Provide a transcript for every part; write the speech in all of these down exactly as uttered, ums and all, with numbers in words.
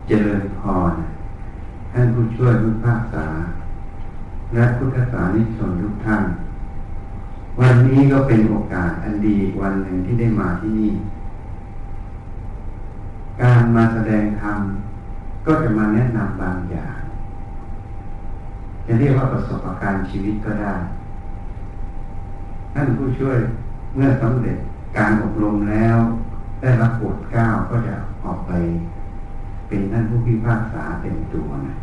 เจริญพรท่านผู้ช่วยผู้พิพากษาและพุทธศาสนิกชนทุกท่านวันนี้ก็เป็นโอกาสอันดีวันหนึ่งที่ได้มาที่นี่การมาแสดงธรรมก็จะมาแนะนำบางอย่างจะเรียกว่าประสบการณ์ชีวิตก็ได้ท่านผู้ช่วยเมื่อสำเร็จการอบรมแล้วได้รับโปรดเกล้าก็จะออกไปเป็นท่านผู้พิพากษาเต็มตัวนะ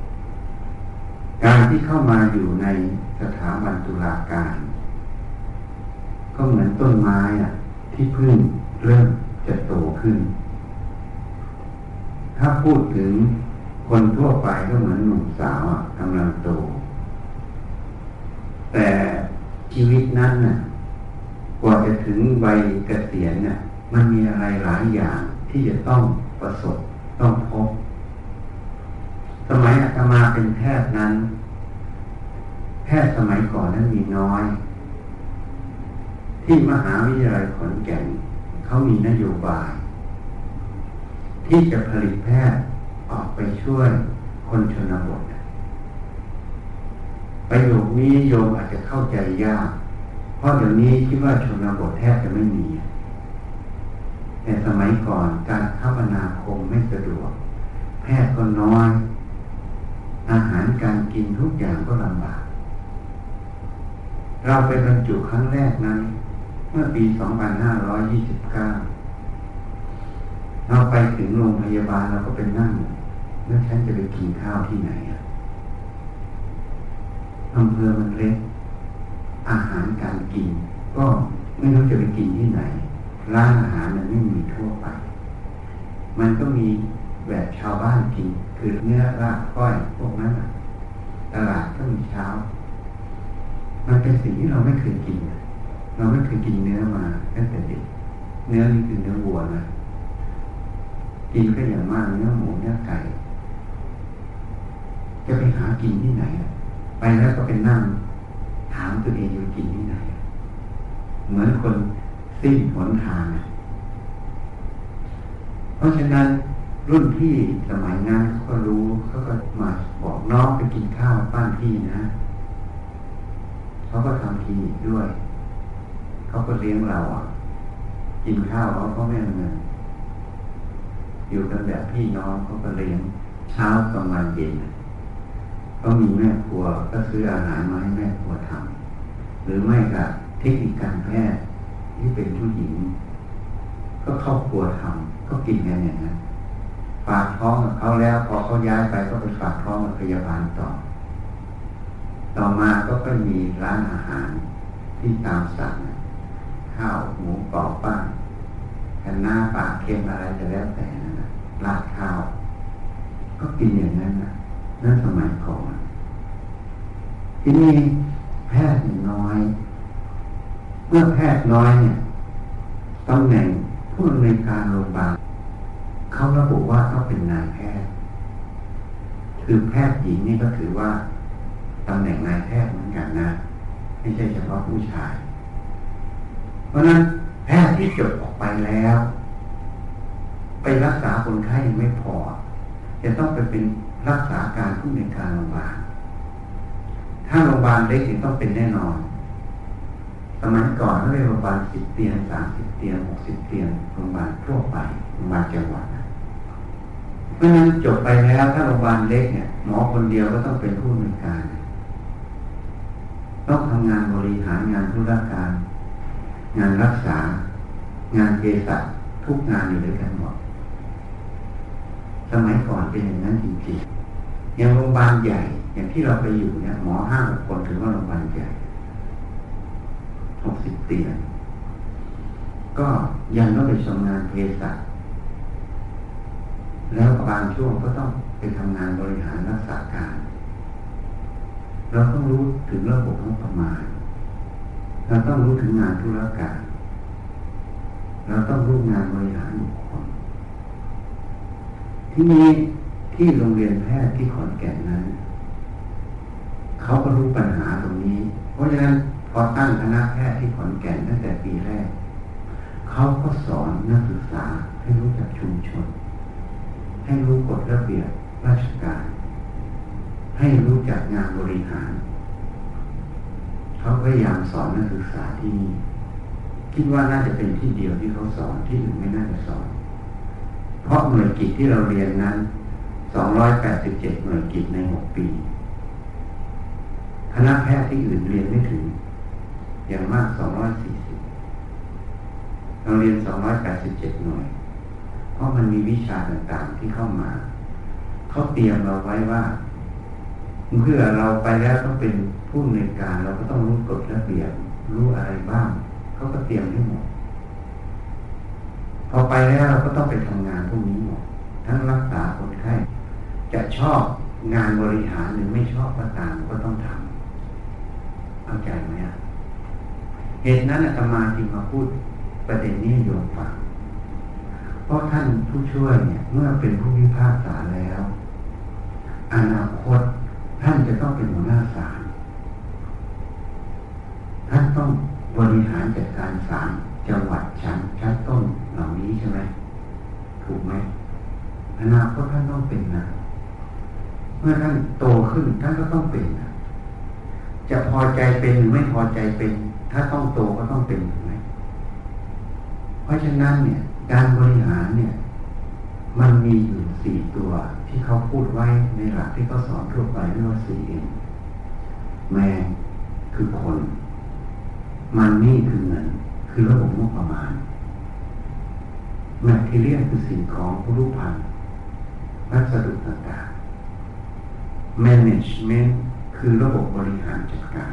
การที่เข้ามาอยู่ในสถาบันตุลาการก็เหมือนต้นไม้อะที่เพิ่งเริ่มจะโตขึ้นถ้าพูดถึงคนทั่วไปก็เหมือนหนุ่มสาวอะกำลังโตแต่ชีวิตนั้นน่ะกว่าจะถึงวัยเกษียณน่ะมันมีอะไรหลายอย่างที่จะต้องประสบต้องพบสมัยอาตมาเป็นแพทย์นั้นแพทย์สมัยก่อนนั้นมีน้อยที่มหาวิทยาลัยขอนแก่นเขามีนโยบายที่จะผลิตแพทย์ออกไปช่วยคนชนบทประโยคนี้โยมอาจจะเข้าใจยากเพราะเดี๋ยวนี้คิดว่าชนบทแทบจะไม่มีแต่สมัยก่อนการคมนาคมไม่สะดวกแพทย์ก็น้อยอาหารการกินทุกอย่างก็ลำบากเราไปบรรจุครั้งแรกนั้นเมื่อปีสองพันห้าร้อยยี่สิบเก้าเราไปถึงโรงพยาบาลเราก็ไปนั่งแล้วฉันจะไปกินข้าวที่ไหนอำเภอมันเล็กอาหารการกินก็ไม่รู้จะไปกินที่ไหนร้านอาหารมันไม่มีทั่วไปมันก็มีแบบชาวบ้านกินคือเนื้อลาบก้อยพวกนั้นตลาดก็มีเช้ามันเป็นสิ่งที่เราไม่เคยกินเราไม่เคยกินเนื้อมาตั้งแต่เด็กเนื้อนี่คือเนื้อวัวนะกินก็อย่างมากเนื้อหมูเนื้อไก่จะไปหากินที่ไหนไปแล้วก็ไปนั่งถามตัวเองอยู่กินที่ไหนเหมือนคนสิ้นหนทางเพราะฉะนั้นรุ่นพี่สมัยนั้นเขาก็รู้เขาก็มาบอกน้องไปกินข้าวบ้านพี่นะเขาก็ทำคลินิกด้วยเขาก็เลี้ยงเราอ่ะกินข้าวเขาก็ไม่เอาเงินอยู่กันแบบพี่น้องเขาก็เลี้ยงเช้ากลางวันเย็นก็มีแม่ครัวก็ซื้ออาหารมาให้แม่ครัวทำหรือไม่ก็เทคนิคการแพทย์ที่เป็นผู้หญิงก็เข้าครัวทำก็กินกันอย่างนั้นฝากท้องกับเขาแล้วพอเขาย้ายไปก็ไปฝากท้องกับพยาบาลต่อต่อมาก็ก็มีร้านอาหารที่ตามสั่งข้าวหมูกรอบบ้างกันหน้าปลาเค็มอะไรจะแล้วแต่นั่นนะราดข้าวก็กินอย่างนั้นนะนั่นสมัยก่อนที่นี่แพทย์น้อยเมื่อแพทย์น้อยเนี่ยตำแหน่งผู้อำนวยการโรงพยาบาลเขาระบุว่าเขาเป็นนายแพทย์คือแพทย์หญิงนี่ก็ถือว่าตำแหน่งนายแพทย์เหมือนกันนะไม่ใช่เฉพาะผู้ชายเพราะนั้นแพทย์ที่จบออกไปแล้วไปรักษาคนไข้ยังไม่พอจะต้องไปเป็นรักษาการผู้อำนวยการโรงพยาบาลถ้าโรงพยาบาลเล็กต้องเป็นแน่นอนสมัยก่อนเขาเรียกโรงพยาบาลสิบเตียงสามสิบเตียงหกสิบเตียงโรงพยาบาลทั่วไปโรงพยาบาลจังหวัดนะเพราะฉะนั้นจบไปแล้วถ้าโรงพยาบาลเล็กเนี่ยหมอคนเดียวก็ต้องเป็นผู้อำนวยการต้องทำงานบริหารงานธุรการงานรักษางานเภสัชทุกงานอยู่ด้วยกันหมดสมัยก่อนเป็นอย่างนั้นจริงๆอย่างโรงพยาบาลใหญ่อย่างที่เราไปอยู่เนี่ยหมอห้าหกคนถือว่าโรงพยาบาลใหญ่หกสิบเตียงก็ยังต้องไปทำงานเภสัชแล้วบางช่วงก็ต้องไปทำงานบริหารรักษาการเราต้องรู้ถึงระบบงบประมาณเราต้องรู้ถึงงานธุรการเราต้องรู้งานบริหารบุคคลที่นี้ที่โรงเรียนแพทย์ที่ขอนแก่นนั้นเขาก็รู้ปัญหาตรงนี้เพราะฉะนั้นพอตั้งคณะแพทย์ที่ขอนแก่นตั้งแต่ปีแรกเขาก็สอนนักศึกษาให้รู้จักชุมชนให้รู้กฎระเบียบราชการให้รู้จักงานบริหารเขาพยายามสอนนักศึกษาที่นี่คิดว่าน่าจะเป็นที่เดียวที่เขาสอนที่อื่นไม่น่าจะสอนเพราะหน่วยกิจที่เราเรียนนั้นสองร้อยแปดสิบเจ็ดหน่วยกิจในหกปีคณะแพทย์ที่อื่นเรียนไม่ถึงอย่างมากสองร้อยสี่สิบเราเรียนสองร้อยแปดสิบเจ็ดหน่วยเพราะมันมีวิชาต่างๆที่เข้ามาเขาเตรียมเราไว้ว่าเพื่อเราไปแล้วต้องเป็นผู้อำนวยการเราก็ต้องรู้กฎระเบียบรู้อะไรบ้างเขาก็เตรียมให้หมดพอไปแล้วเราก็ต้องไปทำงานพวกนี้หมดทั้งรักษาคนไข้จะชอบงานบริหารหรือไม่ชอบก็ตามก็ต้องทำเข้าใจไหมเหตุนั้นอาตมาจึงมาพูดประเด็นนี้โยมฟังเพราะท่านผู้ช่วยเนี่ยเมื่อเป็นผู้พิพากษาแล้วอนาคตท่านจะต้องเป็นหัวหน้าศาลท่านต้องบริหารจัดการศาลจังหวัดชั้นชั้นต้นเหล่านี้ใช่ไหมถูกไหมอนาคตท่านต้องเป็นนะเมื่อท่านโตขึ้นท่านก็ต้องเป็นนะจะพอใจเป็นหรือไม่พอใจเป็นถ้าต้องโตก็ต้องเป็นถูกไหมเพราะฉะนั้นเนี่ยการบริหารเนี่ยมันมีอยู่สี่ตัวที่เขาพูดไว้ในหลักที่เขาสอนทั่วไปเรียกว่าสี่เอ็มแมนคือคนมันนี่คือเงินคือระบบงบประมาณแมททีเรียลคือสิ่งของผู้รูปพันธ์วัสดุต่างๆ management คือระบบบริหารจัดการ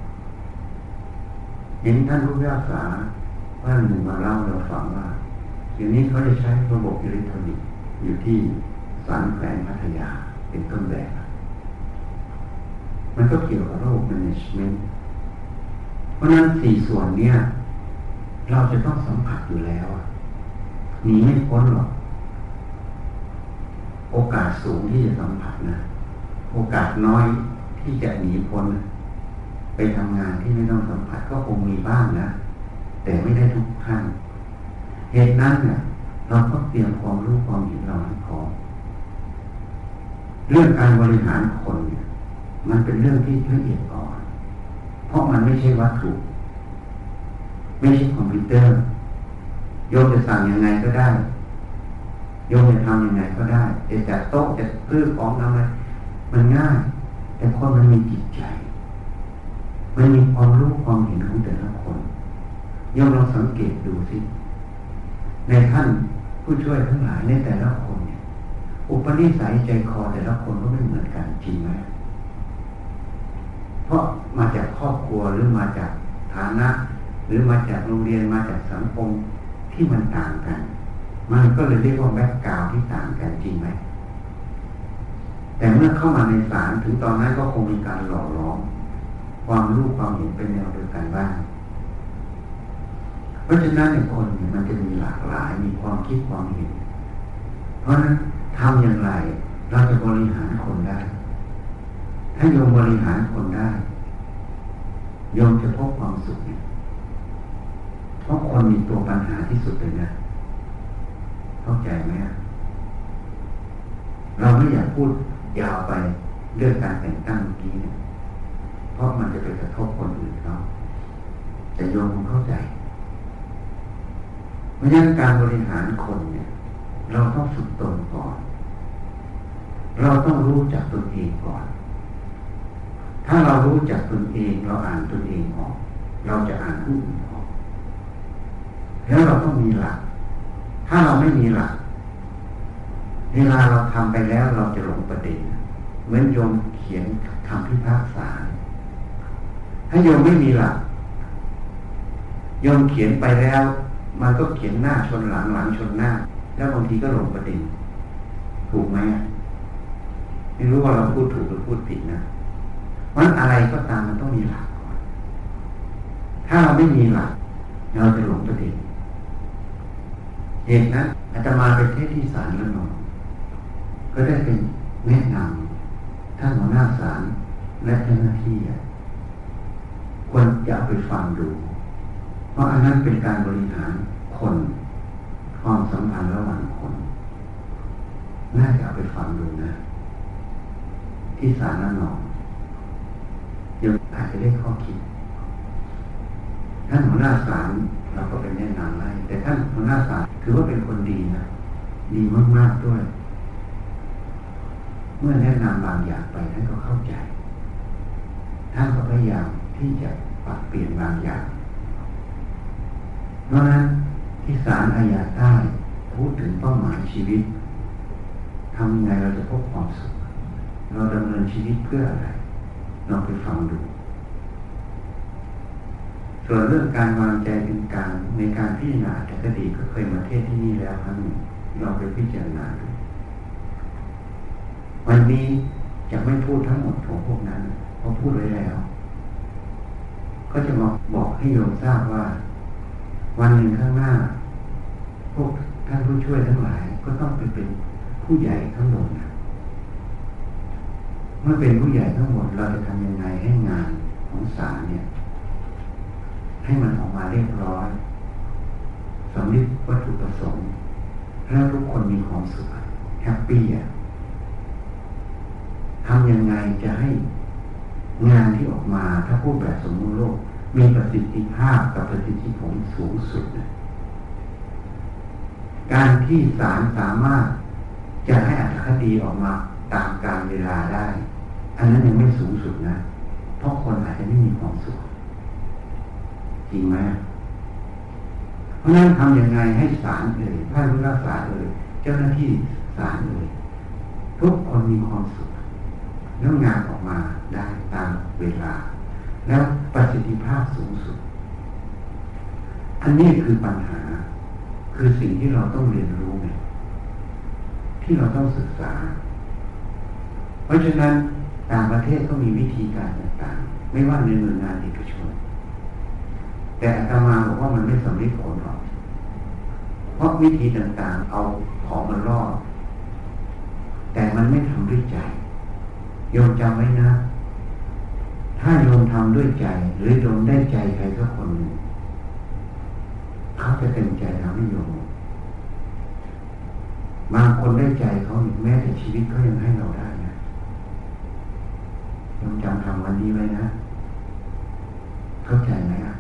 เห็นท่านผู้พิพากษาว่าหนึ่งมาเล่าเราฟังว่าเดี๋ยวนี้เขาจะใช้ระบบอิเล็กทรอนิกส์อยู่ที่ศาลแขวงพัทยาเป็นต้นแบบมันก็เกี่ยวกับระบบ management เพราะนั้นสี่ส่วนเนี้ยเราจะต้องสัมผัสอยู่แล้วหนีไม่พ้นหรอกโอกาสสูงที่จะสัมผัสนะโอกาสน้อยที่จะหนีพ้นไปทำงานที่ไม่ต้องสัมผัสก็คงมีบ้างนะแต่ไม่ได้ทุกท่านเหตุนั้นเนี่ยเราต้องเตรียมความรู้ความเห็นเราให้พร้อมเรื่องการบริหารคนเนี่ยมันเป็นเรื่องที่ละเอียดอ่อนเพราะมันไม่ใช่วัตถุไม่ใช่คอมพิวเตอร์โยมจะสั่งยังไงก็ได้โยมจะทำยังไงก็ได้จะจัดโต๊ะจะซื้อของทำอะไรมันง่ายแต่คนมันมีจิตใจมันมีความรู้ความเห็นของแต่ละคนโยมลองสังเกตดูสิในท่านผู้ช่วยทั้งหลายในแต่ละคนเนี่ยอุปนิสัยใจคอแต่ละคนก็ไม่เหมือนกันจริงไหมเพราะมาจากครอบครัวหรือมาจากฐานะหรือมาจากโรงเรียนมาจากสังคมที่มันต่างกันมันก็เลยเรียกว่าแบ็คกราวด์ที่ต่างกันจริงไหมแต่เมื่อเข้ามาในศาลถึงตอนนั้นก็คงมีการหล่อหลอมความรู้ความเห็นเป็นแนวเดียวกันบ้างเพราะฉะนั้นในคนเนี่ยมันจะมีหลากหลายมีความคิดความเห็นเพราะฉะนั้นทำอย่างไรเราจะบริหารคนได้ถ้าโยมบริหารคนได้โยมจะพบความสุขเนี่ยเพราะคนมีตัวปัญหาที่สุดเลยนะเข้าใจไหมเราไม่อยากพูดยาวไปเรื่องการแต่งตั้งเมื่อกี้เนี่ยเพราะมันจะไปกระทบคนอื่นเขาแต่โยมคงเข้าใจเพราะฉะนั้นการบริหารคนเนี่ยเราต้องฝึกตนก่อนเราต้องรู้จักตนเองก่อนถ้าเรารู้จักตนเองเราอ่านตนเองออกเราจะอ่านผู้อื่นออกแล้วเราต้องมีหลักถ้าเราไม่มีหลักเวลาเราทำไปแล้วเราจะหลงประเด็นเหมือนโยมเขียนคำพิพากษาถ้าโยมไม่มีหลักโยมเขียนไปแล้วมันก็เขียนหน้าชนหลังหลังชนหน้าแล้วบางทีก็หลงประเด็นถูกไหมไม่รู้ว่าเราพูดถูกหรือพูดผิดนะมันอะไรก็ตามมันต้องมีหลักก่อนถ้าเราไม่มีหลักเราจะหลงประเด็นเหตุนั้นอาตมาไปเทศที่ศาลแล้วนองก็ได้เป็นแนะนำท่านหัวหน้าศาลและเจ้าหน้าที่ควรจะเอาไปฟังดูเพราะอันนั้นเป็นการบริหารคนความสัมพันธ์ระหว่างคนน่าจะเอาไปฟังดูนะที่ศาลนั่นหนองเดี๋ยวอาจจะได้ข้อคิดท่านหัวหน้าศาลเราก็เป็นแนะนำให้แต่ท่านหัวหน้าศาลถือว่าเป็นคนดีนะดีมากๆด้วยเมื่อแนะนำบางอย่างไปท่านก็เข้าใจท่านก็พยายามที่จะปรับเปลี่ยนบางอย่างเพราะนั้นที่ศาลอาญาใต้พูดถึงเป้าหมายชีวิตทำยังไงเราจะพบความสุขเราดำเนินชีวิตเพื่ออะไรลองไปฟังดูส่วนเรื่องการวางใจเป็นกลางในการพิจารณาแต่คดีก็เคยมาเทศที่นี่แล้วครั้งหนึ่งลองไปพิจารณาดูวันนี้จะไม่พูดทั้งหมดของพวกนั้นเพราะพูดไว้แล้วก็จะมาบอกให้โยมทราบว่าวันหนึ่งข้างหน้าพวกท่านผู้ช่วยทั้งหลายก็ต้องไปเป็นผู้ใหญ่ทั้งหมดนะเมื่อเป็นผู้ใหญ่ทั้งหมดเราจะทำยังไงให้งานของศาลเนี่ยให้มันออกมาเรียบร้อยสำนึกวัตถุประสงค์แล้วทุกคนมีความสุขแฮปปี้อ่ะทำยังไงจะให้งานที่ออกมาถ้าพูดแบบสมมุติโลกมีประสิทธิภาพกับประสิทธิผลสูงสุดนะการที่ศาลสามารถจะให้อรรถคดีออกมาตามกาลเวลาได้อันนั้นยังไม่สูงสุดนะเพราะคนอาจจะไม่มีความสุขจริงไหมเพราะนั้นทำยังไงให้ศาลเอ่ยผู้พิพากษาเอ่ยเจ้าหน้าที่ศาลเอ่ยทุกคนมีความสุขแล้วงานออกมาได้ตามเวลาแล้วประสิทธิภาพสูงสุดอันนี้คือปัญหาคือสิ่งที่เราต้องเรียนรู้ไงที่เราต้องศึกษาเพราะฉะนั้นต่างประเทศก็มีวิธีการต่างๆไม่ว่าในหน่วยงานเอกชนแต่อาตมาบอกว่ามันไม่สำเร็จผลหรอกเพราะวิธีต่างๆเอาของมันรอดแต่มันไม่ทำด้วยใจโยมจำไว้นะถ้าโยมทำด้วยใจหรือโยมได้ใจใครสักคนหนึ่งเขาจะเต็มใจทำให้โยมบางคนได้ใจเขาแม้แต่ชีวิตเขายังให้เราได้นะโยมจำทำวันนี้ไว้นะเข้าใจไหมอ่ะ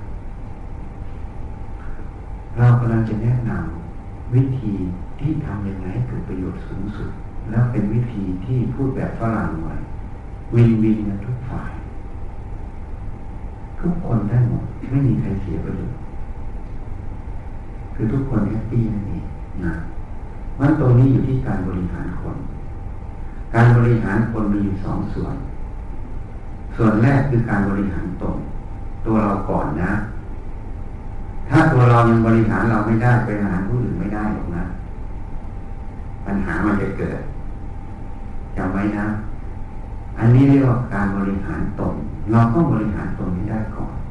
เรากำลังจะแนะนำวิธีที่ทำยังไงให้เกิดประโยชน์สูงสุดแล้วเป็นวิธีที่พูดแบบฝรั่งหน่อยวินวินกันทุกฝ่ายทุกคนได้หมดไม่มีใครเสียประโยชน์คือทุกคนแฮปปี้นั่นเองนะมันตรงนี้อยู่ที่การบริหารคนการบริหารคนมีอยู่สองส่วนส่วนแรกคือการบริหารตนตัวเราก่อนนะถ้าตัวเรายังบริหารเราไม่ได้บริหารผู้อื่นไม่ได้หรอกนะปัญหามันจะเกิดจำไว้นะอันนี้เรียกว่าการบริหารตนเราต้องบริหารตนให้ได้ก่อน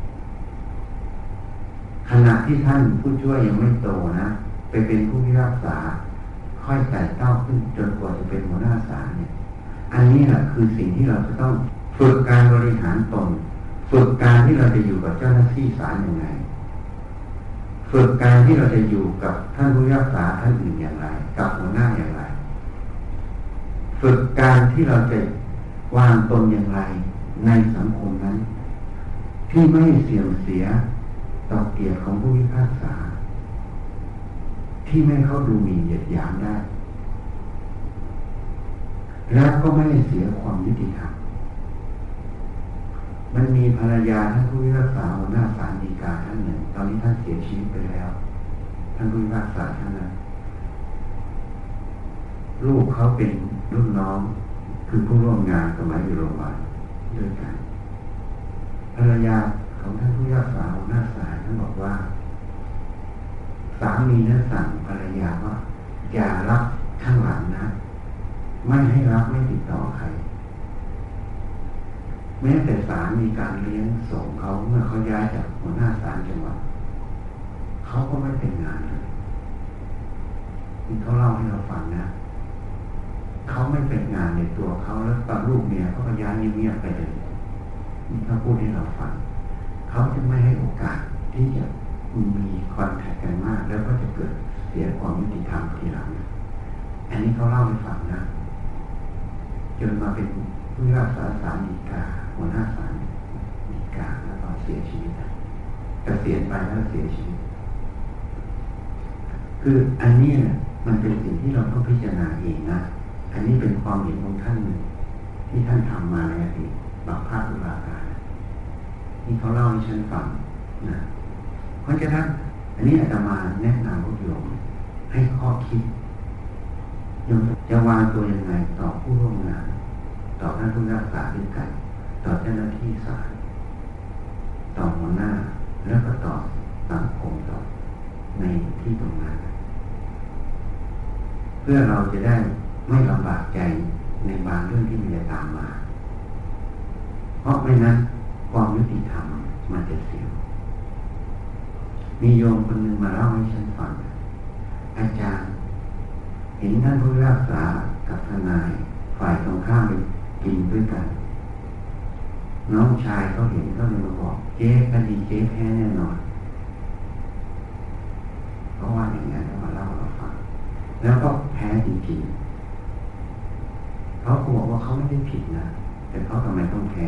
ขณะที่ท่านผู้ช่วยยังไม่โตนะไปเป็นผู้พิพากษาค่อยไต่เต้าขึ้นจนกว่าจะเป็นหัวหน้าศาลเนี่ยอันนี้แหละคือสิ่งที่เราจะต้องฝึกการบริหารตนฝึกการที่เราจะอยู่กับเจ้าหน้าที่ศาลยังไงฝึกการที่เราจะอยู่กับท่านผู้พิพากษาท่านอื่นอย่างไรกับหัวหน้าอย่างไรฝึกการที่เราจะวางตนอย่างไรในสังคมนั้นที่ไม่เสื่อมเสียต่อเกียรติของผู้พิพากษาที่ไม่เข้าดูหมิ่นเหยียดหยามได้แล้วก็ไม่เสียความยุติธรรมมันมีภรรยาท่านผู้พิพากษาหัวหน้าศาลฎีกาท่านหนึ่งตอนนี้ท่านเสียชีวิตไปแล้วท่านผู้พิพากษาท่านนั้นลูกเขาเป็นรุ่นน้องคือผู้ร่วมงานสมัยอยู่โรงพยาบาลด้วยกันภรรยาของท่านผู้พิพากษาหัวหน้าศาลท่านบอกว่าสามีนั้นสั่งภรรยาว่าอย่ารับข้างหลังนะไม่ให้รับไม่ติดต่อใครแม้แต่ศาลมีการเลี้ยงส่งเขาเมื่อเขาย้ายจากหัวหน้าศาลจังหวัดเขาก็ไม่เป็นงานเลยนี่เขาเล่าให้เราฟังนะเขาไม่เป็นงานในตัวเขาแล้วตอนลูกเมียเขาก็ย้ายเงียบๆไปเลยนี่เขาพูดให้เราฟังเขาจะไม่ให้โอกาสที่จะมีคอนแทคกันมากแล้วก็จะเกิดเสียความยุติธรรมทีหลังอันนี้เขาเล่าให้ฟังนะจนมาเป็นผู้รักษาศาลฎีกาหัวหน้าศาลฎีกาแล้วก็เสียชีวิตเกษียณไปแล้วเสียชีวิตคืออันนี้มันเป็นสิ่งที่เราต้องพิจารณาเองนะอันนี้เป็นความเห็นของท่านหนึ่งที่ท่านทำมาในอดีตบางภาคตุลาการนี่เขาเล่าให้ฉันฟังนะเพราะฉะนั้นอันนี้อาตมาแนะนำพวกโยมให้ข้อคิดโยมจะวางตัวยังไงต่อผู้ร่วมงานต่อท่านผู้รักษาด้วยกันต่อเจ้าหน้าที่ศาลต่อหัวหน้าแล้วก็ต่อสังคมต่อในที่ตรงนั้นเพื่อเราจะได้ไม่ลำบากใจในบางเรื่องที่มันจะตามมาเพราะไม่นั้นความยุติธรรมมันจะเสียมีโยมคนหนึ่งมาเล่าให้ฉันฟังอาจารย์เห็นท่านผู้รักษากับทนายฝ่ายตรงข้ามไปกินด้วยกันน้องชายเขาเห็นเขาเลยมาบอกเจ๊คดีเจ๊แพ้แน่นอนเพราะว่าอย่างนั้นมาเล่าเราฟังแล้วก็แพ้จริงๆเขาบอกว่าเขาไม่ได้ผิดนะแต่เขาทำไมต้องแพ้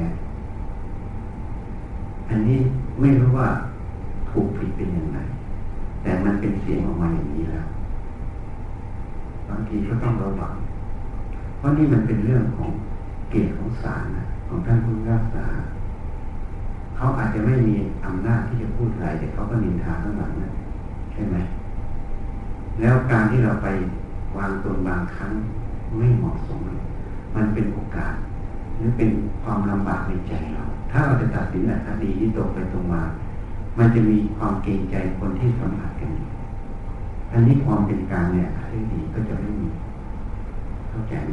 อันนี้ไม่รู้ว่าถูกผิดเป็นยังไงแต่มันเป็นเสียงออกมาอย่างนี้แล้วบางทีก็ต้องระวังเพราะนี่มันเป็นเรื่องของเกียรติของศาลนะของท่านผู้พิพากษาเขาอาจจะไม่มีอำนาจที่จะพูดอะไรแต่เขาก็นินทาข้างหลังนะใช่ไหมแล้วการที่เราไปวางตนบางครั้งไม่เหมาะสมมันเป็นโอกาสหรือเป็นความลำบากในใจเราถ้าเราจะตัดสินคดีที่ตรงไปตรงมามันจะมีความเกรงใจคนที่สัมผัสกันอันนี้ความเป็นกลางเนี่ยที่ดีก็จะไม่มีเข้าใจไหม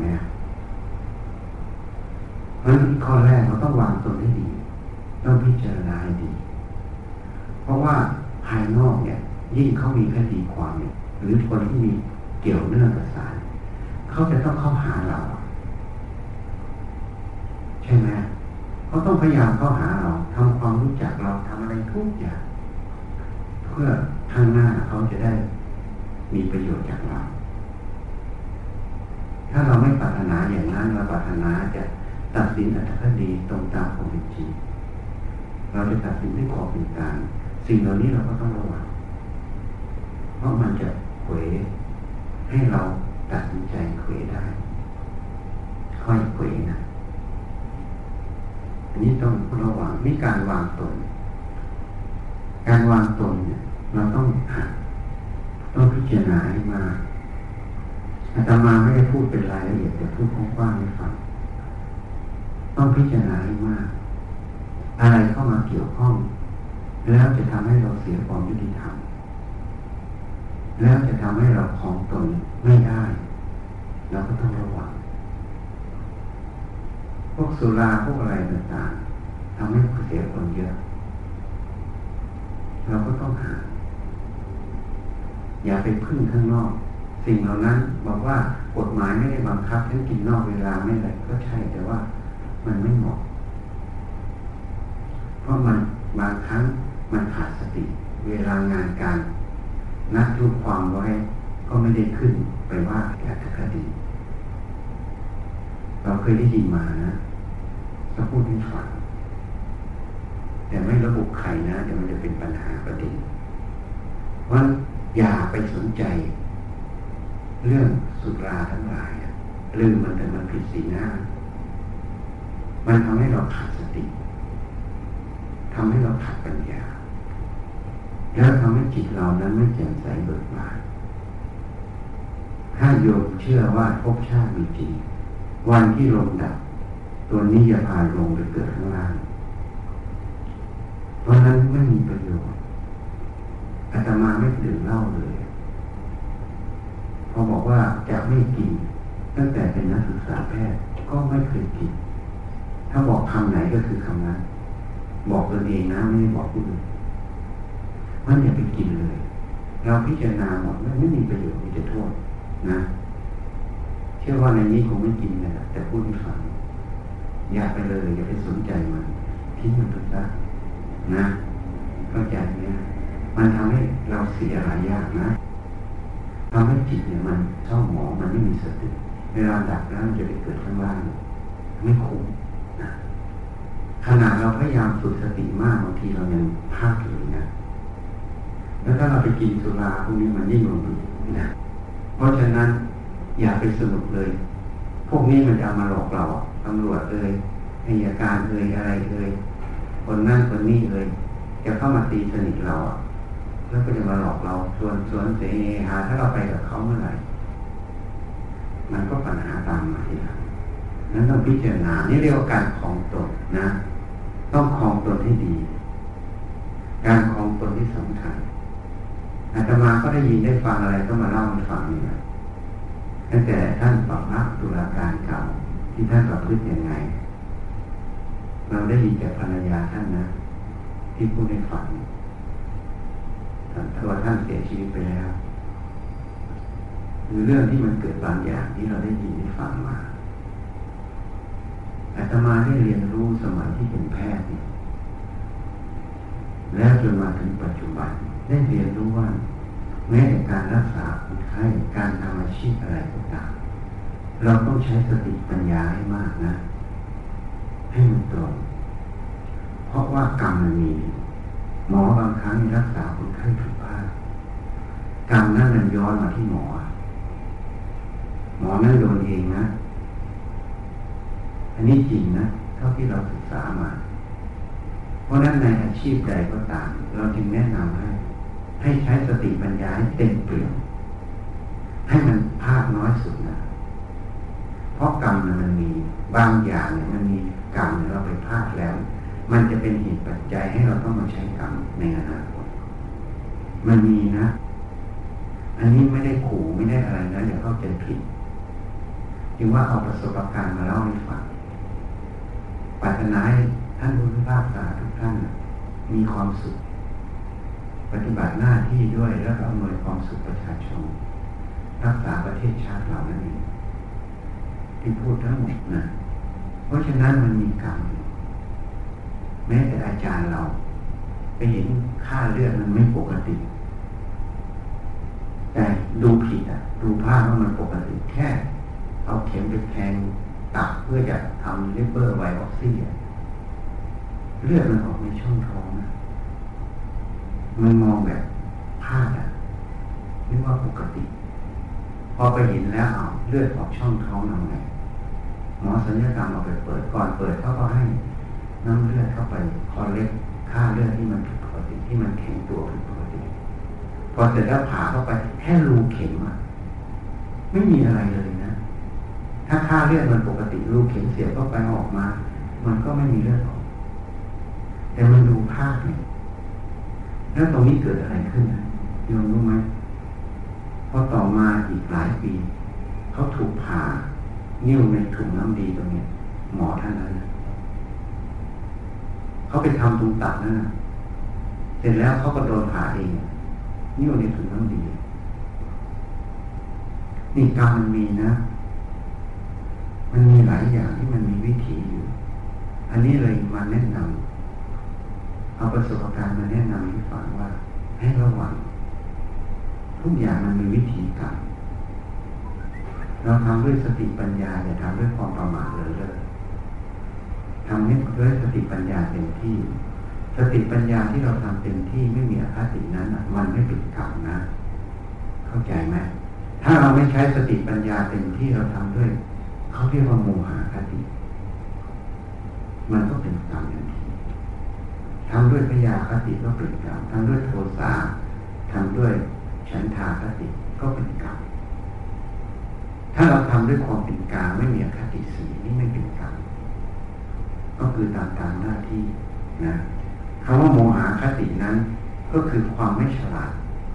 เพราะฉะนั้นข้อแรกเราต้องวางตนให้ดีต้องพิจารณาให้ดีเพราะว่าภายนอกเนี่ยยิ่งเขามีคดีความเนี่ยหรือคนที่มีเกี่ยวเนื่องกับศาลเขาจะต้องเข้าหาเราใช่ไหมเขาต้องพยายามเข้าหาเราทำความรู้จักเราทำอะไรทุกอย่างเพื่อข้างหน้าเขาจะได้มีประโยชน์จากเราถ้าเราไม่ปรารถนาอย่างนั้นเราปรารถนาจะตัดสินอัตถคดีตรงตามความเป็นจริงเราจะตัดสินด้วยความเป็นกลางสิ่งเหล่านี้เราก็ต้องระวังเพราะมันจะเขวให้เราตัดสินใจเขวได้ค่อยเขวนะอันนี้ต้องระวังนี่การวางตนการวางตนเนี่ยเราต้องหัดต้องพิจารณาให้มากอาตมาไม่ได้พูดเป็นรายละเอียดแต่พูดกว้างๆให้ฟังต้องพิจารณาให้มากอะไรเข้ามาเกี่ยวข้องแล้วจะทำให้เราเสียความยุติธรรมแล้วจะทำให้เราครองตนไม่ได้เราก็ต้องระวังพวกสุราพวกอะไรต่างๆทำให้เสียคนเยอะเราก็ต้องหาอย่าไปพึ่งข้างนอกสิ่งเหล่านั้นบอกว่ากฎหมายไม่ได้บังคับให้กินนอกเวลาไม่อะไรก็ใช่แต่ว่ามันไม่เหมาะเพราะมันบางครั้งมันขาดสติเวลางานการนัดทุกความไว้ก็ไม่ได้ขึ้นไปว่าแก่คดีเราเคยได้ยินมานะก็พูดให้ฟังแต่ไม่ระบุใครนะเดี๋ยวมันจะเป็นปัญหาประเด็นว่าอย่าไปสนใจเรื่องสุราทั้งหลายลืมมันแต่มันผิดศีลห้ามันทำให้เราขาดสติทำให้เราขาดปัญญาแล้วทำให้จิตเรานั้นไม่แจ่มใสเบิกบานถ้าโยมเชื่อว่าภพชาติมีจริงวันที่ลมดับตัวนี้อย่าพาลงไปเกิดข้างล่างเพราะนั้นไม่มีประโยชน์อาตมาไม่ดื่มเหล้าเลยพอบอกว่าจะไม่กินตั้งแต่เป็นนักศึกษาแพทย์ก็ไม่เคยกินถ้าบอกคำไหนก็คือคำนั้นบอกตนเองนะไม่ได้บอกผู้อื่นมันอย่าไปกินเลยเราพิจารณาหมดว่าไม่มีประโยชน์มีแต่โทษนะเชื่อว่าในนี้คงไม่กินนะแต่พูดให้ฟังอย่าไปเลยอย่าไปสนใจมันทิ้งมันไปซะนะเข้าใจไหมมันทำให้เราเสียหลายอย่างนะทำให้จิตเนี่ยมันเศร้าหมองมันไม่มีสติเวลาดับแล้วมันจะไปเกิดข้างล่างไม่คุ้มนะขนาดเราพยายามฝึกสติมากบางทีเรายังพลาดเลยนะแล้วถ้าเราไปกินสุราพวกนี้มันยิ่งลงไปนะเพราะฉะนั้นอย่าไปสนุกเลยพวกนี้มันจะมาหลอกเราตำรวจเอ่ยอัยการเอ่ยอะไรเอ่ยคนนั่นคนนี้เอ่ยจะเข้ามาตีสนิทเราแล้วก็จะมาหลอกเราชวนชวนเสหาถ้าเราไปกับเขาเมื่อไหร่มันก็ปัญหาตามมาทีหลังนั้นต้องพิจารณานี่เรียกว่าการครองตนนะต้องครองตนให้ดีการครองตนที่สำคัญอาตมาก็ได้ยินได้ฟังอะไรก็มาเล่าให้ฟังนี่นะตั้งแต่ท่านปรับตุลาการเก่าที่ท่านประพฤติยังไงเราได้ยินจากภรรยาท่านนะที่พูดให้ฟังตัวท่านเสียชีวิตไปแล้วหรือเรื่องที่มันเกิดบางอย่างที่เราได้ยินได้ฟังมาอาตมาได้เรียนรู้สมัยที่เป็นแพทย์แล้วจนมาถึงปัจจุบันได้เรียนรู้ว่าแม้แต่การรักษาคนไข้การทำอาชีพอะไรก็ตามเราต้องใช้สติปัญญาให้มากนะให้มันตรงเพราะว่ากรรมมันมีหมอบางครั้งรักษาคนไข้ผิดพลาดกรรมนั้นมันย้อนมาที่หมอหมอนั่นโดนเองนะอันนี้จริงนะเท่าที่เราศึกษามาเพราะนั้นในอาชีพใดก็ตามเราจึงแนะนำให้ให้ใช้สติปัญญาให้เต็มเปี่ยมให้มันพลาดน้อยสุดนะเพราะกรรมมันมีบางอย่างเนี่ยมันมีกรรมเนี่ยเราไปพลาดแล้วมันจะเป็นเหตุปัจจัยให้เราต้องมาใช้กรรมในอนาคตมันมีนะอันนี้ไม่ได้ขู่ไม่ได้อะไรนะอย่าเข้าใจผิดจึงว่าเอาประสบการณ์มาเล่าให้ฟังปรารถนาให้ท่านผู้พิพากษาทุกท่านมีความสุขปฏิบัติหน้าที่ด้วยแล้วก็อำนวยความสุขประชาชนรักษาประเทศชาติเรานั่นเองที่พูดทั้งหมดนะเพราะฉะนั้นมันมีกรรมแม้แต่อาจารย์เราไปเห็นค่าเลือดมันไม่ปกติแต่ดูผิดอ่ะดูภาพว่ามันปกติแค่เอาเข็มไปแทงตับเพื่อจะทำลิเบอร์ไวออกซี่เลือดมันออกในช่องท้องนะมันมองแบบพลาดอ่ะนึกว่าปกติพอไปเห็นแล้วเอาเลือดออกช่องท้องทำไงหมอศัลยกรรมเอาไปเปิดก่อนเปิดเขาก็ให้น้ำเลือดเข้าไปคอเล็กค่าเลือดที่มันผิดปกติที่มันแข็งตัวผิดปกติพอเสร็จแล้วผ่าเข้าไปแค่รูเข็มอ่ะไม่มีอะไรเลยนะถ้าค่าเลือดมันปกติรูเข็มเสียบเข้าไปออกมามันก็ไม่มีเลือดออกแต่มันดูภาพเนี่ยแล้วตรงนี้เกิดอะไรขึ้นโยมรู้ไหมพอต่อมาอีกหลายปีเขาถูกผ่านิ้วในถุงน้ำดีตรงนี้หมอท่านนั้นเขาไปทำตรงตับนั่นนะเสร็จแล้วเขาก็โดนผ่าเองนิ้วในถุงน้ำดีนี่กรรมมันมีนะมันมีหลายอย่างที่มันมีวิธีอยู่อันนี้เลยมาแนะนำเอาประสบการณ์มาแนะนำให้ฟังว่าให้ระวังทุกอย่างมันมีวิธีการเราทำด้วยสติปัญญาอย่าทำด้วยความประมาทเลยเลยทำด้วยสติปัญญาเต็มที่สติปัญญาที่เราทำเต็มที่ไม่มีอคตินั้นมันไม่เป็นกรรมนะเข้าใจไหมถ้าเราไม่ใช้สติปัญญาเต็มที่เราทำด้วยเขาเรียกว่าโมหะคติมันก็เป็นกรรมทันทีทำด้วยพยาคติก็เป็นกรรมทำด้วยโทสะทำด้วยฉันทาคติก็เป็นกรรมถ้าเราทำด้วยความเป็นกลางไม่มีอคติสีนี่ไม่เป็นกรรมก็คือตามตามหน้าที่นะคำว่าโมหะคตินั้นก็คือความไม่ฉลาด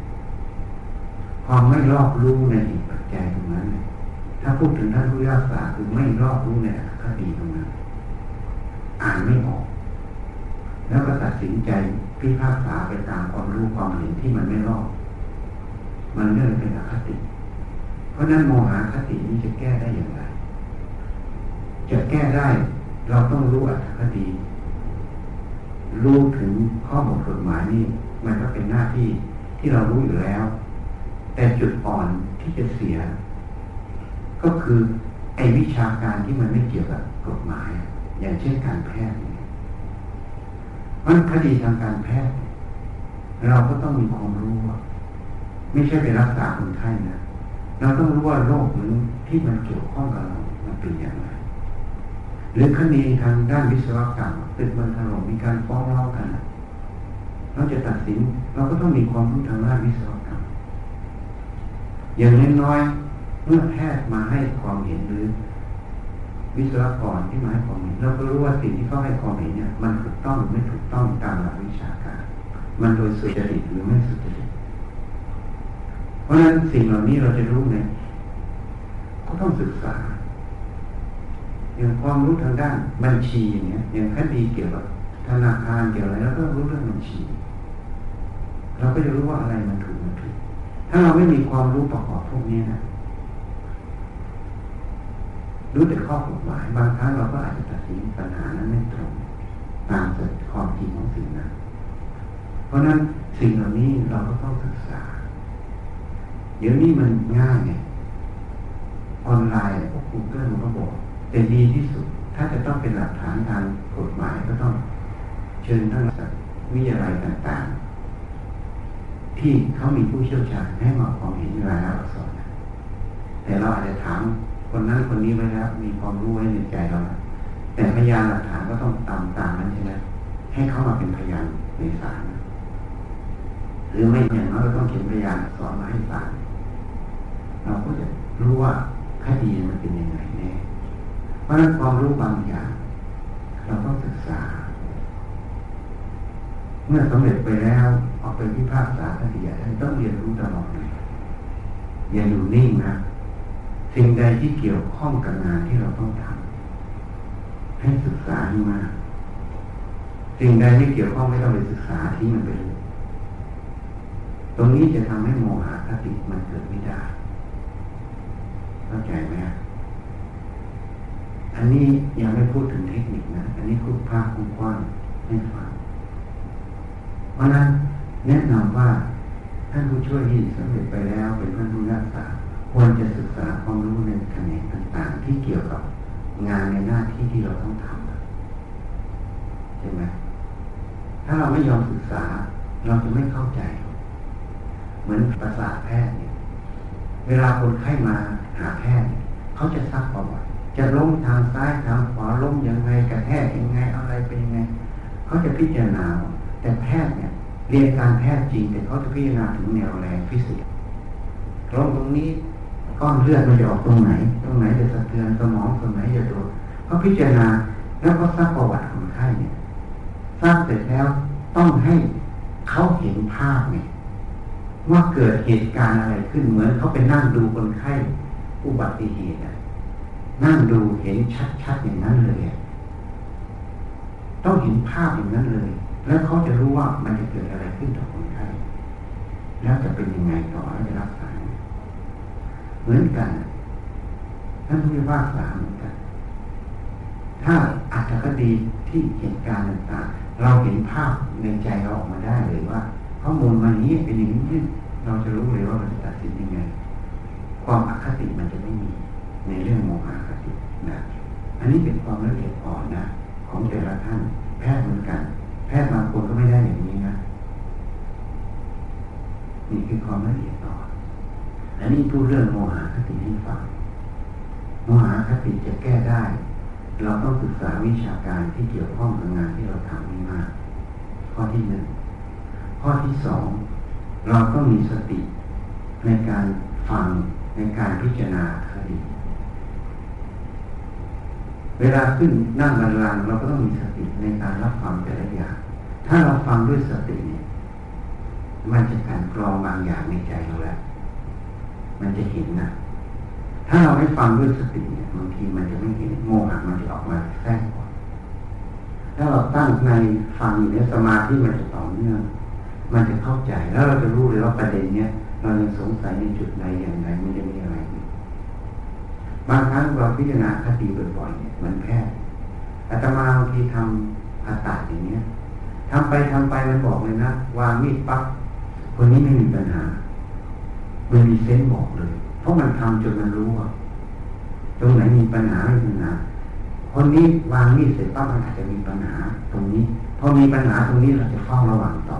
ความไม่รอบรู้ในเหตุปัจจัยตรงนั้นถ้าพูดถึงท่านผู้พิพากษาคือไม่รอบรู้ในอคติตรงนั้นอ่านไม่ออกแล้วก็ตัดสินใจพิพากษาไปตามความรู้ความเห็นที่มันไม่รอบมันเนื่องเป็นอคติเพราะนั้นโมหะคตินี้จะแก้ได้อย่างไรจะแก้ได้เราต้องรู้อรรถคติรู้ถึงข้อบทกฎหมายนี่มันก็เป็นหน้าที่ที่เรารู้อยู่แล้วแต่จุดอ่อนที่จะเสียก็คือไอ้วิชาการที่มันไม่เกี่ยวกับกฎหมายอย่างเช่นการแพทย์มันคดีทางการแพทย์เราก็ต้องมีความรู้ไม่ใช่ไปรักษาคนไข้นะเราต้องรู้ว่าโรคหรือที่มันเกี่ยวข้องกับเรามันเป็นอย่างไรหรือคดีทางด้านวิศวกรรมตึกมันถล่มมีการฟ้องร้องกันเราจะตัดสินเราก็ต้องมีความรู้ทางด้านวิศวกรรมอย่างน้อยๆเมื่อแพทย์มาให้ความเห็นหรือวิศวกรที่มาให้ความเห็นเราก็รู้ว่าสิ่งที่เขาให้ความเห็นเนี่ยมันถูกต้องหรือไม่ถูกต้องตามหลักวิชาการมันโดยสุจริตหรือไม่สุจริตเพราะฉะนั้นสิ่งเหล่านี้เราจะรู้ไงก็ต้องศึกษาอย่างความรู้ทางด้านบัญชีอย่างเงี้ยอย่างคดีเกี่ยวกับธนาคารเกี่ยวอะไรแล้วก็รู้เรื่องบัญชีเราก็จะรู้ว่าอะไรมันถูกมันผิดถ้าเราไม่มีความรู้ประกอบพวกนี้นะรู้แต่ข้อกฎหมายบางครั้งเราก็อาจจะตัดสินปัญหานั้นไม่ตรงตามความจริงของสิ่งนั้นเพราะนั้นสิ่งเหล่านี้เราก็ต้องศึกษาเดี๋ยวนี้มันง่ายไงออนไลน์พวก Google มันก็บอกแต่ดีที่สุดถ้าจะต้องเป็นหลักฐานทางกฎหมายก็ต้องเชิญทั้งวิทยาลัยต่างๆที่เขามีผู้เชี่ยวชาญให้มาความเห็นรายละอักษรแต่เราอาจจะถามคนนั้นคนนี้ไว้แล้วมีความรู้ไว้ในใจเราแต่พยานหลักฐานก็ต้องตามตามนั้นใช่ไหมให้เขามาเป็นพยานในศาลหรือไม่อย่างน้อยก็ต้องเขียนพยานสอนมาให้ศาลเราก็จะรู้ว่าคดีมันเป็นยังไงแน่เพราะฉะนั้นความรู้บางอย่างเราต้องศึกษาเมื่อสำเร็จไปแล้วออกไปพิพากษาคดีท่านต้องเรียนรู้ตลอดเลยอย่าอยู่นิ่งนะสิ่งใดที่เกี่ยวข้องกับงานที่เราต้องทำให้ศึกษาให้มากสิ่งใดไม่เกี่ยวข้องไม่ต้องไปศึกษาทิ้งมันไปเลยตรงนี้จะทำให้โมหะคติมันเกิดไม่ได้เข้าใจไหมอันนี้ยังไม่พูดถึงเทคนิคนะอันนี้คุกภาพกว้างให้ฟังเพราะนั้นแนะนำว่าท่านผู้ช่วยที่สำเร็จไปแล้วเป็นท่านผู้รักษาควรจะศึกษาความรู้ในแขนงต่างๆที่เกี่ยวกับงานในหน้าที่ที่เราต้องทำใช่ไหมถ้าเราไม่ยอมศึกษาเราจะไม่เข้าใจเหมือนประสาทแพทย์เนี่ยเวลาคนไข้มาหาแพทย์เขาจะซักประวัติจะล้มทางซ้ายทางขวาล้มยังไงกระแทกยังไงอะไรเป็นยังไงเขาจะพิจารณาแต่แพทย์เนี่ยเรียนการแพทย์จริงแต่เขาจะพิจารณาถึงแนวแรงฟิสิกส์ล้มตรงนี้ก้อนเลือดมันจะออกตรงไหนตรงไหนจะสะเทือนสมองตรงไหนจะโดนเขาพิจารณาแล้วก็ซักประวัติคนไข้เนี่ยซักเสร็จแล้วต้องให้เขาเห็นภาพไงว่าเกิดเหตุการณ์อะไรขึ้นเหมือนเขาไปนั่งดูคนไข้อุบัติเหตุนั่งดูเห็นชัดๆอย่างนั้นเลยต้องเห็นภาพอย่างนั้นเลยแล้วเขาจะรู้ว่ามันจะเกิดอะไรขึ้นต่อคนไข้แล้วจะเป็นยังไงต่อแล้วจะรักษาเหมือนกันท่านผู้พิพากษาเหมือนกันถ้าอาจจะคดีที่เหตุการณ์ต่างๆเราเห็นภาพในใจเราออกมาได้เลยว่าข้อมูลมันนี้เป็นอย่างนี้เราจะรู้เลยว่าเราจะตัดสินยังไงความอคติมันจะไม่มีในเรื่องโมหะคตินะอันนี้เป็นความละเอียดอ่อนนะของแต่ละท่านแพทย์เหมือนกันแพทย์บางคนก็ไม่ได้อย่างนี้นะนี่คือความละเอียดอ่อนอันนี้พูดเรื่องโมหะคติให้ฟังโมหะคติจะแก้ได้เราต้องศึกษาวิชาการที่เกี่ยวข้องกับงานที่เราทำให้มากข้อที่หนึ่งข้อที่สองเราต้องมีสติในการฟังในการพิจารณาคดีเวลาขึ้นนั่งบัลลังก์เราก็ต้องมีสติในการรับฟังแต่ละอย่างถ้าเราฟังด้วยสติเนี่ยมันจะการกรองบางอย่างในใจเราแล้วมันจะเห็นนะถ้าเราไม่ฟังด้วยสติเนี่ยบางทีมันจะไม่เห็นโมหะมันจะออกมาแทรกก่อนถ้าเราตั้งในฟังอยู่ในสมาธิมันจะต่อเนื่องมันจะเข้าใจแล้วเราจะรู้เลยว่าประเด็นเนี้ยเรายังสงสัยในจุดใดอย่างไรไม่ได้มีอะไรบางครั้งเราพิจารณาคดีบ่อยๆเนี่ยเหมือนแพทย์อาตมาบางทีทำผ่าตัดอย่างเนี้ยทำไปทำไปมันบอกเลยนะวางมีดปั๊บคนนี้ไม่มีปัญหามันมีเซนส์บอกเลยเพราะมันทำจนมันรู้ว่าตรงไหนมีปัญหาไม่มีปัญหาคนนี้วางมีดเสร็จปั๊บมันอาจจะมีปัญหาตรงนี้พอมีปัญหาตรงนี้เราจะเฝ้าระวังต่อ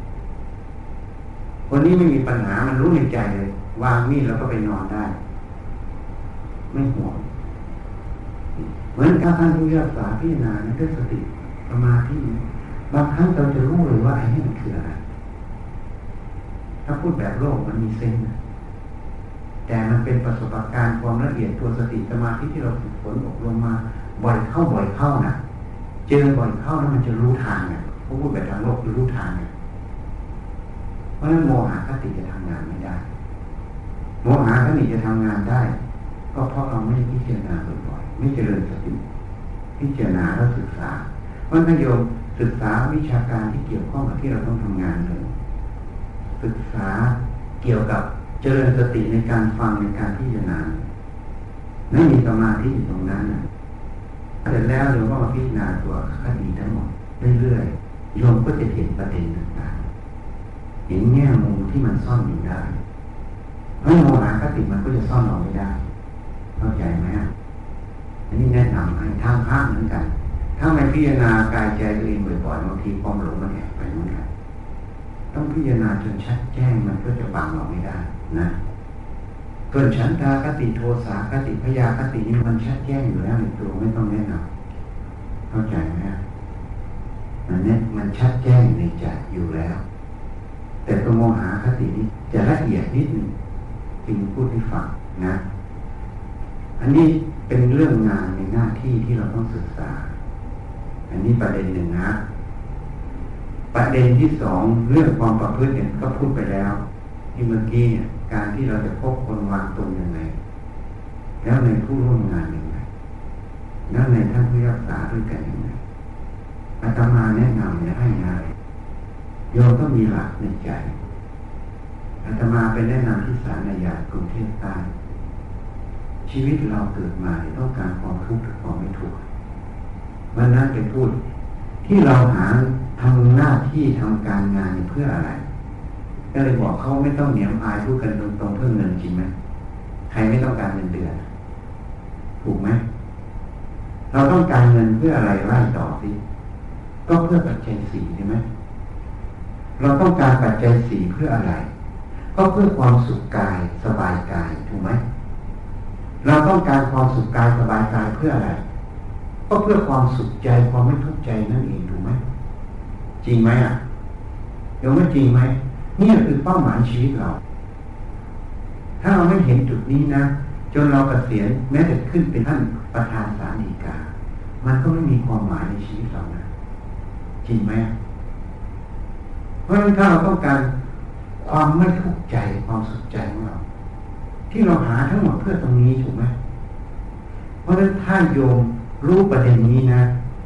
คนนี้ไม่มีปัญหามันรู้ในใจเลยวางมีดแล้วก็ไปนอนได้ไม่ห่วงเหมือนการท่านผู้รักษาพิจารณาด้วยสติสมาธิบางครั้งเราจะรู้เลยว่าไอ้นี่มันคืออะไรถ้าพูดแบบโลกมันมีเซนส์แต่มันเป็นประสบการณ์ความละเอียดตัวสติสมาธิที่เราฝึกฝนอบรมมาบ่อยเข้าบ่อยเข้านะเจอบ่อยเข้าแล้วมันจะรู้ทางเนี่ยพอพูดแบบทางโลกจะรู้ทางเนี่ยเพราะฉะนั้นโมหะคติจะทำงานไม่ได้โมหะคติจะทำงานได้ก็เพราะเราไม่ได้พิจารณาบ่อยๆไม่เจริญสติพิจารณาแล้วศึกษาเพราะฉะนั้นโยมศึกษาวิชาการที่เกี่ยวข้องกับที่เราต้องทำงานเลยศึกษาเกี่ยวกับเจริญสติในการฟังในการพิจารณาไม่มีสมาธิอยู่ตรงนั้นเสร็จแล้วโยมก็มาพิจารณาตัวคติทั้งหมดเรื่อยๆโยมก็จะเห็นประเด็นต่างๆเห็นแง่มุมที่มันซ่อนอยู่ได้เพราะโมหะคติมันก็จะซ่อนเราไม่ได้เข้าใจไหมอันนี้แนะนำให้ทางพระเหมือนกันถ้าไม่พิจารณากายใจตัวเองบ่อยๆบางทีความหลงมันแอบไปเหมือนกันต้องพิจารณาจนชัดแจ้งมันก็จะบังเราไม่ได้นะส่วนฉันทาคติโทสาคติพยาคตินี่มันชัดแจ้งอยู่แล้วในตัวไม่ต้องแนะนำเข้าใจไหมอันนี้มันชัดแจ้งในใจอยู่แล้วแต่ตัวโมหะคตินี้จะละเอียดนิดนึงจึงพูดให้ฟังนะอันนี้เป็นเรื่องงานในหน้าที่ที่เราต้องศึกษาอันนี้ประเด็นหนึ่งนะประเด็นที่สองเรื่องความประพฤติเนี่ยก็พูดไปแล้วที่เมื่อกี้เนี่ยการที่เราจะพบคนวางตรงยังไงแล้วในผู้ร่วมงานยังไงแล้วในท่านผู้รักษาด้วยกันยังไงอาตมาแนะนำเนี่ยให้นะโยมต้องมีหลักในใจอาตมาไปแนะนำที่ศาลอาญากรุงเทพใต้ชีวิตเราเกิดมาต้องการความทุกข์หรือความไม่ทุกข์วันนั้นไปพูดที่เราหาทำหน้าที่ทำการงานเพื่ออะไรก็เลยบอกเขาไม่ต้องเหนียมอายพูดกันตรงๆเพื่อเงินจริงไหมใครไม่ต้องการเงินเดือนถูกไหมเราต้องการเงินเพื่ออะไรไล่ต่อสิก็เพื่อปัจจัยสี่ใช่ไหมเราต้องการปัจจัยสี่เพื่ออะไรก็เพื่อความสุขกายสบายกายถูกไหมเราต้องการความสุขกายสบายกายเพื่ออะไรก็เพื่อความสุขใจความไม่ทุกข์ใจนั่นเองถูกไหมจริงไหมอ่ะเดี๋ยวไม่จริงไหมนี่คือเป้าหมายชีวิตเราถ้าเราไม่เห็นจุดนี้นะจนเราเกษียณแม้แต่ขึ้นเป็นท่านประธานศาลฎีกามันก็ไม่มีความหมายในชีวิตเรานะจริงไหมเพราะฉะนั้นถ้าเราต้องการความไม่ทุกข์ใจความสุขใจของเราที่เราหาทั้งหมดเพื่อตรงนี้ถูกไหมเพราะฉะนั้นถ้าโยมรู้ประเด็นนี้นะ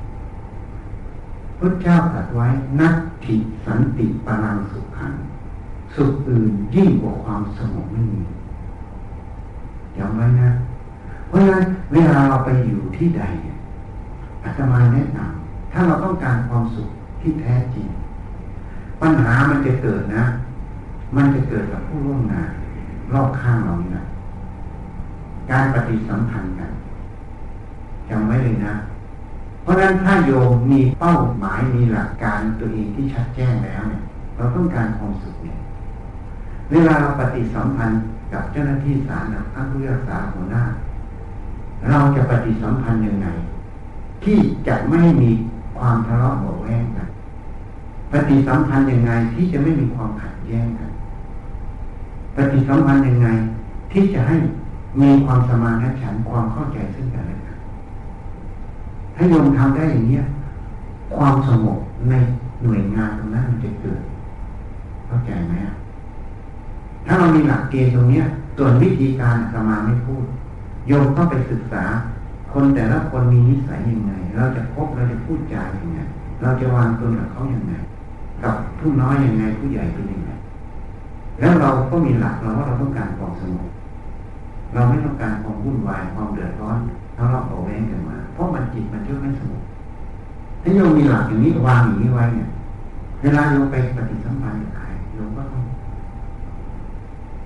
พระเจ้าตรัสไว้นัตถิสันติปรังสุขังสุขอื่นยิ่งกว่าความสงบไม่มีจำไว้นะเพราะฉะนั้นเวลาเราไปอยู่ที่ใดอาตมาแนะนำถ้าเราต้องการความสุขที่แท้จริงปัญหามันจะเกิดนะมันจะเกิดกับผู้ร่วมงานรอบข้างเรานี่นะการปฏิสัมพันธ์กันจำไว้เลยนะเพราะฉะนั้นถ้าโยมมีเป้าหมายมีหลักการตัวเองที่ชัดแจ้งแล้วเนี่ยเราต้องการความสุขเนี่ยเวลาเราปฏิสัมพันธ์กับเจ้าหน้าที่ศาลนะท่านผู้รักษาหัวหน้าเราจะปฏิสัมพันธ์ยังไงที่จะไม่มีความทะเลาะเบาะแว้งกันปฏิสัมพันธ์ยังไงที่จะไม่มีความขัดแย้งกันปฏิสัมพันธ์ยังไงที่จะให้มีความสมานฉันท์ความเข้าใจซึ่งกันและกันถ้าโยมทำได้อย่างนี้ความสงบในหน่วยงานตรงนั้นมันจะเกิดเข้าใจไหมถ้าเรามีหลักเกณฑ์ตรงนี้ส่วนวิธีการอาตมาไม่พูดโยมต้องไปศึกษาคนแต่ละคนมีนิสัยยังไงเราจะพบเราจะพูดจาอย่างไงเราจะวางตัวกับเขาอย่างไงกับผู้น้อยยังไงผู้ใหญ่เป็นยังไงแล้วเราก็มีหลักเราว่าเราต้องการความสงบเราไม่ต้องการความวุ่นวายความเดือดร้อนทะเลาะเบาแว้งกันมาเพราะมันจิตมันจะไม่สงบถ้าโยมมีหลักอย่างนี้วางอย่างนี้ไว้เนี่ยเวลาโยมไปปฏิสัมพันธ์กับใครโยมก็ต้อง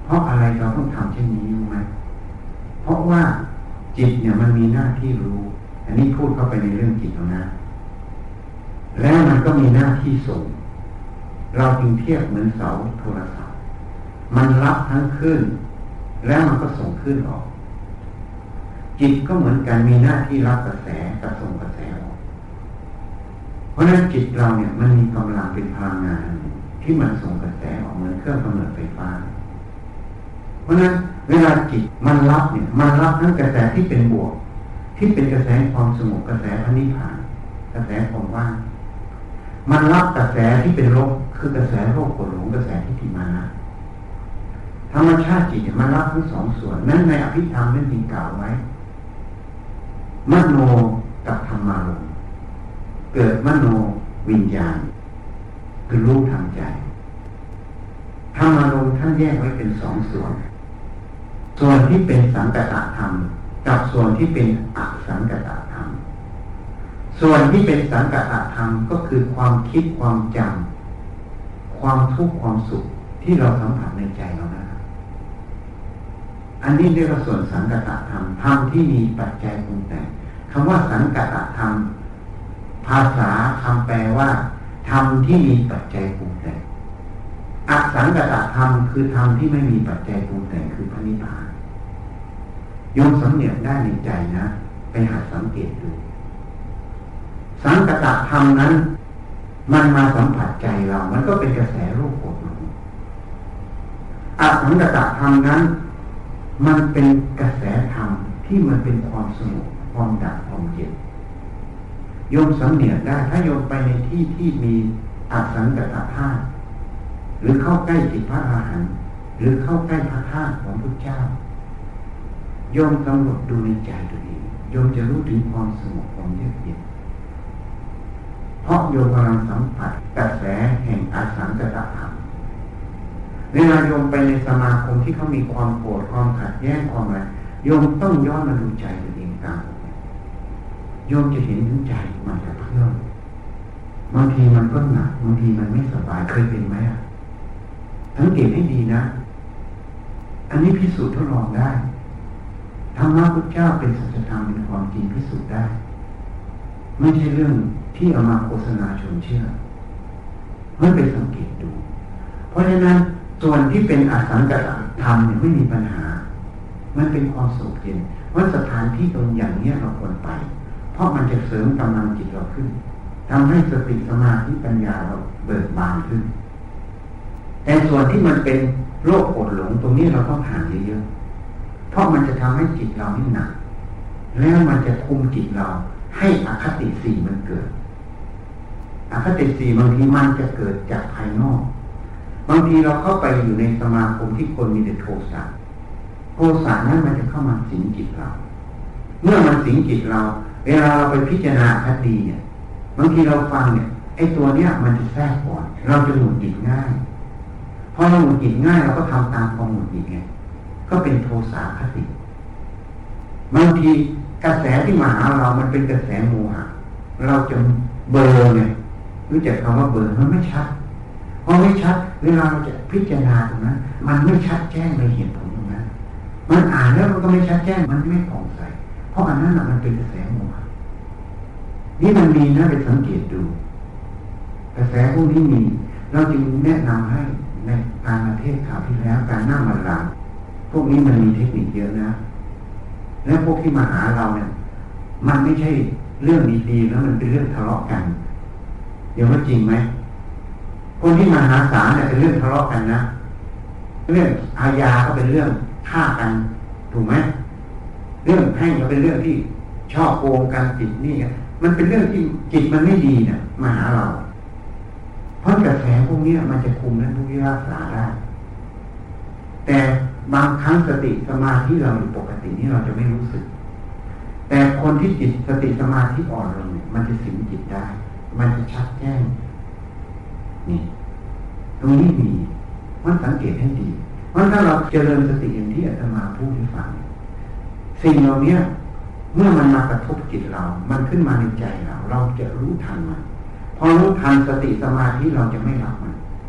เพราะอะไรเราต้องทำเช่นนี้รู้ไหมเพราะว่าจิตเนี่ยมันมีหน้าที่รู้อันนี้พูดเข้าไปในเรื่องจิตแล้วนะแล้วมันก็มีหน้าที่ส่งเราจึงเทียบเหมือนเสาโทรศัพท์มันรับทั้งคลื่นแล้วมันก็ส่งคลื่นออกจิตก็เหมือนกันมีหน้าที่รับกระแสกับส่งกระแสออกเพราะฉะนั้นจิตเราเนี่ยมันมีกำลังเป็นพลังงานที่มันส่งกระแสออกเหมือนเครื่องกำเนิดไฟฟ้าเพราะฉะนั้นเวลาจิตมันรับเนี่ยมันรับทั้งกระแสที่เป็นบวกที่เป็นกระแสความสงบกระแสพระนิพพานกระแสความว่างมันรับกระแสที่เป็นลบคือกระแสโลภโกรธหลงกระแสทิฏฐิมานะธรรมชาติจิตเนี่ยมันรับทั้งสองส่วนนั้นในอภิธรรมนั้นมีกล่าวไว้มโนกับธรรมารมณ์เกิดมโนวิญญาณคือรู้ทางใจธรรมารมณ์ท่านแยกไว้เป็นสองส่วนส่วนที่เป็นสังกัตธรรมกับส่วนที่เป็นอสังกัตธรรมส่วนที่เป็นสังกัตธรรมก็คือความคิดความจำความทุกข์ความสุขที่เราสัมผัสในใจเรานะอันนี้เรียกว่าส่วนสังกัตธรรมธรรมที่มีปัจจัยปรุงแต่งคำว่าสังกัตธรรมภาษาคำแปลว่าธรรมที่มีปัจจัยปรุงแต่งอสังกัตธรรมคือธรรมที่ไม่มีปัจจัยปรุงแต่งคือพระนิพพานโยมสำเนียกได้ในใจนะไปหัดสังเกตดูสังกัตธรรมนั้นมันมาสัมผัสใจเรามันก็เป็นกระแสโลภโกรธหลงอสังกัตธรรมนั้นมันเป็นกระแสธรรมที่มันเป็นความสงบความดับความเย็นโยมสำเนียกได้ถ้าโยมไปในที่ที่มีอสังกัตธาตุหรือเข้าใกล้จิตพระอรหันต์หรือเข้าใกล้พระธาตุของพระเจ้าโยมกำหนดดูในใจตัวเองโยมจะรู้ถึงความสงบความเยือกเย็นเพราะโยมกำลังสัมผัสกระแสแห่งอสังกัตธรรมเวลาโยมไปในสมาคมที่เขามีความโกรธความขัดแย้งความอะไรโยมต้องย้อนมาดูใจตัวเองตามโยมจะเห็นถึงใจมันกระเพื่อมบางทีมันก็หนักบางทีมันไม่สบายเคยเป็นไหมอ่ะสังเกตให้ดีนะอันนี้พิสูจน์ทดลองได้ธรรมะพุทธเจ้าเป็นสัจธรรมเป็นความจริงพิสูจน์ได้ไม่ใช่เรื่องที่เอามาโฆษณาชวนเชื่อไม่ไปสังเกตดูเพราะฉะนั้นส่วนที่เป็นอสังกัตธรรมเนี่ยไม่มีปัญหามันเป็นความสุขเย็นว่าสถานที่ตรงอย่างนี้เราควรไปเพราะมันจะเสริมกำลังจิตเราขึ้นทำให้สติสมาธิปัญญาเราเบิกบานขึ้นแต่ส่วนที่มันเป็นโรคโกรธหลงตรงนี้เราต้องห่างเยอะๆเพราะมันจะทำให้จิตเรานี่หนักแล้วมันจะคุมจิตเราให้อคติสี่มันเกิดอคติสี่บางทีมันจะเกิดจากภายนอกบางทีเราเข้าไปอยู่ในสมาคมที่คนมีแต่โทสะโทสะนั้นมันจะเข้ามาสิงจิตเราเมื่อมันสิงจิตเราเวลาเราไปพิจารณาคดีเนี่ยบางทีเราฟังเนี่ยไอ้ตัวเนี้ยมันจะแทรกก่อนเราจะหงุดหงิดง่ายพอเราหงุดหงิดง่ายเราก็ทำตามความหงุดหงิดไงก็เป็นโทสะคติบางทีกระแสที่มาหาเรามันเป็นกระแสโมหะเราจะเบลอไงรู้จักคำว่าเบลอมันไม่ชัดพอไม่ชัดเวลาเราจะพิจารณาตรงนั้นมันไม่ชัดแจ้งในเหตุผลตรงนั้นมันอ่านแล้วมันก็ไม่ชัดแจ้งมันไม่ผ่องใสเพราะอันนั้นน่ะมันเป็นกระแสโมหะนี่มันมีนะไปสังเกตดูกระแสพวกนี้มีเราจึงแนะนำให้ในการมาเทศข่าวที่แล้วการนั่งบัลลังก์พวกนี้มันมีเทคนิคเยอะนะและพวกที่มาหาเราเนี่ยมันไม่ใช่เรื่องดีๆแล้วมันเป็นเรื่องทะเลาะกันเดี๋ยวว่าจริงไหมคนที่มาหาศาลเนี่ยเป็นเรื่องทะเลาะกันนะเรื่องอาญาก็เป็นเรื่องฆ่ากันถูกไหมเรื่องแพ่งก็เป็นเรื่องที่ชอบโกงกันจิตนี่มันเป็นเรื่องที่จิตมันไม่ดีเนี่ยมาหาเราเพราะกระแสพวกนี้มันจะคุมและทุกข์รักษาได้แต่บางครั้งสติสมาธิเราอยู่ปกตินี่เราจะไม่รู้สึกแต่คนที่จิตสติสมาธิอ่อนลงเนี่ยมันจะสิงจิตได้มันจะชัดแจ้งนี่ตรงนี้มีมันสังเกตให้ดีเพราะถ้าเราเจริญสติอย่างที่อาตมาพูดให้ฟังสิ่งเหล่านี้เมื่อมันมากระทบจิตเรามันขึ้นมาในใจเราเราจะรู้ทันมันพอรู้ทันสติสมาธิเราจะไม่รับมัน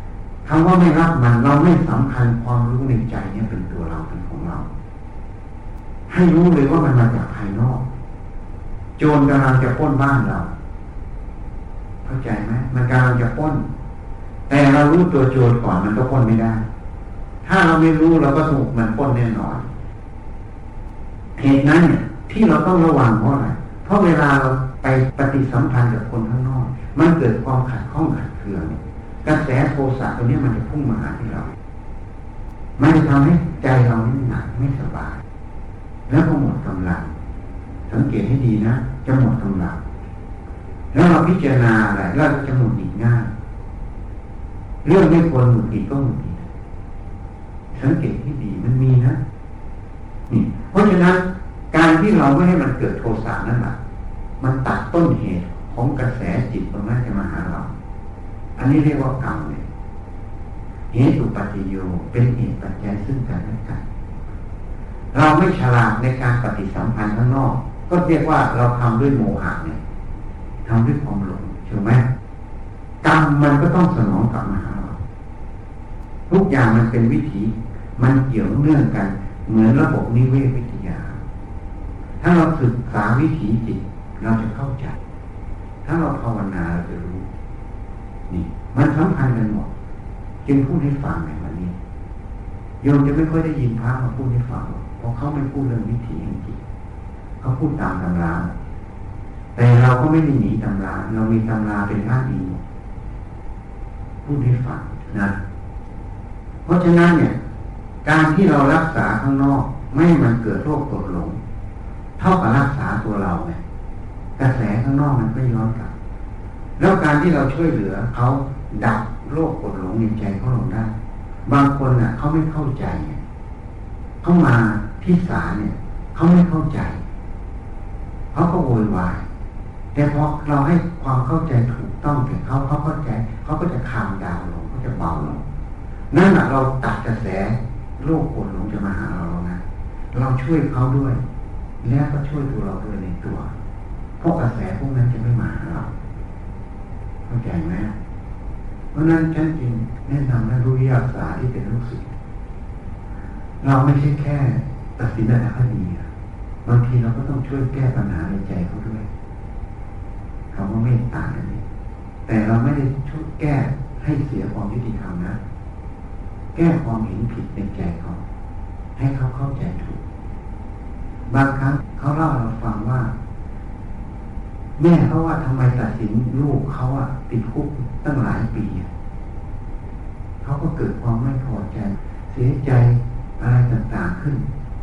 คำว่าไม่รับมันเราไม่สำคัญความรู้ในใจเนี่ยเป็นตัวเราเป็นของเราให้รู้เลยว่ามันมาจากภายนอกโจรกำลังจะปล้นบ้านเราเข้าใจไหมมันกำลังจะปล้นแต่เรารู้ตัวโจรก่อนมันก็ปล้นไม่ได้ถ้าเราไม่รู้เราก็ถูกมันปล้นแน่นอนเหตุนั้นเนี่ยที่เราต้องระวังเพราะอะไรเพราะเวลาเราไปปฏิสัมพันธ์กับคนข้างนอกมันเกิดความขัดข้องขัดเคืองกระแสโทสะตัวนี้มันจะพุ่งมาหาที่เรามันจะทำให้ใจเรานี่หนักไม่สบายแล้วก็หมดกำลังสังเกตให้ดีนะจะหมดกำลังแล้วเราพิจารณาอะไรเราจะหมดหงิดง่ายเรื่องไม่ควรหมดหงิดก็หมดหงิดสังเกตให้ดีมันมีนะนี่เพราะฉะนั้นการที่เราไม่ให้มันเกิดโทสะนั่นแหละมันตัดต้นเหตุของกระแสจิตตรงนั้นจะมาหาเราอันนี้เรียกว่ากรรมเลยเหตุปัจจโยเป็นเหตุปัจจัยซึ่งกันและกันเราไม่ฉลาดในการปฏิสัมพันธ์ข้างนอกก็เรียกว่าเราทำด้วยโมหะเนี่ยทำด้วยความหลงใช่ไหมกรรมมันก็ต้องสนองกลับมาหาเราทุกอย่างมันเป็นวิถีมันเกี่ยวเนื่องกันเหมือนระบบนิเวศวิทยาถ้าเราศึกษาวิถีจิตเราจะเข้าใจถ้าเราภาวนาเราจะรู้นี่มันสัมพันธ์กันหมดจึงพูดให้ฟังในวันนี้โยมจะไม่ค่อยได้ยินพระมาพูดให้ฟังเพราะเขาไม่พูดเรื่องวิถีจริงๆเขาพูดตามตำราแต่เราก็ไม่ได้หนีตำราเรามีตำราเป็นอ้างอิงพูดให้ฟังนะเพราะฉะนั้นเนี่ยการที่เรารักษาข้างนอกไม่ให้มันเกิดโรคกดหลงเท่ากับรักษาตัวเราเนี่ยกระแสข้างนอกมันก็ย้อนกลับแล้วการที่เราช่วยเหลือเขาดับโรคกดหลงในใจเขาลงได้บางคนน่ะเขาไม่เข้าใจเขามาที่ศาลเนี่ยเขาไม่เข้าใจเขาก็โวยวายแต่พอเราให้ความเข้าใจถูกต้องถึงเขาเขาเข้าใจเขาก็จะคลายดาวลงเขาจะเบาลงนั่นแหละเราตัดกระแสโรคกดหลงจะมาหาเราแล้วนะเราช่วยเขาด้วยแล้วก็ช่วยตัวเราด้วยในตัวเพราะกระแสพวกนั้นจะไม่มาหาเราเข้าใจไหมเพราะนั้นฉันจึงแนะนำนักวิทยาศาสตร์ที่เป็นลูกศิษย์เราไม่ใช่แค่ตัดสินในคดีบางทีเราก็ต้องช่วยแก้ปัญหาในใจเขาด้วยคำว่าเมตตาอันนี้แต่เราไม่ได้ช่วยแก้ให้เสียความยุติธรรมนะแก้ความเห็นผิดในใจเขาให้เขาเข้าใจถูกบางครั้งเขาเล่าเราฟังว่าแม่เขาว่าทำไมตัดสินลูกเขาอะติดคุกตั้งหลายปีเขาก็เกิดความไม่พอใจเสียใจอะไรต่างๆขึ้น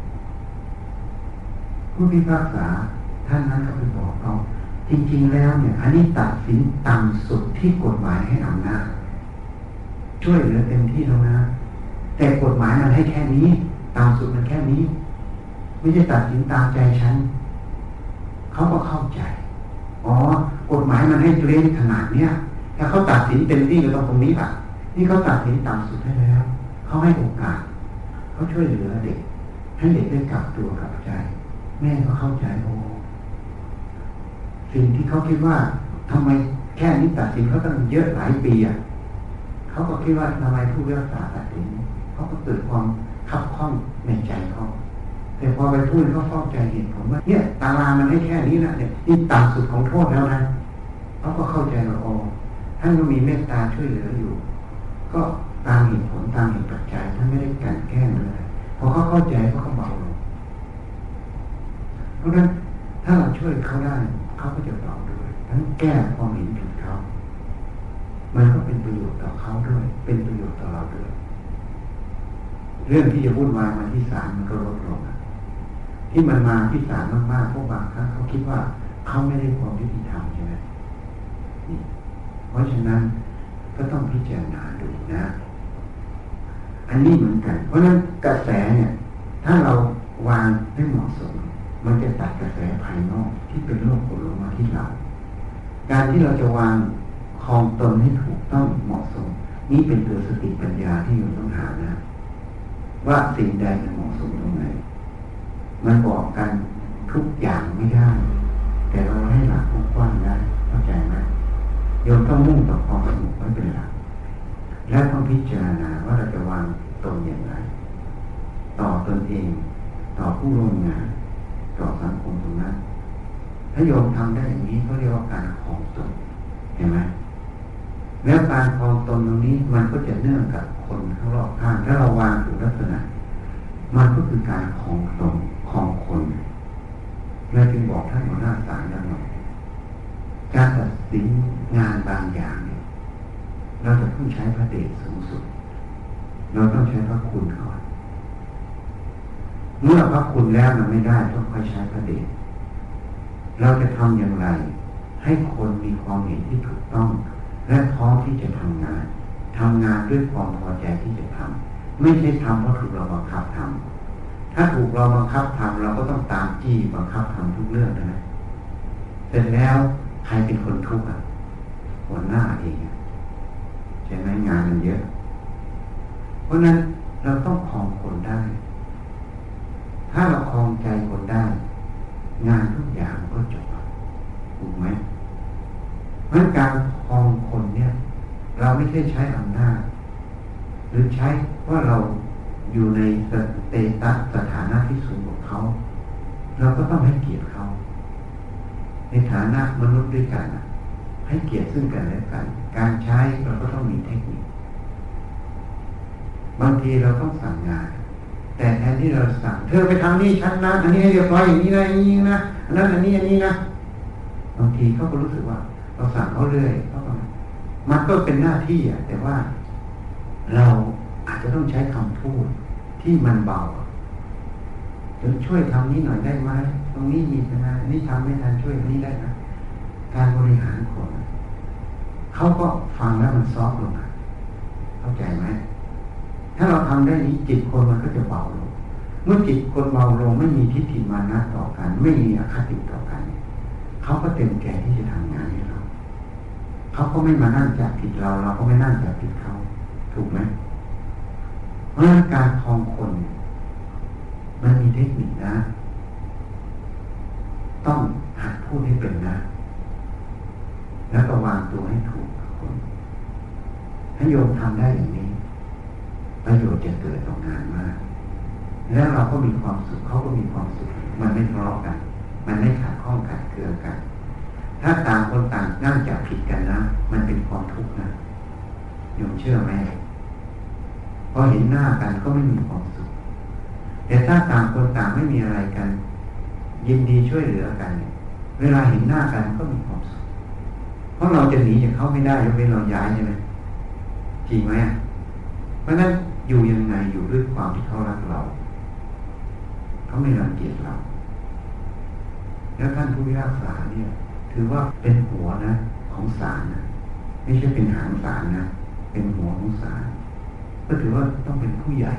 ผู้พิพากษาท่านนั้นก็ไปบอกเขาจริงๆแล้วเนี่ยอันนี้ตัดสินต่ำสุดที่กฎหมายให้อำนาจช่วยเหลือเต็มที่แล้วนะแต่กฎหมายมันให้แค่นี้ต่ำสุดมันแค่นี้ไม่ใช่ตัดสินตามใจฉันเขาก็เข้าใจอ๋อกฎหมายมันให้เล่นขนาดเนี้ยถ้าเขาตัดสินเต็มที่ก็ต้องตรงนี้ป่ะนี่เขาตัดสินต่ำสุดให้แล้วเขาให้โอกาสเขาช่วยเหลือเด็กให้เด็กได้กลับตัวกลับใจแม่ก็เข้าใจโอ้สิ่งที่เขาคิดว่าทำไมแค่นี้ตัดสินเขาต้องเยอะหลายปีอ่ะเขาก็คิดว่าทำไมผู้พิพากษาตัดสินเขาก็เกิดความคับข้องในใจเขาแต่พอไปพูดเขาเข้าใจเห็นผมว่าเนี่ยตารางมันให้แค่นี้นะเนี่ยนี่ต่ำสุดของโทษแล้วนะเขาก็เข้าใจว่าอ๋อท่านก็มีเมตตาช่วยเหลืออยู่ก็ตามเหตุผลตามเหตุปัจจัยท่านไม่ได้กลั่นแกล้งเลยพอเขาเข้าใจเขาก็เบาลงเพราะฉะนั้นถ้าเราช่วยเขาได้เขาก็จะเบาด้วยทั้งแก้ความเห็นผิดเขามันก็เป็นประโยชน์ต่อเขาด้วยเป็นประโยชน์ต่อเราด้วยเรื่องที่จะวุ่นวายมาที่ศาลมันก็ลดลงที่มันมาที่ศาลมากๆเพราะบางครั้งเขาคิดว่าเขาไม่ได้ความยุติธรรมใช่ไหมนี่เพราะฉะนั้นก็ต้องพิจารณาดูนะอันนี้เหมือนกันเพราะฉะนั้นกระแสเนี่ยถ้าเราวางให้เหมาะสมมันจะตัดกระแสภายนอกที่เป็นโรคกดลงมาที่เราการที่เราจะวางครองตนให้ถูกต้องเหมาะสมนี่เป็นตัวสติปัญญาที่เราต้องหานะว่าสิ่งใดมันเหมาะสมตรงไหนมันบอกกันทุกอย่างไม่ได้แต่เราให้หลักกว้างได้เข้าใจไหมโยมต้องมุ่งต่อความสงบไว้เป็นหลักและต้องพิจารณาว่าเราจะวางตนอย่างไรต่อตนเองต่อผู้ร่วมงานต่อสังคมตรงนั้นถ้าโยมทำได้อย่างนี้เขาเรียกว่าการครองตนเห็นไหมแล้วการครองตนตรงนี้มันก็จะเนื่องกับคนข้างรอบข้างถ้าเราวางถูกลักษณะมันก็คือการครองตนครองคนเราจึงบอกท่านหัวหน้าศาลแล้วเนาะการตัดสินงานบางอย่างเนี่ยเราจะต้องใช้พระเดชสูงสุดเราต้องใช้พระคุณก่อนเมื่อพระคุณแล้วมันไม่ได้ต้องค่อยใช้พระเดชเราจะทำอย่างไรให้คนมีความเห็นที่ถูกต้องและพร้อมที่จะทำงานทำงานด้วยความพอใจที่จะทำไม่ใช่ทำเพราะถูกเราบังคับทำถ้าถูกเราบังคับทำเราก็ต้องตามจี้บังคับทำทุกเรื่องนะเสร็จแล้วใครเป็นคนทุกข์อ่ะหัวหน้าเองใช่ไหมงานมันเยอะเพราะนั้นเราต้องครองคนได้ถ้าเราครองใจคนได้งานทุกอย่างก็จบถูกไหมเพราะการครองคนเนี่ยเราไม่ใช่ใช้อำนาจหรือใช้ว่าเราอยู่ในสเตตัสสถานะที่สูงกว่าเขาเราก็ต้องให้เกียรติเขาในฐานะมนุษย์ด้วยกันให้เกียรติซึ่งกันและกันการใช้เราก็ต้องมีเทคนิคบางทีเราต้องสั่งงานแต่แทนที่เราสั่งเธอไปทำนี่ฉันนะอันนี้ให้เรียบร้อยอย่างนี้นะอย่างนี้นะอันนั้นอันนี้อันนี้นะบางทีเขาก็รู้สึกว่าเราสั่งเขาเรื่อยเขาก็มันก็เป็นหน้าที่อ่ะแต่ว่าเราอาจจะต้องใช้คำพูดที่มันเบาจะช่วยทำนี้หน่อยได้ไหมตรงนี้มีปัญหาอันนี้ทำไม่ทันช่วยอันนี้ได้นะการบริหารคนเขาก็ฟังแล้วมันซอฟต์ลงเข้าใจไหมถ้าเราทำได้นี้จิตคนมันก็จะเบาลงเมื่อจิตคนเบาลงไม่มีทิฏฐิมานะต่อกันไม่มีอคติต่อกันเขาก็เต็มแก่ที่จะทำงานให้เราเขาก็ไม่มานั่งจับผิดเราเราก็ไม่นั่งจับผิดเขาถูกไหมเพราะฉะนั้นการครองคนมันมีเทคนิคนะต้องหัดพูดให้เป็นนะแล้วก็วางตัวให้ถูกกับคนถ้าโยมทำได้อย่างนี้ประโยชน์จะเกิดต่องานมากแล้วเราก็มีความสุขเขาก็มีความสุขมันไม่ทะเลาะกันมันไม่ขัดข้องขัดเกลือกันถ้าต่างคนต่างนั่งจับผิดกันนะมันเป็นความทุกข์นะโยมเชื่อไหมพอเห็นหน้ากันก็ไม่มีความสุขแต่ถ้าต่างคนต่างไม่มีอะไรกันยินดีช่วยเหลือกันเวลาเห็นหน้ากันก็มีความสุขเพราะเราจะหนีจากเขาไม่ได้ยกเว้นเราย้ายใช่ไหมจริงไหมเพราะนั้นอยู่ยังไงอยู่ด้วยความที่เขารักเราเขาไม่รังเกียจเราแล้วท่านผู้พิพากษาเนี่ยถือว่าเป็นหัวนะของศาลนะไม่ใช่เป็นหางศาลนะเป็นหัวของศาลก็ถือว่าต้องเป็นผู้ใหญ่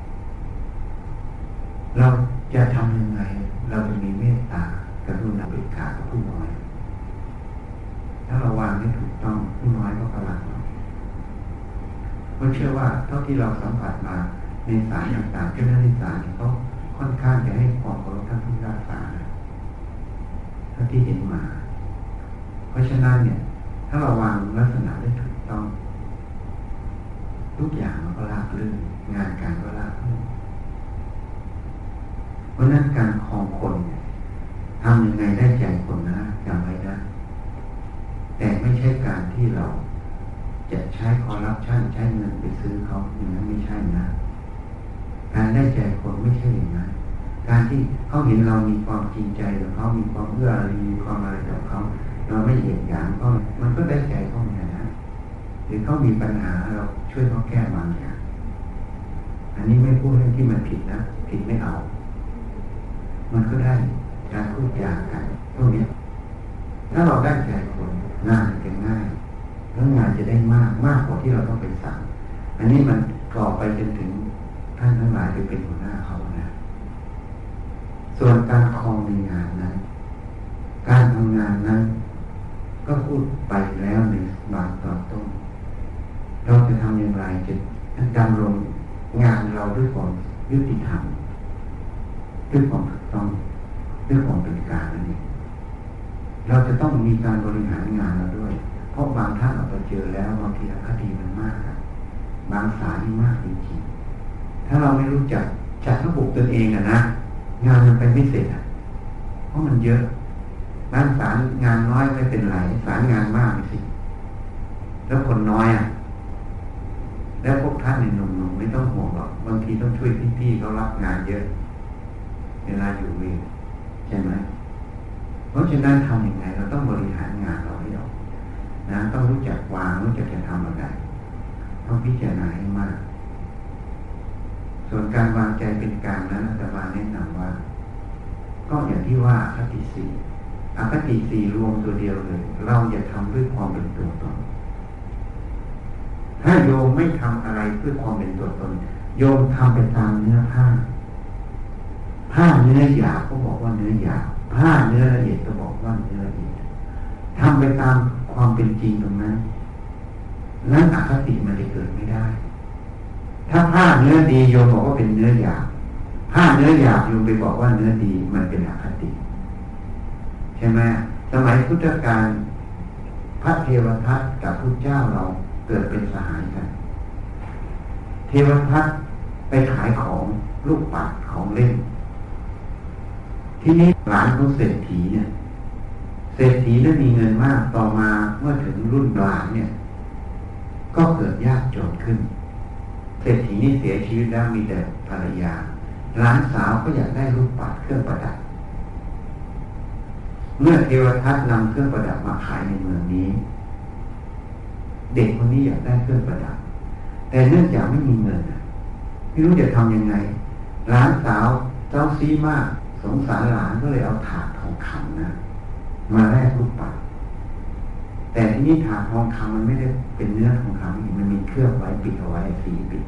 เราจะทำยังไงเราจะมีเมตตากรุณาเบิกขากับผู้น้อยถ้าเราวางให้ถูกต้องผู้น้อยก็กำลังเราเพราะเชื่อว่าเท่าที่เราสัมผัสมาในศาลต่างๆเจ้าหน้าที่ศาลเขาค่อนข้างจะให้ความเคารพท่านผู้พิพากษาเท่าที่เห็นมาเพราะฉะนั้นเนี่ยถ้าเราวางลักษณะได้ถูกต้องทุกอย่างมันก็ราบรื่นงานการก็ราบรื่นเพราะนั้นการครองคนเนี่ยทำยังไงได้ใจคนนะจำไว้นะแต่ไม่ใช่การที่เราจะใช้คอร์รัปชันใช้เงินไปซื้อเขาอย่างนั้นไม่ใช่นะการได้ใจคนไม่ใช่อย่างนั้นการที่เขาเห็นเรามีความจริงใจกับเขามีความเอื้ออารีมีความอะไรกับเขาเราไม่เหยียดหยามเขามันก็ได้ใจเขาเหมือนกันนะหรือเขามีปัญหาเราช่วยเขาแก้บางอย่างอันนี้ไม่พูดเรื่องที่มันผิดนะผิดไม่เอามันก็ได้การพูดจากันพวกนี้ถ้าเราได้ใจคนงานจะง่ายแล้วงานจะได้มากมากกว่าที่เราต้องไปสั่งอันนี้มันก่อไปจนถึงท่านทั้งหลายไปเป็นหัวหน้าเขานะส่วนการครองในงานนั้นการทำงานนั้นก็พูดไปแล้วในบางตอนต้นเราจะทำอย่างไรจะดำรงงานเราด้วยความยุติธรรมด้วยความถูกต้องด้วยความเป็นกลางนั่นเองเราจะต้องมีการบริหารงานเราด้วยเพราะบางท่านเราไปเจอแล้วบางทีอคติมันมากบางสายนี่มากจริงๆถ้าเราไม่รู้จักจัดระบบตนเองอะนะงานมันไปไม่เสร็จอะเพราะมันเยอะด้านสารงานน้อยไม่เป็นไรสารงานมากสิแล้วคนน้อยอะแล้วพวกท่านในหนุ่มๆไม่ต้องห่วงหรอกบางทีต้องช่วยพี่ๆเขารับงานเยอะเวลาอยู่เวรใช่ไหมเพราะฉะนั้นทำยังไงเราต้องบริหารงานเราให้ออกนะต้องรู้จักวางรู้จักจะทำอะไรต้องพิจารณาให้มากส่วนการวางใจเป็นกลางนั้นอาจารย์แนะนำว่าก็อย่างที่ว่าอคติสี่อคติสี่รวมตัวเดียวเลยเราอย่าทำด้วยความเป็นตัวตนถ้าโยมไม่ทำอะไรเพื่อความเป็นตัวตนโยมทำไปตามเนื้อผ้าผ้าเนื้อหยาบก็บอกว่าเนื้อหยาบผ้าเนื้อละเอียดก็บอกว่าเนื้อละเอียดทำไปตามความเป็นจริงตรงนั้นนั้นอคติมันจะเกิดไม่ได้ถ้าผ้าเนื้อดีโยมบอกว่าเป็นเนื้อหยาบผ้าเนื้อหยาบโยมไปบอกว่าเนื้อดีมันเป็นอคติใช่ไหมสมัยพุทธกาลพระเทวทัตกับพระเจ้าเราเกิดเป็นสหายกันเทวทัตไปขายของลูกปัดของเล่นที่นี้หลานของเศรษฐีเนี่ยเศรษฐีได้มีเงินมากต่อมาเมื่อถึงรุ่นหลานเนี่ยก็เกิดยากจนขึ้นเศรษฐีนี่เสียชีวิตแล้วมีแต่ภรรยาหลานสาวก็อยากได้ลูกปัดเครื่องประดับเมื่อเทวทัตนำเครื่องประดับมาขายในเมืองนี้เด็กคนนี้อยากได้เครื่องประดับแต่เนื่องจากไม่มีเงินไม่รู้จะทำยังไงหลานสาวเจ้าซีมากสงสารหลานก็เลยเอาถาดทองคำนะมาแลกลูกปัดแต่ที่นี่ถาดทองคำมันไม่ได้เป็นเนื้อทองคำมันมีเคลือบไว้ปิดเอาไว้สีปิด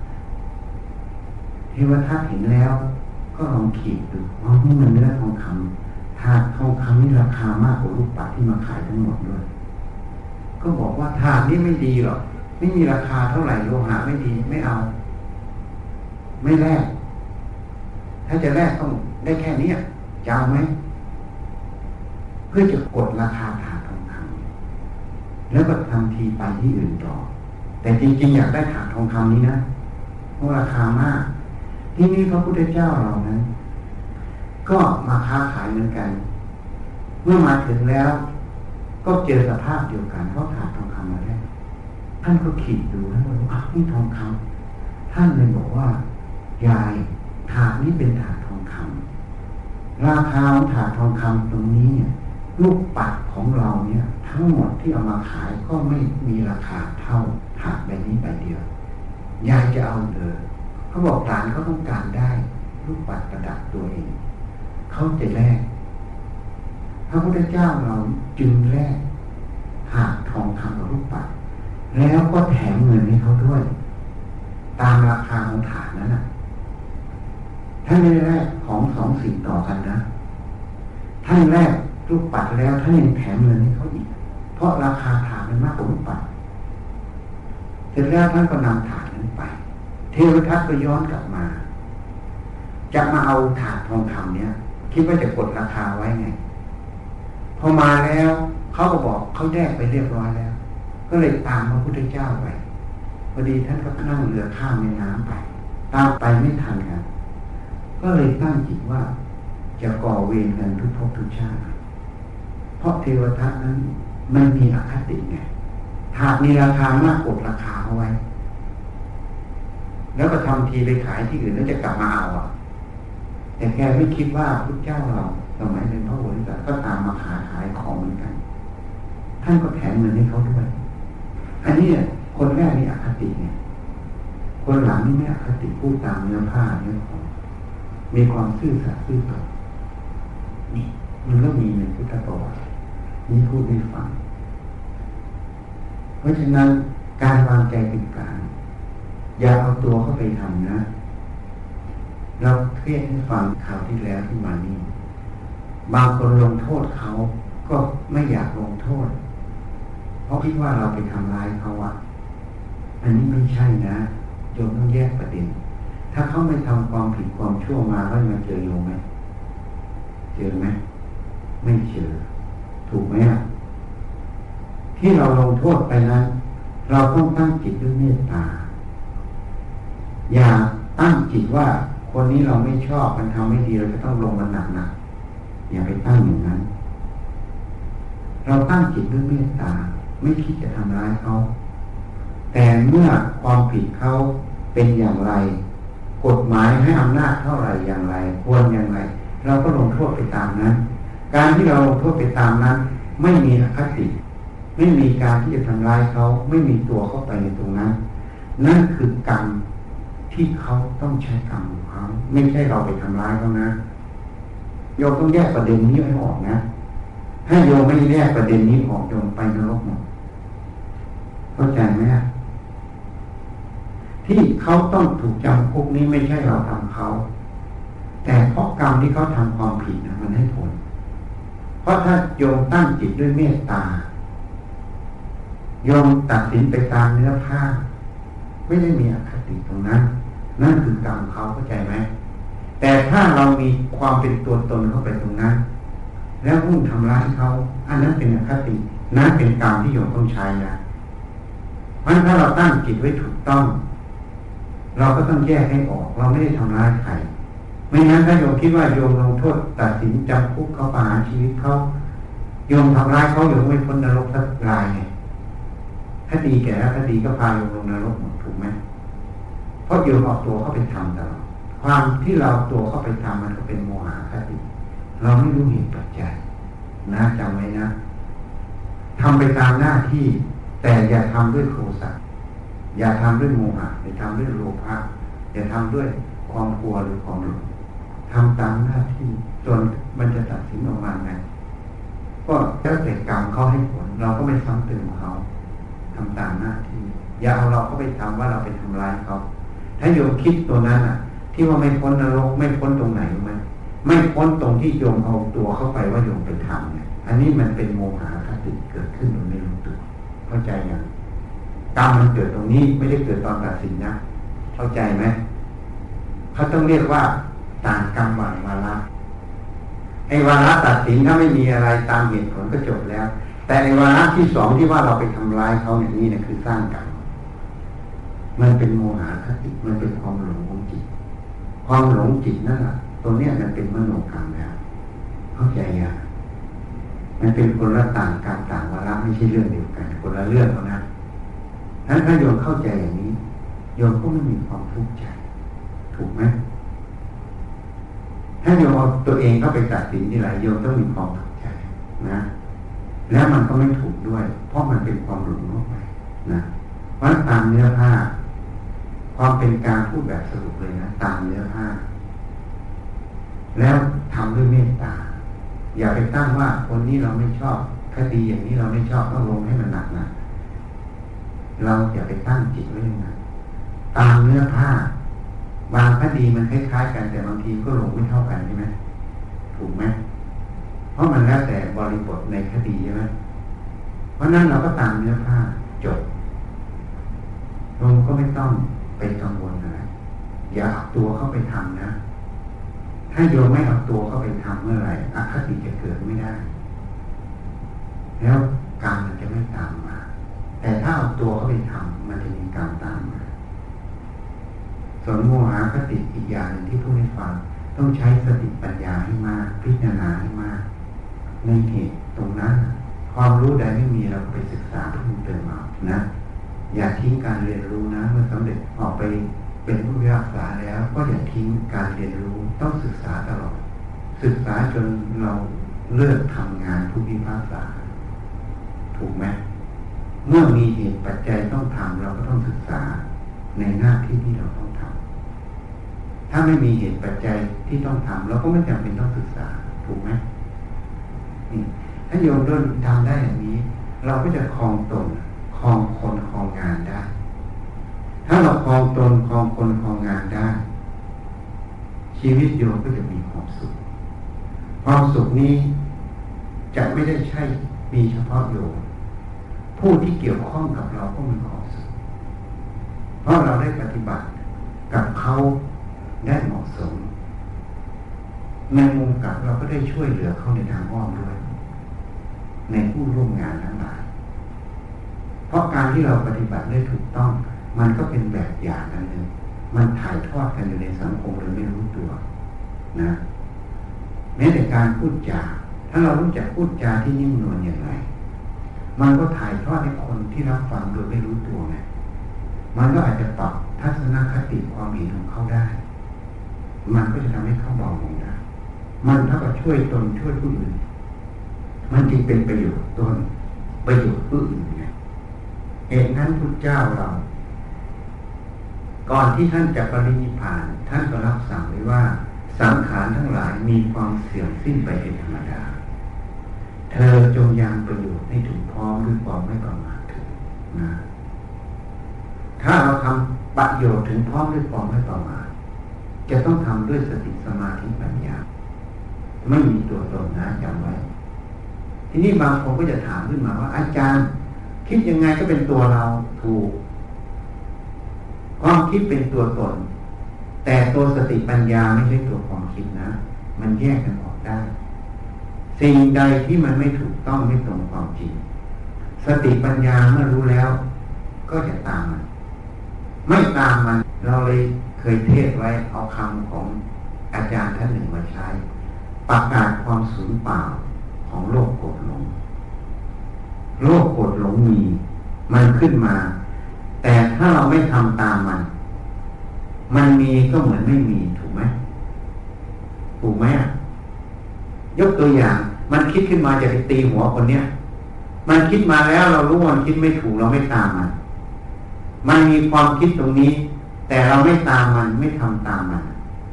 เทวทัตเห็นแล้วก็ลองขีดดูว่านี่มันเนื้อทองคำถาดทองคำนี่ราคามากกว่าลูกปัดที่มาขายทั้งหมดด้วยก็บอกว่าถาดนี้ไม่ดีหรอกไม่มีราคาเท่าไหร่โลหะไม่ดีไม่เอาไม่แลกถ้าจะแลกต้องได้แค่นี้จะเอาไหมเพื่อจะกดราคาถาดทองคำแล้วก็ทำทีไปที่อื่นต่อแต่จริงๆอยากได้ถาดทองคำนี้นะเพราะราคามากที่นี่พระพุทธเจ้าเรานั้นก็มาค้าขายเหมือนกันเมื่อมาถึงแล้วก็เจอสภาพเดียวกันเพราะถาดทองคำมาได้ท่านก็ขีดดูแล้วบอกว่านี่ทองคำท่านเลยบอกว่ายายถาดนี้เป็นถาดทองคำราคาของถาดทองคำตรงนี้เนี่ยลูกปัดของเราเนี่ยทั้งหมดที่เอามาขายก็ไม่มีราคาเท่าถาดใบนี้ใบเดียวยายจะเอาเลยเขาบอกหลานเขาต้องการได้ลูกปัดประดับตัวเองเขาจะแลกพระพุทธเจ้าเราจึงแลกถาดทองคำกับลูกปัดแล้วก็แถมเงินให้เขาด้วยตามราคาของถาดนั้นนะท่านไม่ได้แลกของสองสิ่งต่อกันนะท่านแลกลูกปัดแล้วท่านยังแถมเงินให้เขาอีกเพราะราคาถาดมันมากกว่าลูกปัดเสร็จแล้วท่านก็นำถาดนั้นไปเทวทัตก็ย้อนกลับมาจะมาเอาถาดทองคำเนี้ยคิดว่าจะกดราคาไว้ไงพอมาแล้วเขาก็บอกเขาแยกไปเรียบร้อยแล้วก็เลยตามพระพุทธเจ้าไปพอดีท่านก็นั่งเรือข้ามแม่น้ำไปตามไปไม่ทันกันก็เลยตั้งจิตว่าจะก่อเวรกันทุกภพทุกชาติเพราะเทวทัตนั้นมันมีอคติไงถาดมีราคามากกดราคาเอาไว้แล้วก็ทำทีไปขายที่อื่นแล้วจะกลับมาเอาอ่ะแต่แกไม่คิดว่าพุทธเจ้าเราสมัยเป็นพระโพธิสัตว์ก็ตามมาขายขายของเหมือนกันท่านก็แถมเงินให้เขาด้วยอันนี้คนแรกนี่อคติเนี่ยคนหลังนี่ไม่อคติพูดตามเนื้อผ้าเนื้อของมีความซื่อสัตย์ซื่อตรงนี่มันก็มีในพุทธประวัตินี่พูดให้ฟังเพราะฉะนั้นการวางใจเป็นกลางอย่าเอาตัวเข้าไปทำนะเราเทศให้ฟังข่าวที่แล้วที่มานี่บางคนลงโทษเขาก็ไม่อยากลงโทษเพราะคิดว่าเราไปทำร้ายเขาอ่ะอันนี้ไม่ใช่นะโยมต้องแยกประเด็นถ้าเขาไม่ทำความผิดความชั่วมาแล้วมาเจอโยมไหมเจอไหมไม่เจอถูกไหมอ่ะที่เราลงโทษไปนั้นเราต้องตั้งจิตด้วยเมตตาอย่าตั้งจิตว่าคนนี้เราไม่ชอบมันทำไม่ดีเราจะต้องลงมันหนักๆอย่าไปตั้งอย่างนั้นเราตั้งจิตด้วยเมตตาไม่คิดจะทำร้ายเขาแต่เมื่อความผิดเขาเป็นอย่างไรกฎหมายให้อำนาจเท่าไหร่อย่างไรควรอย่างไรเราก็ลงโทษไปตามนั้นการที่เราลงโทษไปตามนั้นไม่มีอคติไม่มีการที่จะทำร้ายเขาไม่มีตัวเข้าไปในตรงนั้นนั่นคือกรรมที่เขาต้องใช้กรรมของเขาไม่ใช่เราไปทำร้ายเขานะโยมต้องแยกประเด็นนี้ให้ออกนะถ้าโยมไม่แยกประเด็นนี้ออกโยมไปนรกหมดเข้าใจไหมที่เขาต้องถูกจำคุกนี้ไม่ใช่เราทำเขาแต่เพราะกรรมที่เขาทำความผิดนะมันให้ผลเพราะถ้าโยมตั้งจิตด้วยเมตตาโยมตัดสินไปตามเนื้อผ้าไม่ได้มีอคติตรงนั้นนั่นคือกรรมเขาเข้าใจไหมแต่ถ้าเรามีความเป็นตัวตนเข้าไปตรงนั้นแล้วมุ่งทำร้ายเขาอันนั้นเป็นอคตินั่นเป็นกรรมที่โยมต้องใช้นะเพราะถ้าเราตั้งจิตไว้ถูกต้องเราก็ต้องแยกให้ออกเราไม่ได้ทำร้ายใครไม่งั้นถ้าโยมคิดว่าโยมลงโทษตัดสินจำคุกเขาประหารชีวิตเขาโยมทำร้ายเขาโยมไม่พ้นนรกสักรายไงถ้าดีแก่แล้วถ้าดีก็พาโยมลงนรกหมดถูกไหมเพราะโยมเอาตัวเข้าไปทำตลอดความที่เราตัวเข้าไปทำมันก็เป็นโมหะคติเราไม่รู้เหตุปัจจัยนะจำไว้นะทำไปตามหน้าที่แต่อย่าทำด้วยโทสะอย่าทำด้วยโมหะอย่าทำด้วยโลภะอย่าทำด้วยความกลัวหรือความหลงทำตามหน้าที่จนมันจะตัดสินออกมาไงก็แล้วแต่กรรมเขาให้ผลเราก็ไม่ซ้ำเติมเขาทำตามหน้าที่อย่าเอาเราเข้าไปทำว่าเราไปทำร้ายเขาถ้าโยมคิดตัวนั้นอ่ะที่ว่าไม่พ้นนรกไม่พ้นตรงไหนไหมไม่พ้นตรงที่โยมเอาตัวเข้าไปว่าโยมไปทำเนี่ยอันนี้มันเป็นโมหะคติเกิดขึ้นโดยไม่รู้ตัวเข้าใจยังกรรมมันเกิดตรงนี้ไม่ได้เกิดตอนตัดสินนะเข้าใจไหมเขาต้องเรียกว่าต่างกรรมววาระไอ้วาระตัดสินถ้าไม่มีอะไรตามเหตุผลก็จบแล้วแต่ไอ้วาระที่สองที่ว่าเราไปทำร้ายเขาอย่างนี้เนี่ยคือสร้างกรรมมันเป็นโมหะคติมันเป็นความหลงของจิตความหลงจิตนั่นแหละตัวเนี้ยมันเป็นมโนกรรมแล้วเข้าใจยังมันเป็นคนละต่างกรรมต่างวาระไม่ใช่เรื่องเดียวกันคนละเรื่องเท่านั้นถ้าถ้าโยมเข้าใจอย่างนี้โยมก็ไม่มีความทุกข์ใจถูกไหมถ้าโยมเอาตัวเองเข้าไปตัดสินที่ไรโยมต้องมีความทุกข์ใจนะแล้วมันก็ไม่ถูกด้วยเพราะมันเป็นความหลงเข้าไปนะเพราะตามเนื้อผ้าความเป็นการพูดแบบสรุปเลยนะตามเนื้อผ้าแล้วทำด้วยเมตตาอย่าไปตั้งว่าคนนี้เราไม่ชอบคดีอย่างนี้เราไม่ชอบต้องลงให้มันหนักนะเราอย่าไปตั้งจิตไว้อย่างนั้นตามเนื้อผ้าบางคดีมันคล้ายๆกันแต่บางทีก็ลงไม่เท่ากันใช่ไหมถูกไหมเพราะมันแล้วแต่บริบทในคดีใช่ไหมเพราะนั้นเราก็ตามเนื้อผ้าจบลงก็ไม่ต้องไปกังวลอะไรอย่าเอาตัวเข้าไปทำนะถ้าโยมไม่เอาตัวเข้าไปทำเมื่อไหร่อคติจะเกิดไม่ได้แล้วกรรมมันจะไม่ตามมาแต่ถ้าเอาตัวเข้าไปทำมันจะมีกรรมตามมาส่วนโมหะคติอีกอย่างหนึ่งที่พูดให้ฟังต้องใช้สติปัญญาให้มากพิจารณาให้มากในเหตุตรงนั้นความรู้ใดไม่มีเราไปศึกษาเพิ่มเติมเอานะอย่าทิ้งการเรียนรู้นะเมื่อสำเร็จออกไปเป็นผู้พิพากษาแล้วก็อย่าทิ้งการเรียนรู้ต้องศึกษาตลอดศึกษาจนเราเลิกทำงานผู้พิพากษาถูกไหมเมื่อมีเหตุปัจจัยต้องทำเราก็ต้องศึกษาในหน้าที่ที่เราต้องทำถ้าไม่มีเหตุปัจจัยที่ต้องทำเราก็ไม่จำเป็นต้องศึกษาถูกไหมนี่ถ้าโยมเริ่มทำได้อย่างนี้เราก็จะครองตนครองคนครองงานได้ถ้าเราครองตนครองคนครองงานได้ชีวิตโยมก็จะมีความสุขความสุขนี้จะไม่ได้ใช่มีเฉพาะโยมผู้ที่เกี่ยวข้องกับเราก็มีความสุขเพราะเราได้ปฏิบัติกับเขาได้เหมาะสมในมุมกลับเราก็ได้ช่วยเหลือเขาในทางอ้อมด้วยในผู้ร่วมงานทั้งหลายเพราะการที่เราปฏิบัติได้ถูกต้องมันก็เป็นแบบอย่างอันหนึ่งมันถ่ายทอดกันอยู่ในสังคมโดยไม่รู้ตัวนะแม้แต่การพูดจาถ้าเรารู้จักพูดจาที่นิ่มนวลอย่างไรมันก็ถ่ายทอดให้คนที่รับฟังโดยไม่รู้ตัวไงมันก็อาจจะปรับทัศนคติความเห็นของเขาได้มันก็จะทำให้เขาเบาลงได้มันเท่ากับช่วยตนช่วยผู้อื่นมันจึงเป็นประโยชน์ตนประโยชน์ผู้อื่นไงเหตุนั้นพุทธเจ้าเราก่อนที่ท่านจะปรินิพพานท่านก็รับสั่งไว้ว่าสังขารทั้งหลายมีความเสื่อมสิ้นไปเป็นธรรมดาเธอจงยังประโยชน์ให้ถึงพร้อมด้วยความไม่ประมาทเถิดนะถ้าเราทำประโยชน์ถึงพร้อมด้วยความไม่ประมาทจะต้องทำด้วยสติสมาธิปัญญาไม่มีตัวตนนะจำไว้ทีนี้บางคนก็จะถามขึ้นมาว่าอาจารย์คิดยังไงก็เป็นตัวเราถูกความคิดเป็นตัวตนแต่ตัวสติปัญญาไม่ใช่ตัวความคิดนะมันแยกกันออกได้สิ่งใดที่มันไม่ถูกต้องไม่ตรงความจริงสติปัญญาเมื่อรู้แล้วก็จะตามมันไม่ตามมันเราเลยเคยเทศไว้เอาคำของอาจารย์ท่านหนึ่งมาใช้ประกาศความสูญเปล่าของโลกโกรธหลงโลกโกรธหลงมีมันขึ้นมาแต่ถ้าเราไม่ทำตามมันมันมีก็เหมือนไม่มีถูกไหมถูกไหมยกตัวอย่างมันคิดขึ้นมาจะไปตีหัวคนเนี้ยมันคิดมาแล้วเรารู้ว่ามันคิดไม่ถูกเราไม่ตามมันมันมีความคิดตรงนี้แต่เราไม่ตามมันไม่ทำตามมัน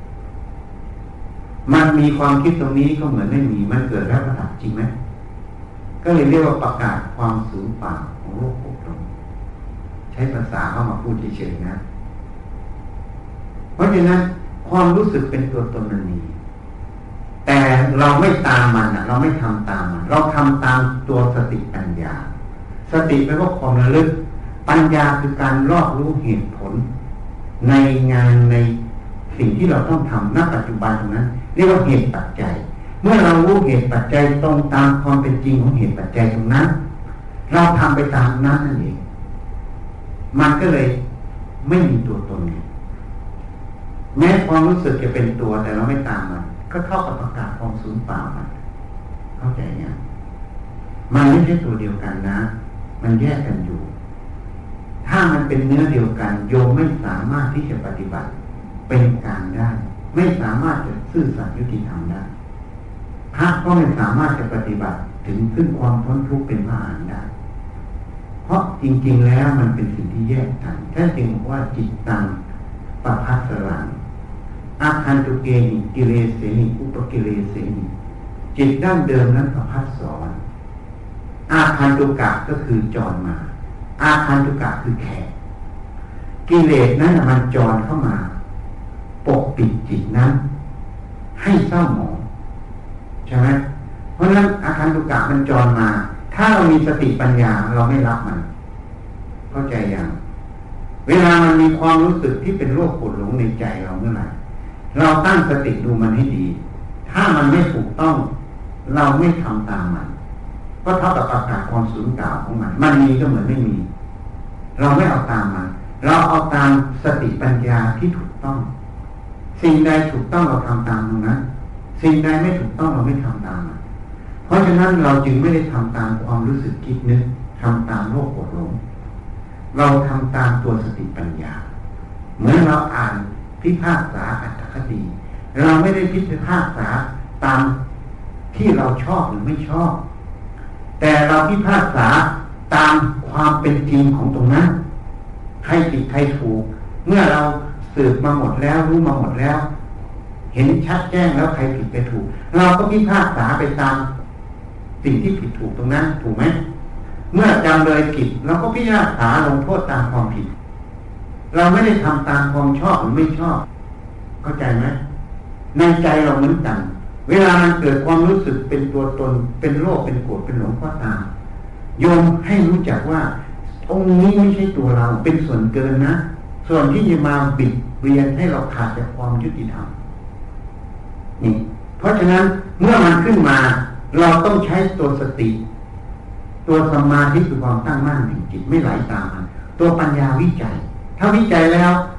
มันมีความคิดตรงนี้ก็เหมือนไม่มีมันเกิดแล้วก็ดับจริงไหมก็เลยเรียกว่าประกาศความสูญเปล่าของโลกโกรธหลงใช้ภาษาเข้ามาพูดเฉยๆนะเพราะฉะนั้นความรู้สึกเป็นตัวตนมันมีแต่เราไม่ตามมันนะเราไม่ทำตามมันเราทำตามตัวสติปัญญาสติแปลว่าความระลึกปัญญาคือการรอบรู้เหตุผลในงานในสิ่งที่เราต้องทำณปัจจุบันตรงนั้นเรียกว่าเหตุปัจจัยเมื่อเรารู้เหตุปัจจัยตรงตามความเป็นจริงของเหตุปัจจัยตรงนั้นเราทำไปตามนั้นนั่นเองมันก็เลยไม่มีตัวตนไงแม้ความรู้สึกจะเป็นตัวแต่เราไม่ตามมันก็เท่ากับประกาศความสูญเปล่ามันเข้าใจยังมันไม่ใช่ตัวเดียวกันนะมันแยกกันอยู่ถ้ามันเป็นเนื้อเดียวกันโยมไม่สามารถที่จะปฏิบัติเป็นกลางได้ไม่สามารถจะซื่อสัตย์ยุติธรรมได้พระก็ไม่สามารถจะปฏิบัติถึงซึ่งความพ้นทุกข์เป็นพระอรหันต์ได้เพราะจริงๆแล้วมันเป็นสิ่งที่แยกกันแท้จริงบอกว่าจิตตังปภัสสรังอาคันตุเกนิกิเลเสนิอุปกิเลเสนิจิตดั้งเดิมนั้นปภัสสรอาคันตุกะก็คือจรมาอาคันตุกะคือแขกกิเลสนั้นมันจรเข้ามาปกปิดจิตนั้นให้เศร้าหมองใช่ไหมเพราะฉะนั้นอาคันตุกะมันจรมาถ้าเรามีสติปัญญาเราไม่รับมันเข้าใจยังเวลามันมีความรู้สึกที่เป็นโรคปวดหลงในใจเราเมื่อไหร่เราตั้งสติดูมันให้ดีถ้ามันไม่ถูกต้องเราไม่ทำตามมันก็เท่ากับประกาศความสูญเปล่าของมันมันมีก็เหมือนไม่มีเราไม่เอาตามมันเราเอาตามสติปัญญาที่ถูกต้องสิ่งใดถูกต้องเราทำตามตรงนั้นสิ่งใดไม่ถูกต้องเราไม่ทำตามมันเพราะฉะนั้นเราจึงไม่ได้ทำตามความรู้สึกคิดนึกทำตามโลกโกรธหลงเราทำตามตัวสติปัญญาเหมือนเราอ่านพิพากษาอัตถคติเราไม่ได้พิพากษาตามที่เราชอบหรือไม่ชอบแต่เราพิพากษาตามความเป็นจริงของตรงนั้นใครผิดใครถูกเมื่อเราสืบมาหมดแล้วรู้มาหมดแล้วเห็นชัดแจ้งแล้วใครผิดใครถูกเราก็พิพากษาไปตามสิ่งที่ผิดถูกตรงนั้นถูกไหมเมื่อจำเลยผิดเราก็พิพากษาลงโทษตามความผิดเราไม่ได้ทำตามความชอบหรือไม่ชอบเข้าใจไหมในใจเราเหมือนกันเวลามันเกิดความรู้สึกเป็นตัวตนเป็นโลภเป็นโกรธเป็นหลงก็ตามโยมให้รู้จักว่าตรงนี้ไม่ใช่ตัวเราเป็นส่วนเกินนะส่วนที่จะมาบิดเบียนให้เราขาดจากความยุติธรรมนี่เพราะฉะนั้นเมื่อมันขึ้นมาเราต้องใช้ตัวสติตัวสมาธิคือความตั้งมั่นแห่งจิตไม่ไหลตามมันตัวปัญญาวิจัยถ้าวิจัยแล้ว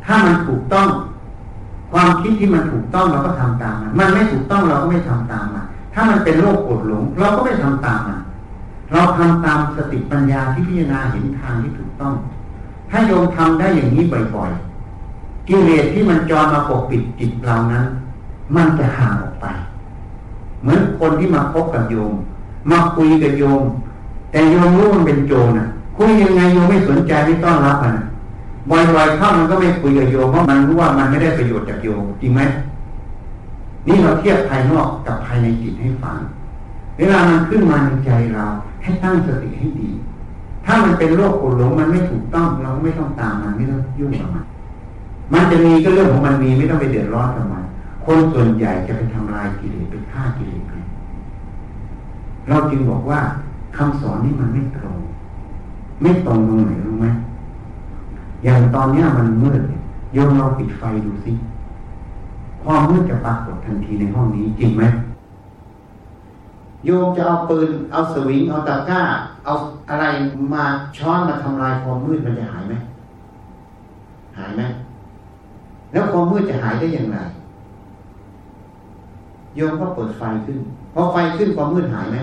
ถ้ามันถูกต้องความคิดที่มันถูกต้องเราก็ทำตามมันมันไม่ถูกต้องเราก็ไม่ทำตามมันถ้ามันเป็นโรคโกรธหลงเราก็ไม่ทำตามมันเราทำตามสติปัญญาที่พิจารณาเห็นทางที่ถูกต้องถ้าโยมทำได้อย่างนี้บ่อยๆกิเลสที่มันจรมาปกปิดจิตเรานั้นมันจะห่างออกไปเหมือนคนที่มาพบกับโยมมาคุยกับโยมแต่โยมรู้มันเป็นโจรน่ะคุยยังไงโยมไม่สนใจไม่ต้อนรับมันบ่อยๆเข้ามันก็ไม่คุยกับโยมเพราะมันรู้ว่ามันไม่ได้ประโยชน์จากโยมจริงไหมนี่เราเทียบภายนอกกับภายในจิตให้ฟังเวลามันขึ้นมาในใจเราให้ตั้งสติให้ดีถ้ามันเป็นโรคโกรธหลงมันไม่ถูกต้องเราไม่ต้องตามมันไม่ต้องยุ่งกับมันมันจะมีก็เรื่องของมันมีไม่ต้องไปเดือดร้อนกับมันคนส่วนใหญ่จะไปทำลายกิเลสไปฆ่ากิเลสกันเราจึงบอกว่าคำสอนนี่มันไม่ตรงไม่ตรงตรงไหนรู้ไหมอย่างตอนนี้มันมืดโยมเราปิดไฟดูสิความมืดจะปรากฏทันทีในห้องนี้จริงไหมโยมจะเอาปืนเอาสวิงเอาตะกร้าเอาอะไรมาช้อนมาทำลายความมืดมันจะหายไหมหายไหมแล้วความมืดจะหายได้อย่างไรโยมก็เปิดไฟขึ้นพอไฟขึ้นความมืดหายไหม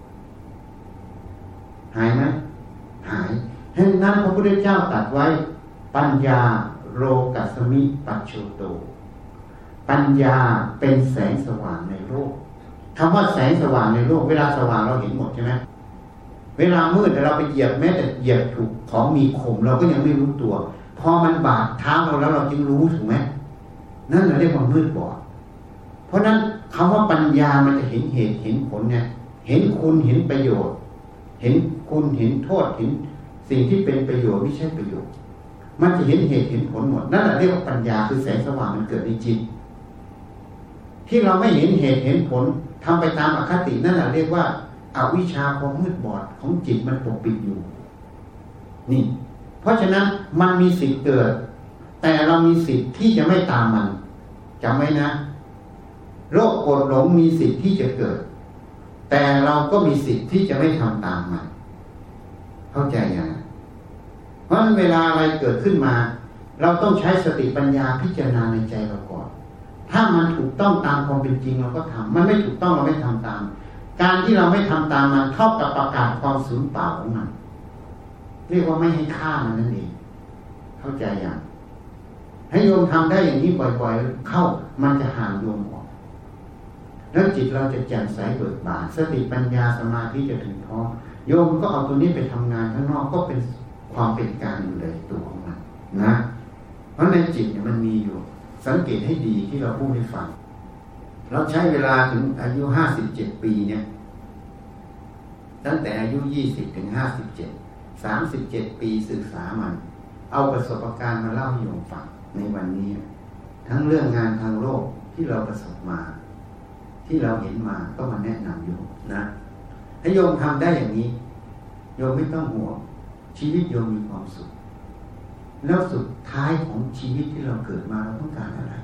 หายไหมหายฉะนั้นพระพุทธเจ้าตรัสไว้ปัญญาโลกัสสมิปัจโชโตปัญญาเป็นแสงสว่างในโลกคำว่าแสงสว่างในโลกเวลาสว่างเราเห็นหมดใช่ไหมเวลามืดเราไปเหยียบแม้แต่เหยียบถูกของมีคมเราก็ยังไม่รู้ตัวพอมันบาดเท้าเราแล้วเราจึงรู้ถูกไหมนั่นเราเรียกว่ามืดบอดเพราะนั้นคำว่าปัญญามันจะเห็นเหตุเห็นผลไงเห็นคุณเห็นประโยชน์เห็นคุณเห็นโทษเห็นสิ่งที่เป็นประโยชน์ไม่ใช่ประโยชน์มันจะเห็นเหตุเห็นผลหมดนั่นแหละเรียกว่าปัญญาคือแสงสว่างมันเกิดในจิตที่เราไม่เห็นเหตุเห็นผลทำไปตามอคตินั่นแหละเรียกว่าอวิชชาความมืดบอดของจิตมันปกปิดอยู่นี่เพราะฉะนั้นมันมีสิทธิ์เกิดแต่เรามีสิทธิ์ที่จะไม่ตามมันจำไว้นะโรคโกรธหลงมีสิทธิ์ที่จะเกิดแต่เราก็มีสิทธิ์ที่จะไม่ทำตามมันเข้าใจยังเพราะเวลาอะไรเกิดขึ้นมาเราต้องใช้สติปัญญาพิจารณาในใจเราก่อนถ้ามันถูกต้องตามความเป็นจริงเราก็ทำมันไม่ถูกต้องเราไม่ทำตามการที่เราไม่ทำตามมันเท่ากับประกาศความสูญเปล่าของมันเรียกว่าไม่ให้ค่ามันนั่นเองเข้าใจยังให้โยมทำได้อย่างนี้บ่อยๆเข้ามันจะห่างโยมออกแล้วจิตเราจะแจ่มใสเบิกบานสติปัญญาสมาธิจะถึงพร้อมโยมก็เอาตัวนี้ไปทำงานข้างนอกก็เป็นความเป็นกลางอยู่ในตัวของมันนะเพราะในจิตเนี่ยมันมีอยู่สังเกตให้ดีที่เราพูดให้ฟังเราใช้เวลาถึงอายุห้าสิบเจ็ดปีเนี่ยตั้งแต่อายุยี่สิบถึงห้าสิบเจ็ด สามสิบเจ็ดปีศึกษามันเอาประสบการณ์มาเล่าให้โยมฟังในวันนี้ทั้งเรื่องงานทางโลกที่เราประสบมาที่เราเห็นมาก็มาแนะนำโยมนะถ้าโยมทำได้อย่างนี้โยมไม่ต้องห่วงชีวิตโยมมีความสุขแล้วสุดท้ายของชีวิตที่เราเกิดมาเราต้องการอะไร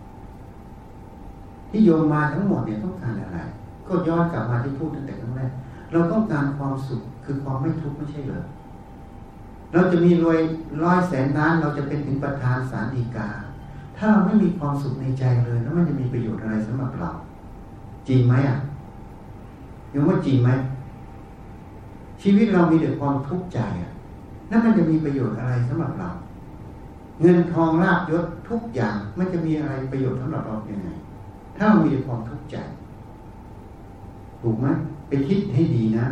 ที่โยมมาทั้งหมดเนี่ยต้องการอะไรก็ย้อนกลับมาที่พูดตั้งแต่ครั้งแรกเราต้องการความสุขคือความไม่ทุกข์ไม่ใช่เหรอเราจะมีรวยร้อยแสนล้านเราจะเป็นถึงประธานศาลฎีกาถ้าเราไม่มีความสุขในใจเลยแล้วมันจะมีประโยชน์อะไรสำหรับเราจริงไหมอ่ะโยมว่าจริงไหมชีวิตเรามีแต่ความทุกข์ใจอ่ะนั่นมันจะมีประโยชน์อะไรสำหรับเราเงินทองลาภยศทุกอย่างมันจะมีอะไรประโยชน์สำหรับเราอย่างไรถ้าเรามีความทุกข์ใจถูกไหมไปคิดให้ดีนะ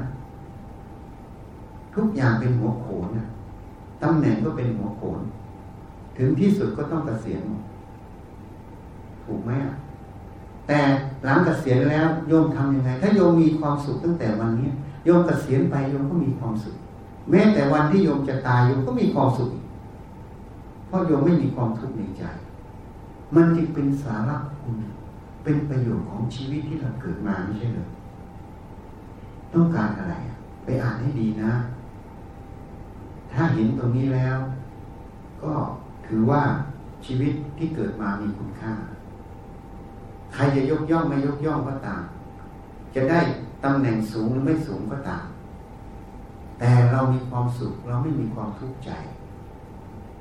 ทุกอย่างเป็นหัวโขนนะตำแหน่งก็เป็นหัวโขนถึงที่สุดก็ต้องเกษียณถูกไหมอ่ะแต่หลังเกษียณแล้วโยมทำยังไงถ้าโยมมีความสุขตั้งแต่วันนี้โยมเกษียณไปโยมก็มีความสุขแม้แต่วันที่โยมจะตายโยมก็มีความสุขเพราะโยมไม่มีความทุกข์ในใจมันจึงเป็นสาระคุณเป็นประโยชน์ของชีวิตที่เราเกิดมาไม่ใช่เหรอต้องการอะไรไปอ่านให้ดีนะถ้าเห็นตรงนี้แล้วก็ถือว่าชีวิตที่เกิดมามีคุณค่าใครจะยกย่องไม่ยกย่องก็ตามจะได้ตำแหน่งสูงหรือไม่สูงก็ตามแต่เรามีความสุขเราไม่มีความทุกข์ใจ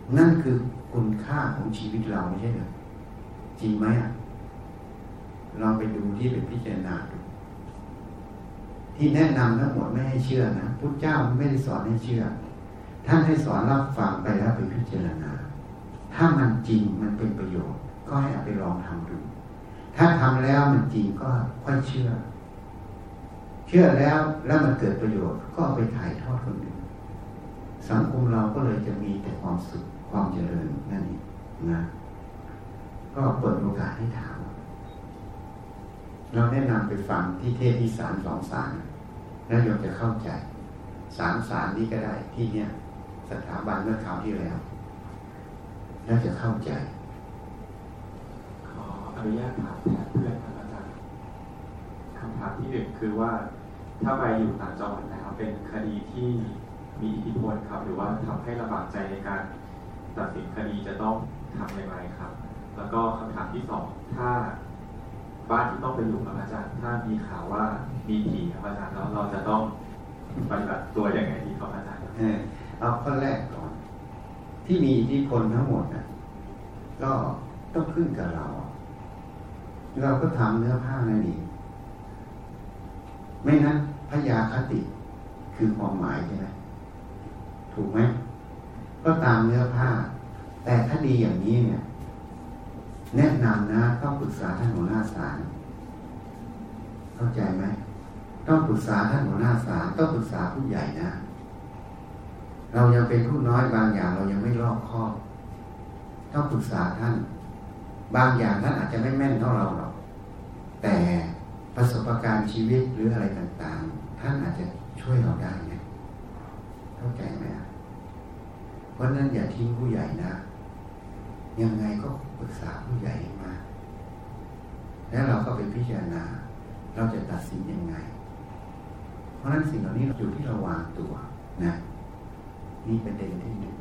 นั่นคือคุณค่าของชีวิตเราไม่ใช่เหรอจริงไหมอ่ะลองไปดูที่เป็นพิจารณาดูที่แนะนำทั้งหมดไม่ให้เชื่อนะพุทธเจ้าไม่ได้สอนให้เชื่อท่านให้สอนรับฟังไปแล้วไปพิจารณาถ้ามันจริงมันเป็นประโยชน์ก็ให้เอาไปลองทำดูถ้าทำแล้วมันจริงก็ค่อยเชื่อเชื่อแล้วแล้วมันเกิดประโยชน์ก็เอาไปถ่ายทอดคนอื่นสังคมเราก็เลยจะมีแต่ความสุขความเจริญนั่นเองนะก็เปิดโอกาสให้ถามเราแนะนำไปฟังที่เทศที่สารสองสารแล้วโยมจะเข้าใจสามสารนี้ก็ได้ที่เนี้ยสถาบันเมื่อคราวที่แล้วแล้วจะเข้าใจขออนุญาตถามแทนเพื่อนครับอาจารย์คำถามที่หนึ่งคือว่าถ้าไปอยู่ต่างจังหวัดแล้วเป็นคดีที่มีอิทธิพลครับหรือว่าทำให้ลำบากใจในการตัดสินคดีจะต้องทำอย่างไรครับแล้วก็คำถามที่สองถ้าบ้านที่ต้องไปอยู่กับอาจารย์ถ้ามีข่าวว่ามีผีครับอาจารย์แล้วเราจะต้องปฏิบัติตัวอย่างไรดีครับอาจารย์เออเอาข้อแรกก่อนที่มีอิทธิพลทั้งหมดนะก็ต้องขึ้นกับเราเราก็ทำเนื้อผ้านั่นเองไม่นั้นพยาคติคือความหมายใช่ไหมถูกไหมก็ตามเนื้อผ้าแต่ถ้าดีอย่างนี้เนี่ยแนะนำนะต้องปรึกษาท่านหัวหน้าศาลเข้าใจไหมต้องปรึกษาท่านหัวหน้าศาลต้องปรึกษาผู้ใหญ่นะเรายังเป็นผู้น้อยบางอย่างเรายังไม่รอบคอบต้องปรึกษาท่านบางอย่างท่านอาจจะไม่แม่นเท่าเราหรอกแต่ประสบการณ์ชีวิตหรืออะไรต่างๆท่านอาจจะช่วยเราได้ไงเข้าใจไหมเพราะนั้นอย่าทิ้งผู้ใหญ่นะยังไงก็ปรึกษาผู้ใหญ่มาแล้วเราก็ไปพิจารณาเราจะตัดสินยังไงเพราะนั้นสิ่งเหล่านี้อยู่ที่เราวางตัวนะนี่ประเด็นที่หนึ่ง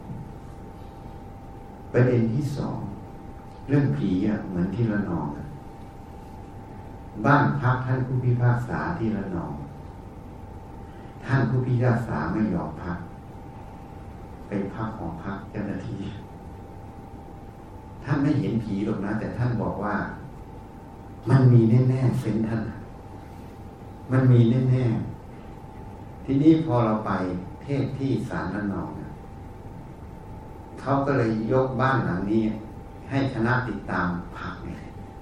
ประเด็นที่สองเรื่องผีอ่ะเหมือนที่ระนองบ้านพักท่านผู้พิพากษาที่ระนองท่านผู้พิพากษาไม่ยอมพักไปพักของพักเจ้าหน้าที่ท่านไม่เห็นผีหรอกนะแต่ท่านบอกว่ามันมีแน่ๆเซนท่านมันมีแน่ๆทีนี้พอเราไปเทศที่ศาลระนองเขาก็เลยยกบ้านหลังนี้ให้คณะติดตามพักไง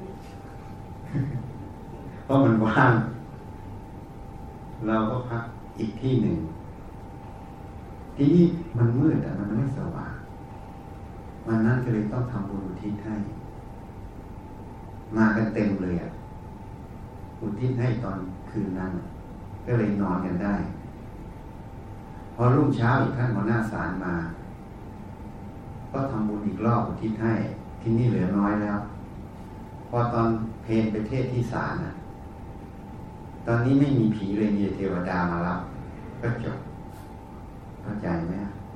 เพราะมันว่างเราก็พักอีกที่หนึ่งทีนี้มันมืดแต่มันไม่สว่างวันนั้นก็เลยต้องทำบุญอุทิศให้มากันเต็มเลยอ่ะอุทิศให้ตอนคืนนั้นก็เลยนอนกันได้พอรุ่งเช้าอีกท่านหัวหน้าศาลมาก็ทำบุญอีกรอบอุทิศให้ที่นี่เหลือน้อยแล้วพอตอนเพลนไปเทศที่ศาลนะตอนนี้ไม่มีผีเลยมีเทวดามารับก็จบเข้าใจไหม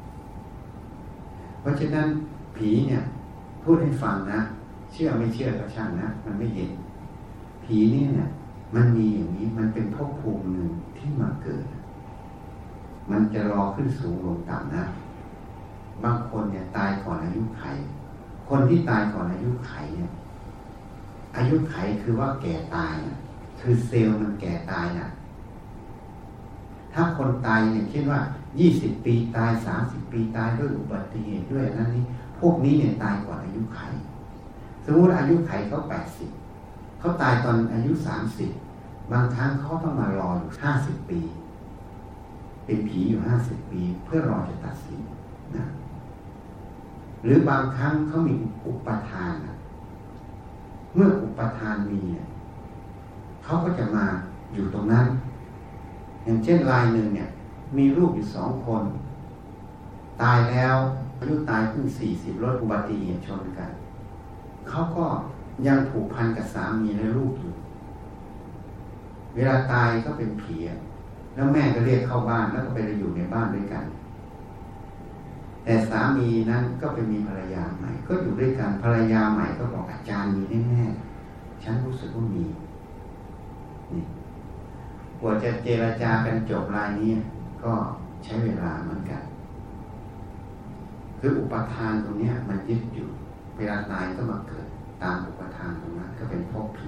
เพราะฉะนั้นผีเนี่ยพูดให้ฟังนะเชื่อไม่เชื่อก็ช่างนะมันไม่เห็นผีนี่เนี่ยมันมีอย่างนี้มันเป็นภพภูมิหนึ่งที่มาเกิดมันจะรอขึ้นสูงลงต่ำนะบางคนเนี่ยตายก่อนอายุไขคนที่ตายก่อนอายุไขเนี่ยอายุไขคือว่าแก่ตายนะคือเซลล์มันแก่ตายนะถ้าคนตายเนี่ยเช่นว่ายี่สิบปีตายสามสิบปีตายด้วยอุบัติเหตุด้วยนั้นนี้พวกนี้เนี่ยตายก่อนอายุไขสมมติอายุไขเขาแปดสิบเขาตายตอนอายุสามสิบบางครั้งเขาต้องมารออยู่ห้าสิบปีเป็นผีอยู่ห้าสิบปีเพื่อรอจะตัดสินนะหรือบางครั้งเขามีอุปทานนะเมื่ออุปทานมีเนี่ยเขาก็จะมาอยู่ตรงนั้นอย่างเช่นรายหนึ่งเนี่ยมีลูกอยู่สองคนตายแล้วอายุตายเพิ่งสี่สิบรถอุบัติเหตุชนกันเขาก็ยังผูกพันกับสามีและลูกอยู่เวลาตายก็เป็นผีแล้วแม่ก็เรียกเข้าบ้านแล้วก็ไปอยู่ในบ้านด้วยกันแต่สามีนั้นก็ไปมีภรรยาใหม่ก็อยู่ด้วยกันภรรยาใหม่ก็บอกอาจารย์มีแน่ๆฉันรู้สึกว่ามีนี่กว่าจะเจรจากันจบรายนี้ก็ใช้เวลาเหมือนกันคืออุปทานตรงนี้มันยึดอยู่เวลาตายก็มาเกิดตามอุปทานตรงนั้นก็เป็นภพผี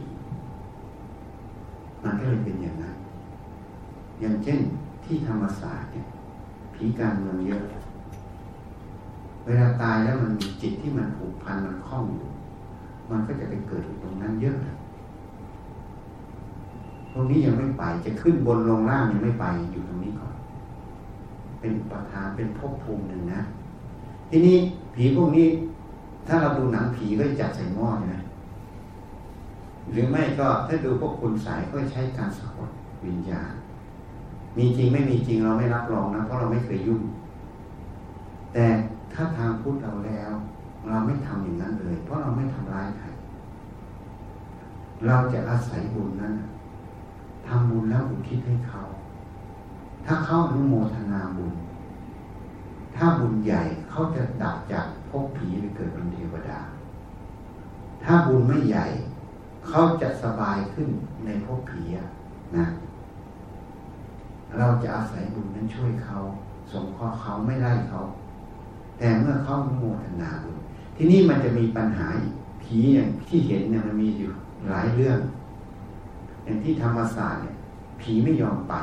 มันก็เลยเป็นอย่างนั้นอย่างเช่นที่ธรรมศาสตร์เนี่ยผีการเมืองเยอะเวลาตายแล้วมันมีจิตที่มันผูกพันมันคล้องอยู่มันก็จะไปเกิดอยู่ตรงนั้นเยอะตรงนี้ยังไม่ไปจะขึ้นบนลงล่างยังไม่ไปอยู่ตรงนี้ก่อนเป็นอุปทานเป็นภพภูมิหนึ่งนะทีนี้ผีพวกนี้ถ้าเราดูหนังผีก็จัดใส่หม้อใช่ไหมหรือไม่ก็ถ้าดูพวกคุณสายก็ใช้การสะกดวิญญาณมีจริงไม่มีจริงเราไม่รับรองนะเพราะเราไม่เคยยุ่งแต่ถ้าทางพุทธเราแล้วเราไม่ทำอย่างนั้นเลยเพราะเราไม่ทำร้ายใครเราจะอาศัยบุญนั้นทำบุญแล้วอุทิศให้เขาถ้าเขาอนุโมทนาบุญถ้าบุญใหญ่เขาจะดับจากภพผีไปเกิดเป็นเทวดาถ้าบุญไม่ใหญ่เขาจะสบายขึ้นในภพผีนะเราจะอาศัยบุญนั้นช่วยเขาสงเคราะห์เขาไม่ไล่เขาแต่เมื่อเขาอนุโมทนาบุญที่นี่มันจะมีปัญหาผีอย่างที่เห็นเนี่ยมันมีอยู่หลายเรื่องอย่างที่ธรรมศาสตร์เนี่ยผีไม่ยอมไป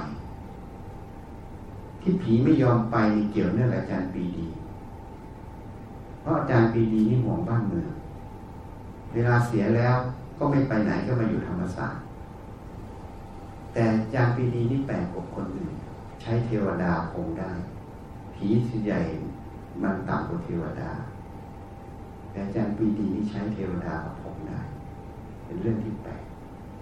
ที่ผีไม่ยอมไปเกี่ยวเนื่องกับอาจารย์ปรีดีเพราะอาจารย์ปรีดีนี่ห่วงบ้านเมืองเวลาเสียแล้วก็ไม่ไปไหนก็มาอยู่ธรรมศาสตร์แต่อาจารย์ปรีดีนี่แปลกกว่าคนอื่นใช้เทวดาคงได้ผีส่วนใหญ่มันต่ำกว่าเทวดาแต่อาจารย์ปรีดีนี่ใช้เทวดากับผมได้เป็นเรื่องที่แปลก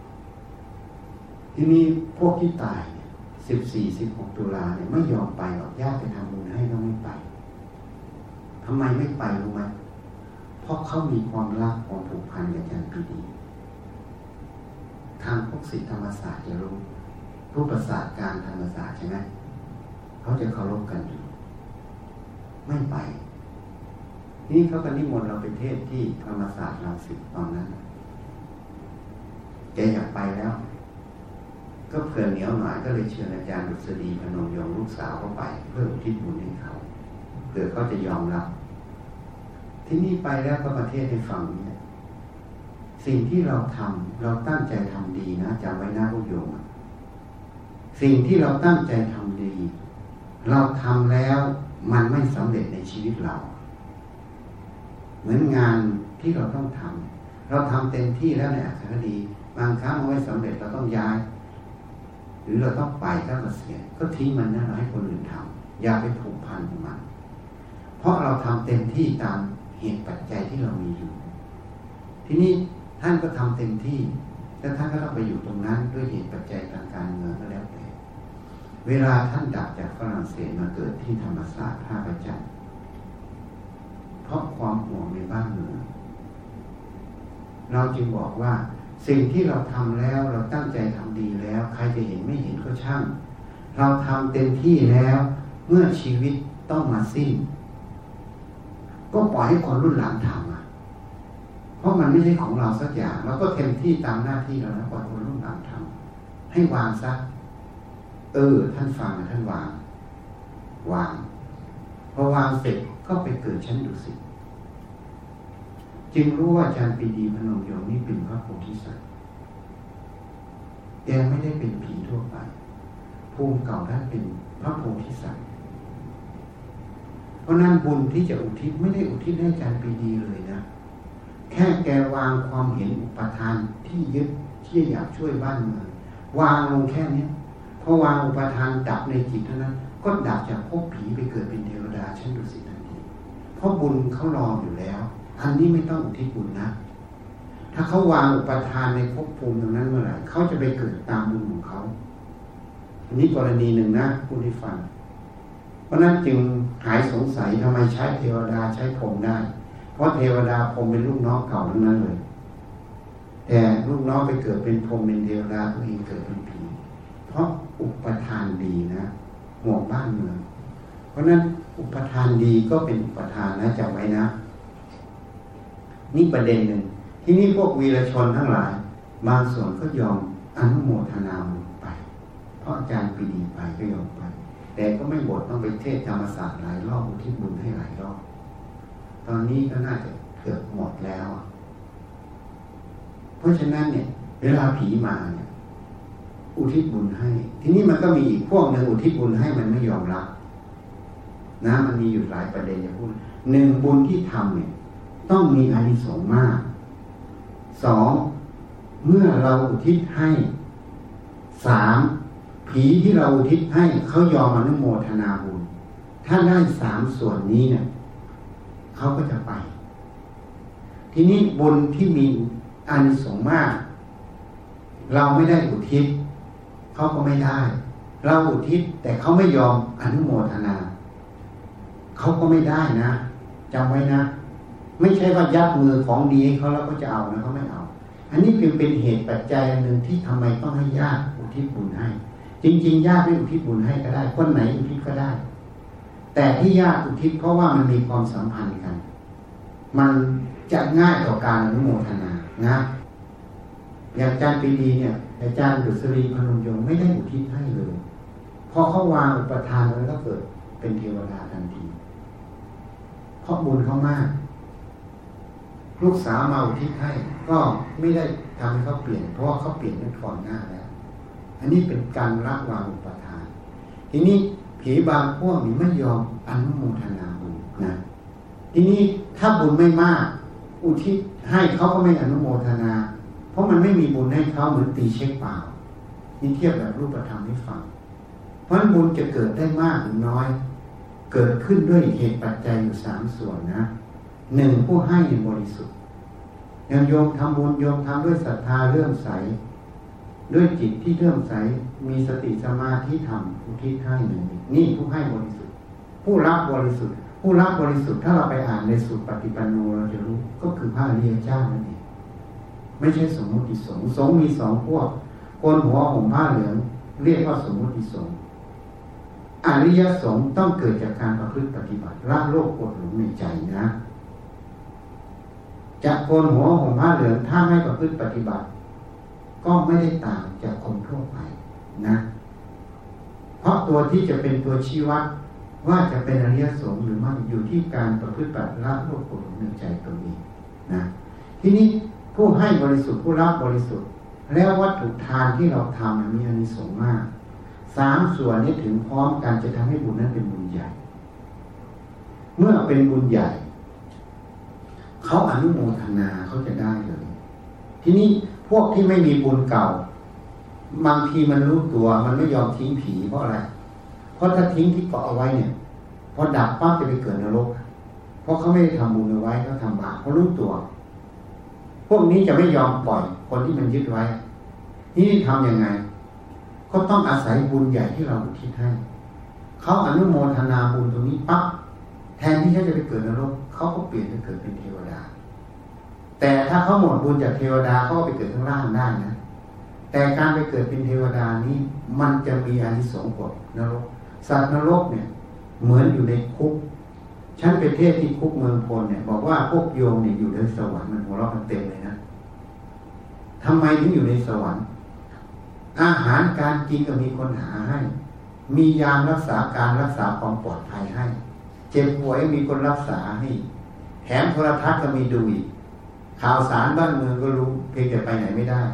ที่นี่พวกที่ตายเนี่ยสิบสี่สิบหกตุลาเนี่ยไม่ยอมไปหรอกญาติไปทำบุญให้ก็ไม่ไปทำไมไม่ไปรู้ไหมเพราะเขามีความรักความผูกพันกับอาจารย์ปรีดีทางพวกศิษย์ธรรมศาสตร์จะรู้ผู้ประสาทการธรรมศาสตร์ใช่ไหมเขาจะเคารพกันอยู่ไม่ไปนี่เขาก็นิมนต์เราไปเทศที่ธรรมศาสตร์รังสิตตอนนั้นแกอยากไปแล้วก็เผื่อเหนียวหน่อยก็เลยเชิญอาจารย์ดุษฎีพนมยงค์ลูกสาวเข้าไปเพื่ออุทิศบุญให้เขาเผื่อเขาจะยอมรับที่นี่ไปแล้วก็ประเทศให้ฟังเนี่ยสิ่งที่เราทำเราตั้งใจทำดีนะจำไว้นะพวกโยมสิ่งที่เราตั้งใจทำดีเราทำแล้วมันไม่สำเร็จในชีวิตเราเหมือนงานที่เราต้องทำเราทำเต็มที่แล้วในอักษรดีบางครั้งมันไม่สำเร็จเราต้องย้ายหรือเราต้องไปก็เกษียณก็ทิ้งมันนะเราให้คนอื่นทำอย่าไปผูกพันกับมันเพราะเราทำเต็มที่ตามเหตุปัจจัยที่เรามีอยู่ทีนี้ท่านก็ทำเต็มที่แล้วท่านก็ต้องไปอยู่ตรงนั้นด้วยเหตุปัจจัยทางการเมืองก็แล้วแต่เวลาท่านดับจากฝรั่งเศสมาเกิดที่ธรรมศาสตร์ท่าพระจันทร์เพราะความห่วงในบ้านเมืองเราจึงบอกว่าสิ่งที่เราทำแล้วเราตั้งใจทำดีแล้วใครจะเห็นไม่เห็นก็ช่างเราทำเต็มที่แล้วเมื่อชีวิตต้องมาสิ้นก็ปล่อยให้คนรุ่นหลังทำอ่ะเพราะมันไม่ใช่ของเราสักอย่างเราก็เต็มที่ตามหน้าที่เราแล้วปล่อยคนรุ่นหลังทำให้วางซะเออท่านฟังท่านวางวางพอวางเสร็จก็ไปเกิดชั้นดุสิตจึงรู้ว่าอาจารย์ปรีดีพนมยงค์นี่เป็นพระโพธิสัตว์แกไม่ได้เป็นผีทั่วไปภูมิเก่าท่านเป็นพระโพธิสัตว์เพราะนั้นบุญที่จะอุทิศไม่ได้อุทิศให้อาจารย์ปรีดีเลยนะแค่แกวางความเห็นอุปทานที่ยึดที่อยากช่วยบ้านเมืองวางลงแค่นี้พอวางอุปทานดับในจิตเท่านั้นก็ดับจากภพผีไปเกิดเป็นเทวดาชั้นดุสิตทันทีเพราะบุญเขารออยู่แล้วอันนี้ไม่ต้องอุทิศบุญนะถ้าเขาวางอุปทานในภพภูมิตรงนั้นเมื่อไหร่เขาจะไปเกิดตามบุญของเขาอันนี้กรณีหนึ่งนะพูดให้ฟังเพราะนั้นจึงหายสงสัยทำไมใช้เทวดาใช้พรหมได้เพราะเทวดาพรหมเป็นลูกน้องเก่าทั้งนั้นเลยแต่ลูกน้องไปเกิดเป็นพรหมเป็นเทวดาตัวเองเกิดเป็นผีเพราะอุปทานดีนะห่วงบ้านเมืองเพราะนั้นอุปทานดีก็เป็นอุปทานนะจำไว้นะนี่ประเด็นหนึ่งที่นี่พวกวีรชนทั้งหลายบางส่วนก็ยอมอนุโมทนาบุญไปเพราะอาจารย์ปรีดีไปก็ยอมไปแต่ก็ไม่บทต้องไปเทศธรรมศาสตร์หลายรอบอุทิศบุญให้หลายรอบตอนนี้ก็น่าจะเกือบหมดแล้วเพราะฉะนั้นเนี่ยเวลาผีมาเนี่ยอุทิศบุญให้ทีนี้มันก็มีอีกพวกหนึ่งอุทิศบุญให้มันไม่ยอมรับนะมันมีอยู่หลายประเด็นจะพูดหนึ่งบุญที่ทำเนี่ยต้องมีอานิสงส์มากสองเมื่อเราอุทิศให้สามผีที่เราอุทิศให้เขายอมอนุโมทนาบุญถ้าได้สามส่วนนี้เนี่ยเขาก็จะไปทีนี้บุญที่มีอานิสงส์มากเราไม่ได้อุทิศเขาก็ไม่ได้เราอุทิศแต่เขาไม่ยอมอนุโมทนาเขาก็ไม่ได้นะจำไว้นะไม่ใช่ว่ายัดมือของดีให้เขาแล้วก็จะเอานะเขาไม่เอาอันนี้เพียงเป็นเหตุปัจจัยหนึ่งที่ทำไมต้องให้ญาติอุทิศบุญให้จริงๆญาติไม่อุทิศบุญให้ก็ได้คนไหนอุทิศก็ได้แต่ที่ญาติอุทิศเพราะว่ามันมีความสัมพันธ์กันมันจะง่ายต่อการอนุโมทนานะอย่างอาจารย์ปรีดีเนี่ยอาจารย์ดุษฎีพนมยงค์ไม่ได้อุทิศให้เลยพอเขาวางอุปทานแล้วก็เกิดเป็นเทวดาทันทีเพราะบุญเขามากลูกสาวมาอุทิศให้ก็ไม่ได้ทำให้เขาเปลี่ยนเพราะว่าเขาเปลี่ยนตั้งก่อนหน้าแล้วอันนี้เป็นการละวางอุปทานทีนี้ผีบางพวกนี้ไม่ยอมอนุโมทนาบุญนะทีนี้ถ้าบุญไม่มากอุทิศให้เขาก็ไม่อนุโมทนาเพราะมันไม่มีบุญให้เขาเหมือนตีเช็คเปล่านี่เทียบแบบรูปธรรมให้ฟังเพราะฉะนั้นบุญจะเกิดได้มากหรือน้อยเกิดขึ้นด้วยเหตุปัจจัยอยู่สามส่วนนะหนึ่งผู้ให้บริสุทธิ์อย่างโยมทำบุญโยมทำด้วยศรัทธาเลื่อมใสด้วยจิตที่เลื่อมใสมีสติสมาธิธรรมอุทิศให้หนึ่งนี่ผู้ให้บริสุทธิ์ผู้รับบริสุทธิ์ผู้รับบริสุทธิ์ถ้าเราไปอ่านในสูตรปฏิปันโนเราจะรู้ก็คือพระอริยเจ้านั่นเองไม่ใช่สมมุติสงฆ์สงฆ์มีสองพวกโกนหัวห่มผ้าเหลืองเรียกว่าสมมุติสงฆ์อริยสงฆ์ต้องเกิดจากการประพฤติปฏิบัติละโลภโกรธหลงในใจนะจะโกนหัวห่มผ้าเหลืองถ้าไม่ประพฤติปฏิบัติก็ไม่ได้ต่างจากคนทั่วไปนะเพราะตัวที่จะเป็นตัวชี้วัดว่าจะเป็นอริยสงฆ์หรือไม่อยู่ที่การประพฤติปฏิบัติละโลภโกรธหลงในใจตัวเองนะทีนี้ผู้ให้บริสุทธิ์ผู้รับบริสุทธิ์แล้ววัตถุทานที่เราทำมีอานิสงส์มากสามส่วนนี้ถึงพร้อมกันจะทำให้บุญนั้นเป็นบุญใหญ่เมื่อเป็นบุญใหญ่เขาอนุโมทนาเขาจะได้เลยทีนี้พวกที่ไม่มีบุญเก่าบางทีมันรู้ตัวมันไม่ยอมทิ้งผีเพราะอะไรเพราะถ้าทิ้งที่เกาะเอาไว้เนี่ยพอดับปั๊บจะไปเกิดนรกเพราะเขาไม่ได้ทำบุญเอาไว้เขาทำบาปเขารู้ตัวพวกนี้จะไม่ยอมปล่อยคนที่มันยึดไว้นี่ทำยังไงก็ต้องอาศัยบุญใหญ่ที่เราอุทิศให้เขาอนุโมทนาบุญตรงนี้ปั๊บแทนที่เขาจะไปเกิดนรกเขาก็เปลี่ยนไปเกิดเป็นเทวดาแต่ถ้าเขาหมดบุญจากเทวดาเขาก็ไปเกิดข้างล่างได้นะแต่การไปเกิดเป็นเทวดานี้มันจะมีอานิสงส์กว่านรกสัตว์นรกเนี่ยเหมือนอยู่ในคุกฉันไปเทศที่คุกเมืองพลเนี่ยบอกว่าพวกโยมเนี่ยอยู่ในสวรรค์มันหัวเราะมันเต็มเลยนะทำไมถึงอยู่ในสวรรค์อาหารการกินก็มีคนหาให้มียามรักษาการรักษาความปลอดภัยให้เจ็บป่วยมีคนรักษาให้แถมโทรทัศน์ก็มีดูอีกข่าวสารบ้านเมืองก็รู้เพียงแต่ไปไหนไม่ได้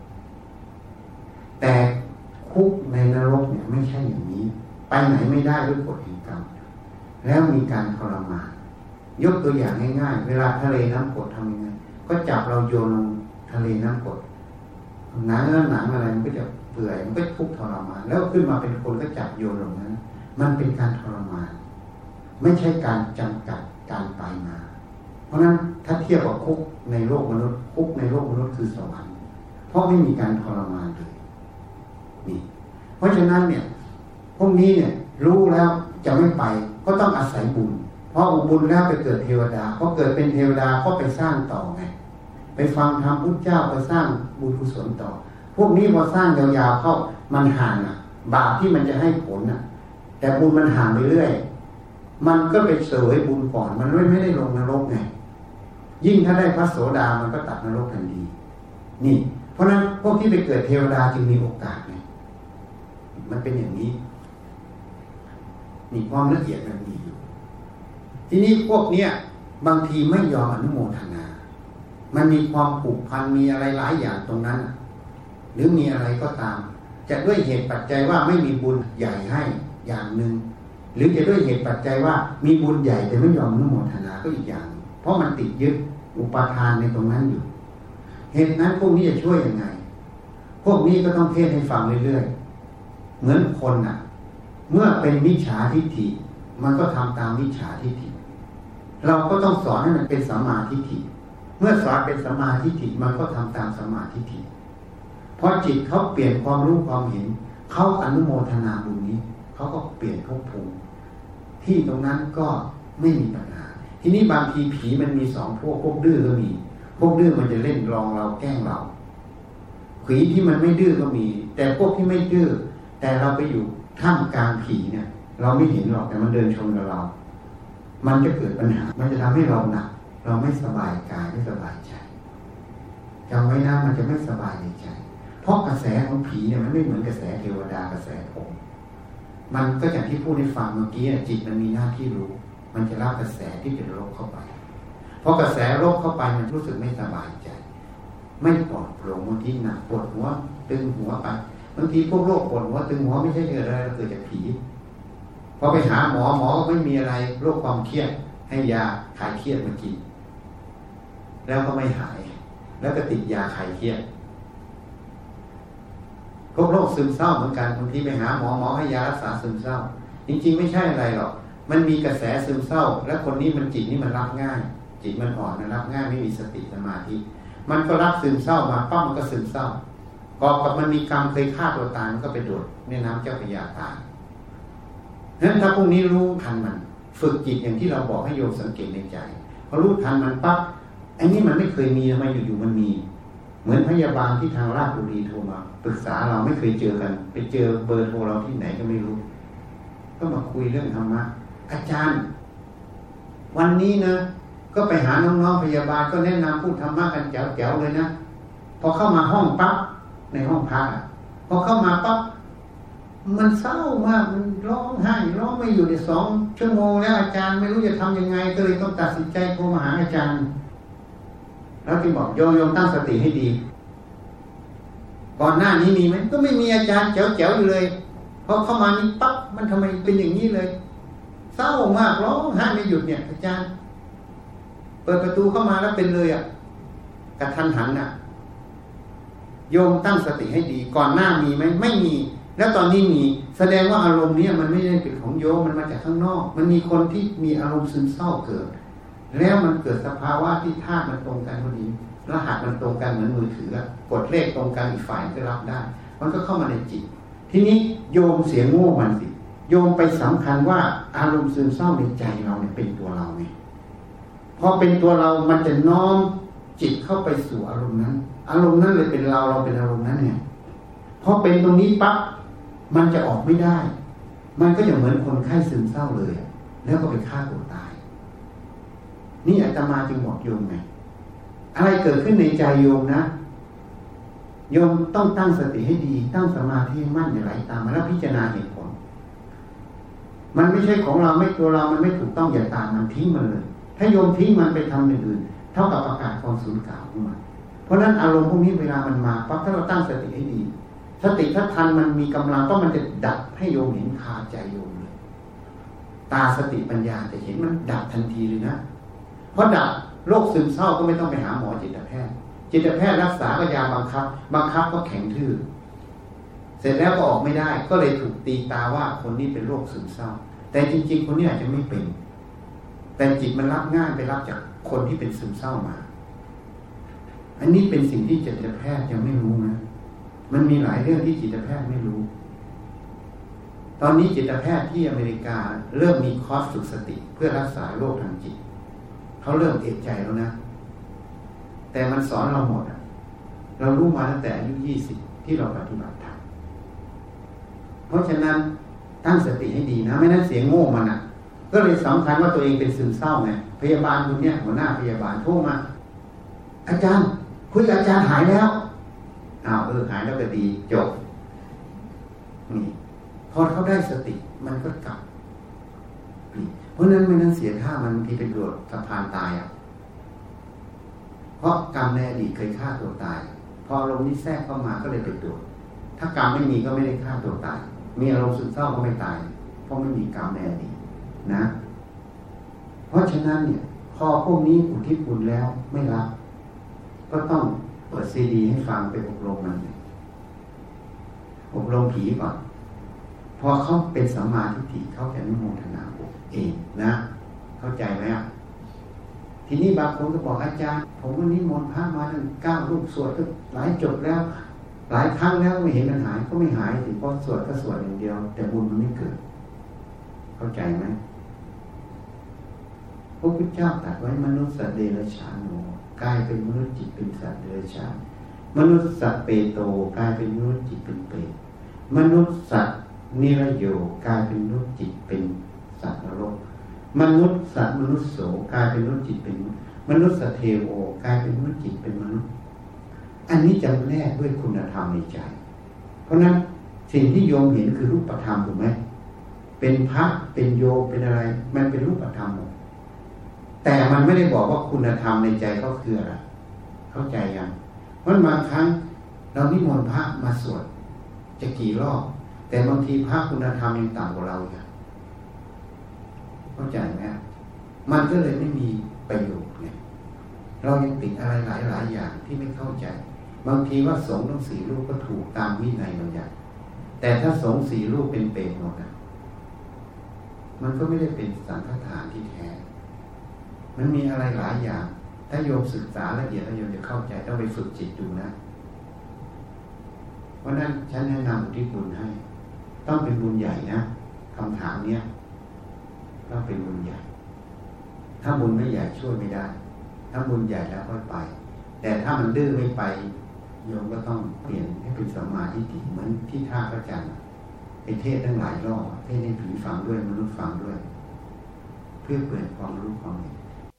แต่คุกในนรกเนี่ยไม่ใช่อย่างนี้ไปไหนไม่ได้ด้วยกฎแห่งกรรมแล้วมีการทรมานยกตัวอย่างง่ายๆเวลาทะเลน้ำกรดทำยังไงก็จับเราโยนลงทะเลน้ำกรดหนังหนังอะไรมันก็จะเปื่อยมันก็ทุกข์ทรมานแล้วขึ้นมาเป็นคนก็จับโยนลงนั้นมันเป็นการทรมานไม่ใช่การจำกัดการไปมาเพราะนั้นถ้าเทียบกับคุกในโลกมนุษย์คุกในโลกมนุษย์คือสวรรค์เพราะไม่มีการทรมานเลยนี่เพราะฉะนั้นเนี่ยพวกนี้เนี่ยรู้แล้วจะไม่ไปก็ต้องอาศัยบุญเพราะบุญแล้วไปเกิดเทวดาพอเกิดเป็นเทวดาก็ไปสร้างต่อไงไปฟังธรรมพุทธเจ้าไปสร้างบุญกุศลต่อพวกนี้พอสร้างยาวๆเข้ามันห่างอ่ะบาปที่มันจะให้ผลอ่ะแต่บุญมันห่างไปเรื่อยมันก็ไปเสวยบุญก่อนมันไม่ไม่ได้ลงนรกไงยิ่งถ้าได้พระโสดามันก็ตัดนรกทันทีนี่เพราะนั้นพวกที่ไปเกิดเทวดาจึงมีโอกาสไงมันเป็นอย่างนี้นี่ความละเอียดมันมีอยู่ทีนี้พวกเนี้ยบางทีไม่ยอมอนุโมทนามันมีความผูกพันมีอะไรหลายอย่างตรงนั้นหรือมีอะไรก็ตามจะด้วยเหตุปัจจัยว่าไม่มีบุญใหญ่ให้อย่างหนึ่งหรือจะด้วยเหตุปัจจัยว่ามีบุญใหญ่แต่ไม่ยอมอนุโมทนาก็อีกอย่างเพราะมันติดยึดอุปาทานในตรงนั้นอยู่เหตุนั้นพวกนี้จะช่วยยังไงพวกนี้ก็ต้องเทศให้ฟังเรื่อยๆเหมือนคนน่ะเมื่อเป็นมิจฉาทิฏฐิมันก็ทำตามมิจฉาทิฏฐิเราก็ต้องสอนให้มันเป็นสัมมาทิฏฐิเมื่อสอนเป็นสัมมาทิฏฐิมันก็ทำตามสัมมาทิฏฐิพอจิตเขาเปลี่ยนความรู้ความเห็นเขาอนุโมทนาบุญนี้เขาก็เปลี่ยนภพภูมิที่ตรงนั้นก็ไม่มีปัญหาทีนี้บางทีผีมันมีสองพวกพวกดื้อก็มีพวกดื้อมันจะเล่นลองเราแกล้งเราผีที่มันไม่ดื้อก็มีแต่พวกที่ไม่ดื้อแต่เราไปอยู่ท่ามกลางผีเนี่ยเราไม่เห็นหรอกแต่มันเดินชนกับเรามันจะเกิดปัญหามันจะทำให้เราหนักเราไม่สบายกายไม่สบายใจจำไว้นะมันจะไม่สบายในใจเพราะกระแสของผีเนี่ยมันไม่เหมือนกระแสเทวดากระแสผมมันก็อย่างที่พูดให้ฟังเมื่อกี้จิตมันมีหน้าที่รู้มันจะรับกระแสที่เป็นลบเข้าไปพอกระแสลบเข้าไปมันรู้สึกไม่สบายใจไม่ปลอดโปร่งบางทีหนักปวดหัวตึงหัวไปบางทีพวกโรคปวดหัวตึงหัวไม่ใช่เกิดอะไรเกิดจากผีพอไปหาหมอหมอก็ไม่มีอะไรโรคความเครียดให้ยาคลายเครียดมากินแล้วก็ไม่หายแล้วก็ติดยาคลายเครียดพวกโรคซึมเศร้าเหมือนกันบางทีไปหาหมอหมอให้ยารักษาซึมเศร้าจริงๆไม่ใช่อะไรหรอกมันมีกระแสซึมเศร้าและคนนี้มันจิตนี่มันรับง่ายจิตมันอ่อนมันรับง่ายไม่มีสติสมาธิมันก็รับซึมเศร้ามาปั๊บมันก็ซึมเศร้าพอกับมันมีกรรมเคยฆ่าตัวตายมันก็ไปโดดในน้ำเจ้าพระยาตายนั้นถ้าพวกนี้รู้ทันมันฝึกจิตอย่างที่เราบอกให้โยมสังเกตในใจพอรู้ทันมันปั๊บไอ้นี่มันไม่เคยมีทำไมอยู่ๆมันมีเหมือนพยาบาลที่ทางราชบุรีโทรมาปรึกษาเราไม่เคยเจอกันไปเจอเบอร์โทรเราที่ไหนก็ไม่รู้ก็มาคุยเรื่องธรรมะอาจารย์วันนี้นะก็ไปหาน้องๆพยาบาลก็แนะนำพูดธรรมะกันแจ๋วๆเลยนะพอเข้ามาห้องปั๊บในห้องพักพอเข้ามาปั๊บมันเศร้ามากมันร้องไห้ร้องไม่อยู่ในสองชั่วโมงแล้วอาจารย์ไม่รู้จะทำยังไงก็เลยต้องตัดสินใจโทรมาหาอาจารย์แล้วจึงบอกโยมโยมตั้งสติให้ดีก่อนหน้านี้มีไหมก็ไม่มีอาจารย์แจ๋วๆอยู่เลยพอเข้ามานี่ปั๊บมันทำไมเป็นอย่างนี้เลยเศร้ามากร้องไห้ไม่หยุดเนี่ยอาจารย์เปิดประตูเข้ามาแล้วเป็นเลยอ่ะกระทันหันอ่ะโยมตั้งสติให้ดีก่อนหน้ามีไหมไม่มีแล้วตอนนี้มีแสดงว่าอารมณ์นี้มันไม่ได้เป็นของโยมมันมาจากข้างนอกมันมีคนที่มีอารมณ์ซึมเศร้าเกิดแล้วมันเกิดสภาวะที่ธาตุมันตรงกันพอดีรหัสมันตรงกันเหมือนมือถือกดเลขตรงกันอีกฝ่ายก็รับได้มันก็เข้ามาในจิตทีนี้โยมเสียงโง่มันสิโยมไปสำคัญว่าอารมณ์ซึมเศร้าในใจเราเนี่ยเป็นตัวเราไงพอเป็นตัวเรามันจะน้อมจิตเข้าไปสู่อารมณ์นั้นอารมณ์นั้นเลยเป็นเราเราเป็นอารมณ์นั้นไงพอเป็นตรงนี้ปั๊บมันจะออกไม่ได้มันก็จะเหมือนคนไข้ซึมเศร้าเลยแล้วก็ไปฆ่าตัวตายนี่อาตมาจึงบอกโยมไงอะไรเกิดขึ้นในใจโยมนะโยมต้องตั้งสติให้ดีตั้งสมาธิมั่นอย่าไหลตามมาแล้วพิจารณาเหตุผลมันไม่ใช่ของเราไม่ตัวเรามันไม่ถูกต้องอย่าตามมันทิ้งมันเลยถ้าโยมทิ้งมันไปทำอย่างอื่นเท่ากับประกาศความสูญเก่าขึ้นมาเพราะนั้นอารมณ์พวกนี้เวลามันมาปั๊บถ้าเราตั้งสติให้ดีสติถ้าทันมันมีกำลังก็มันจะดับให้โยมเห็นคาใจโยมเลยตาสติปัญญาจะเห็นมันดับทันทีเลยนะเพราะดับโรคซึมเศร้าก็ไม่ต้องไปหาหมอจิตแพทย์จิตแพทย์รักษาก็ยาบังคับบังคับก็แข็งทื่อเสร็จแล้วก็ออกไม่ได้ก็เลยถูกตีตาว่าคนนี้เป็นโรคซึมเศร้าแต่จริงๆคนนี้อาจจะไม่เป็นแต่จิตมันรับง่ายไปรับจากคนที่เป็นซึมเศร้ามาอันนี้เป็นสิ่งที่จิตแพทย์ยังไม่รู้นะมันมีหลายเรื่องที่จิตแพทย์ไม่รู้ตอนนี้จิตแพทย์ที่อเมริกาเริ่มมีคอร์สฝึกสติเพื่อรักษาโรคทางจิตเขาเริ่มเอะใจแล้วนะแต่มันสอนเราหมดอ่ะเรารู้มาตั้งแต่อายุยี่สิบที่เราปฏิบัติธรรมเพราะฉะนั้นตั้งสติให้ดีนะไม่นั้นเสียงโง่มันอ่ะก็เลยสำคัญว่าตัวเองเป็นซึมเศร้าไงพยาบาลคนนี้หัวหน้าพยาบาลโทรมาอาจารย์คุยกับอาจารย์หายแล้วอ้าวเออหายแล้วก็ดีจบนี่พอเขาได้สติมันก็กลับนี่พราะนั้นไม่นั้นเสียท่ามันที่เป็นโดดสะพานตายอ่ะเพราะกรรมในอดีตเคยฆ่าตัวตายพออารมณ์นี้แทรกเข้ามาก็เลยเป็นโดดถ้ากรรมไม่มีก็ไม่ได้ฆ่าตัวตายมีอารมณ์ซึมเศร้าก็ไม่ตายเพราะไม่มีกรรมในอดีตนะเพราะฉะนั้นเนี่ยพอพวกนี้อุทิศบุญแล้วไม่รับก็ต้องเปิดซีดีให้ฟังไปอบรมมันอบรมผีก่อนพอเขาเป็นสัมมาทิฏฐิเขาจะนุโมทนาเองนะเข้าใจไหมอ่ะทีนี้บางคนก็บอกอาจารย์ผมวันนี้มนต์พระมาตั้งเก้ารูปสวดก็หลายจบแล้วหลายครั้งแล้วไม่เห็นมันหายก็ไม่หายสิเพราะสวดก็สวดอย่างเดียวแต่บุญมันไม่เกิดเข้าใจไหมพระพุทธเจ้าตรัสไว้มนุษย์สัตว์เดรัจฉานโนกลายเป็นมนุษย์จิตเป็นสัตว์เดรัจฉานมนุษย์สัตว์เปโตกลายเป็นมนุษย์จิตเป็นเปรตมนุษย์สัตว์นิรโยกลายเป็นมนุษย์จิตเป็นสัตว์นรกมนุษย์สัตว์มนุษย์โสกลายเป็นมนุษย์จิตเป็นมนุษย์สัตว์เทโวกลายเป็นมนุษย์จิตเป็นมนุษย์อันนี้จำแนกด้วยคุณธรรมในใจเพราะนั้นสิ่งที่โยมเห็นคือรูปธรรมถูกไหมเป็นพระเป็นโยมเป็นอะไรมันเป็นรูปธรรมหมดแต่มันไม่ได้บอกว่าคุณธรรมในใจเขาคืออะไรเข้าใจยังเพราะบางครั้งเรานิมนต์พระมาสวดจะกี่รอบแต่บางทีพระคุณธรรมยังต่ำกว่าเราอย่างเข้าใจไหมมันก็เลยไม่มีประโยชน์เนี่ยเรายังติดอะไรหลายๆอย่างที่ไม่เข้าใจบางทีว่าสงฆ์ต้องสี่รูปก็ถูกตามวินัยบางอย่างแต่ถ้าสงฆ์สี่รูปเป็นเปรตหมดนะมันก็ไม่ได้เป็นสังฆทานที่แท้มันมีอะไรหลายอย่างถ้าโยมศึกษาละเอียดแล้วโยมจะเข้าใจต้องไปฝึกจิตดูนะเพราะนั้นฉันแนะนำอุทิศบุญให้ต้องเป็นบุญใหญ่นะคำถามเนี้ยต้องเป็นบุญใหญ่ถ้าบุญไม่ใหญ่ช่วยไม่ได้ถ้าบุญใหญ่แล้วก็ไปแต่ถ้ามันดื้อไม่ไปโยมก็ต้องเปลี่ยนให้เป็นสัมมาทิฏฐิเหมือนที่ท่าพระจันทร์ไปเทศตั้งหลายรอบเทศให้ผีฟังด้วยมนุษย์ฟังด้วยเพื่อเปลี่ยนความรู้ความเห็น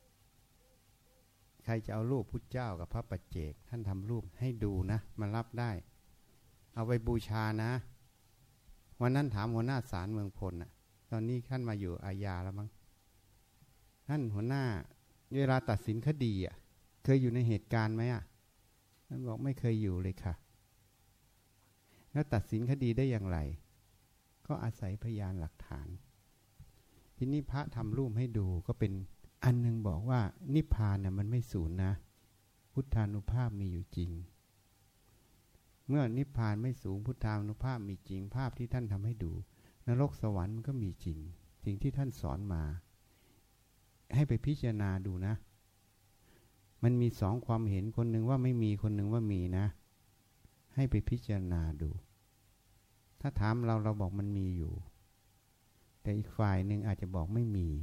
ใครจะเอารูปพุทธเจ้ากับพระปัจเจกท่านทำรูปให้ดูนะมารับได้เอาไปบูชานะวันนั้นถามหัวหน้าศาลเมืองพลน่ะตอนนี้ท่านมาอยู่อาญาแล้วมั้งท่านหัวหน้าเวลาตัดสินคดีอ่ะเคยอยู่ในเหตุการณ์ไหมอ่ะท่านบอกไม่เคยอยู่เลยค่ะแล้วตัดสินคดีได้อย่างไรก็อาศัยพยานหลักฐานทีนี้พระทำรูปให้ดูก็เป็นอันนึงบอกว่านิพพานเนี่ยมันไม่สูญนะพุทธานุภาพมีอยู่จริงเมื่อนิพพานไม่สูงพุทธานุภาพมีจริงภาพที่ท่านทำให้ดูนรกสวรรค์มันก็มีจริงสิ่งที่ท่านสอนมาให้ไปพิจารณาดูนะมันมีสองความเห็นคนหนึ่งว่าไม่มีคนหนึ่งว่ามีนะให้ไปพิจารณาดูถ้าถามเราเราบอกมันมีอยู่แต่อีกฝ่ายหนึ่งอาจจะบอกไม่มี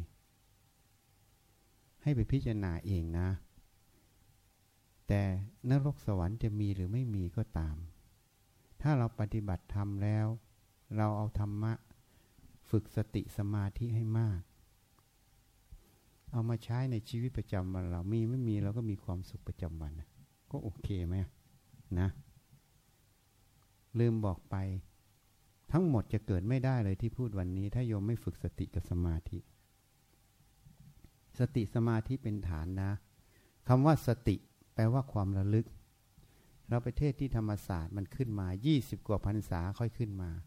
ให้ไปพิจารณาเองนะแต่นรกสวรรค์จะมีหรือไม่มีก็ตามถ้าเราปฏิบัติธรรมแล้วเราเอาธรรมะฝึกสติสมาธิให้มากเอามาใช้ในชีวิตประจำวันเรามีไม่มีเราก็มีความสุขประจำวันนะก็โอเคไหมนะลืมบอกไปทั้งหมดจะเกิดไม่ได้เลยที่พูดวันนี้ถ้าโยมไม่ฝึกสติกับสมาธิสติสมาธิเป็นฐานนะคำว่าสติแปลว่าความระลึกเราไปเทศที่ธรรมศาสตร์มันขึ้นมายี่สิบกว่าพรรษาค่อยขึ้นมา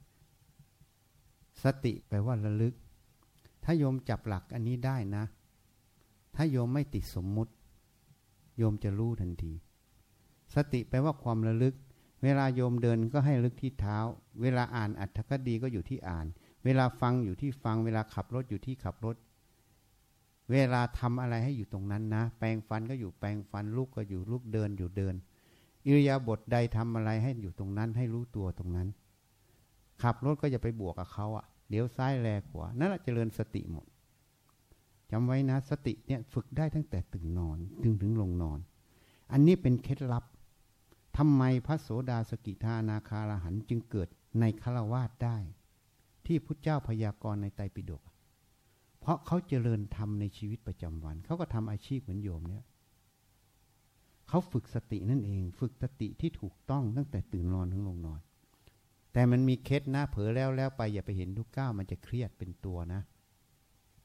สติแปลว่าระลึกถ้าโยมจับหลักอันนี้ได้นะถ้าโยมไม่ติดสมมุติโยมจะรู้ทันทีสติแปลว่าความระลึกเวลาโยมเดินก็ให้ระลึกที่เท้าเวลาอ่านอัตถคดีก็อยู่ที่อ่านเวลาฟังอยู่ที่ฟังเวลาขับรถอยู่ที่ขับรถเวลาทำอะไรให้อยู่ตรงนั้นนะแปรงฟันก็อยู่แปรงฟันลุกก็อยู่ลุกเดินอยู่เดินอิริยาบถใดทำอะไรให้อยู่ตรงนั้นให้รู้ตัวตรงนั้นขับรถก็อย่าไปบวกกับเขาอ่ะเดี๋ยวซ้ายแลขวานั่นแหละเจริญสติหมดจำไว้นะสติเนี่ยฝึกได้ตั้งแต่ตื่นนอนถึงถึงลงนอนอันนี้เป็นเคล็ดลับทำไมพระโสดาสกิทานาคาอรหันต์จึงเกิดในฆราวาสได้ที่พุทธเจ้าพยากรณ์ในไตรปิฎกเพราะเขาเจริญธรรมในชีวิตประจำวันเขาก็ทำอาชีพเหมือนโยมเนี่ยเขาฝึกสตินั่นเองฝึกสติที่ถูกต้องตั้งแต่ตื่นนอนถึงลงนอนแต่มันมีเคล็ดนะเผลอแล้วแล้วไปอย่าไปเห็นทุกก้าวมันจะเครียดเป็นตัวนะ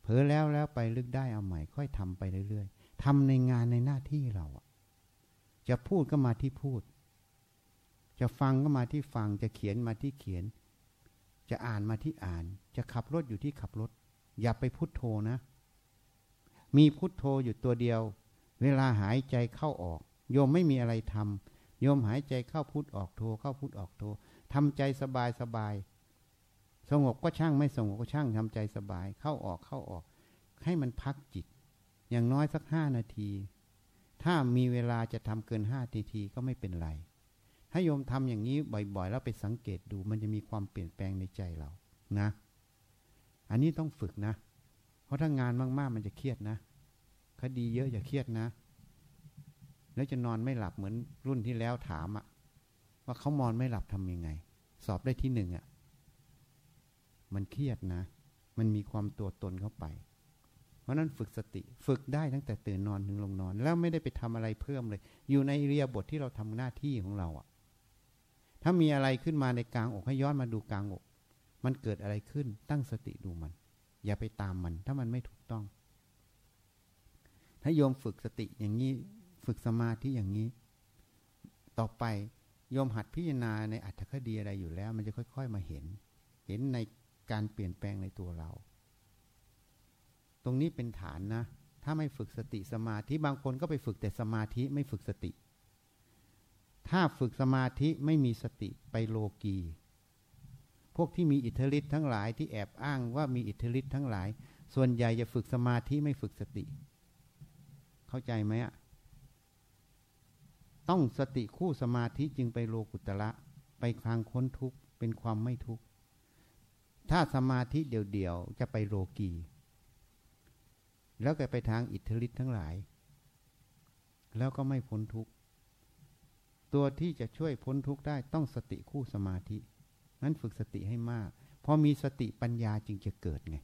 ผลอแล้วแล้วไปลึกได้เอาใหม่ค่อยทำไปเรื่อยๆทำในงานในหน้าที่เราจะพูดก็มาที่พูดจะฟังก็มาที่ฟังจะเขียนมาที่เขียนจะอ่านมาที่อ่านจะขับรถอยู่ที่ขับรถอย่าไปพุทโธนะมีพุทโธอยู่ตัวเดียวเวลาหายใจเข้าออกโยมไม่มีอะไรทำโยมหายใจเข้าพุทออกโธเข้าพุทออกโธทำใจสบายสบายสงบก็ช่างไม่สงบก็ช่างทำใจสบายเข้าออกเข้าออกให้มันพักจิตอย่างน้อยสักห้านาทีถ้ามีเวลาจะทำเกินห้านาทีก็ไม่เป็นไรถ้าโยมทำอย่างนี้บ่อยๆแล้วไปสังเกตดูมันจะมีความเปลี่ยนแปลงในใจเรานะอันนี้ต้องฝึกนะเพราะถ้างานมากๆมันจะเครียดนะคดีเยอะอย่าเครียดนะแล้วจะนอนไม่หลับเหมือนรุ่นที่แล้วถามอะว่าเขานอนไม่หลับทำยังไงสอบได้ที่หนึ่งอะมันเครียดนะมันมีความตัวตนเข้าไปเพราะนั้นฝึกสติฝึกได้ตั้งแต่ตื่นนอนถึงลงนอนแล้วไม่ได้ไปทำอะไรเพิ่มเลยอยู่ในอิริยาบถที่เราทำหน้าที่ของเราอะถ้ามีอะไรขึ้นมาในกลางอกให้ย้อนมาดูกลางอกมันเกิดอะไรขึ้นตั้งสติดูมันอย่าไปตามมันถ้ามันไม่ถูกต้องถ้าโยมฝึกสติอย่างนี้ฝึกสมาธิอย่างนี้ต่อไปโยมหัดพิจารณาในอัตถคดีอะไรอยู่แล้วมันจะค่อยๆมาเห็นเห็นในการเปลี่ยนแปลงในตัวเราตรงนี้เป็นฐานนะถ้าไม่ฝึกสติสมาธิบางคนก็ไปฝึกแต่สมาธิไม่ฝึกสติถ้าฝึกสมาธิไม่มีสติไปโลกีพวกที่มีอิทธิฤทธิ์ทั้งหลายที่แอบอ้างว่ามีอิทธิฤทธิ์ทั้งหลายส่วนใหญ่จะฝึกสมาธิไม่ฝึกสติเข้าใจไหมอ่ะต้องสติคู่สมาธิจึงไปโลกุตระไปทางพ้นทุกข์เป็นความไม่ทุกข์ถ้าสมาธิเดี่ยวๆจะไปโลกีแล้วก็ไปทางอิทธิฤทธิ์ทั้งหลายแล้วก็ไม่พ้นทุกข์ตัวที่จะช่วยพ้นทุกข์ได้ต้องสติคู่สมาธินั้นฝึกสติให้มากพอมีสติปัญญาจึงจะเกิดไง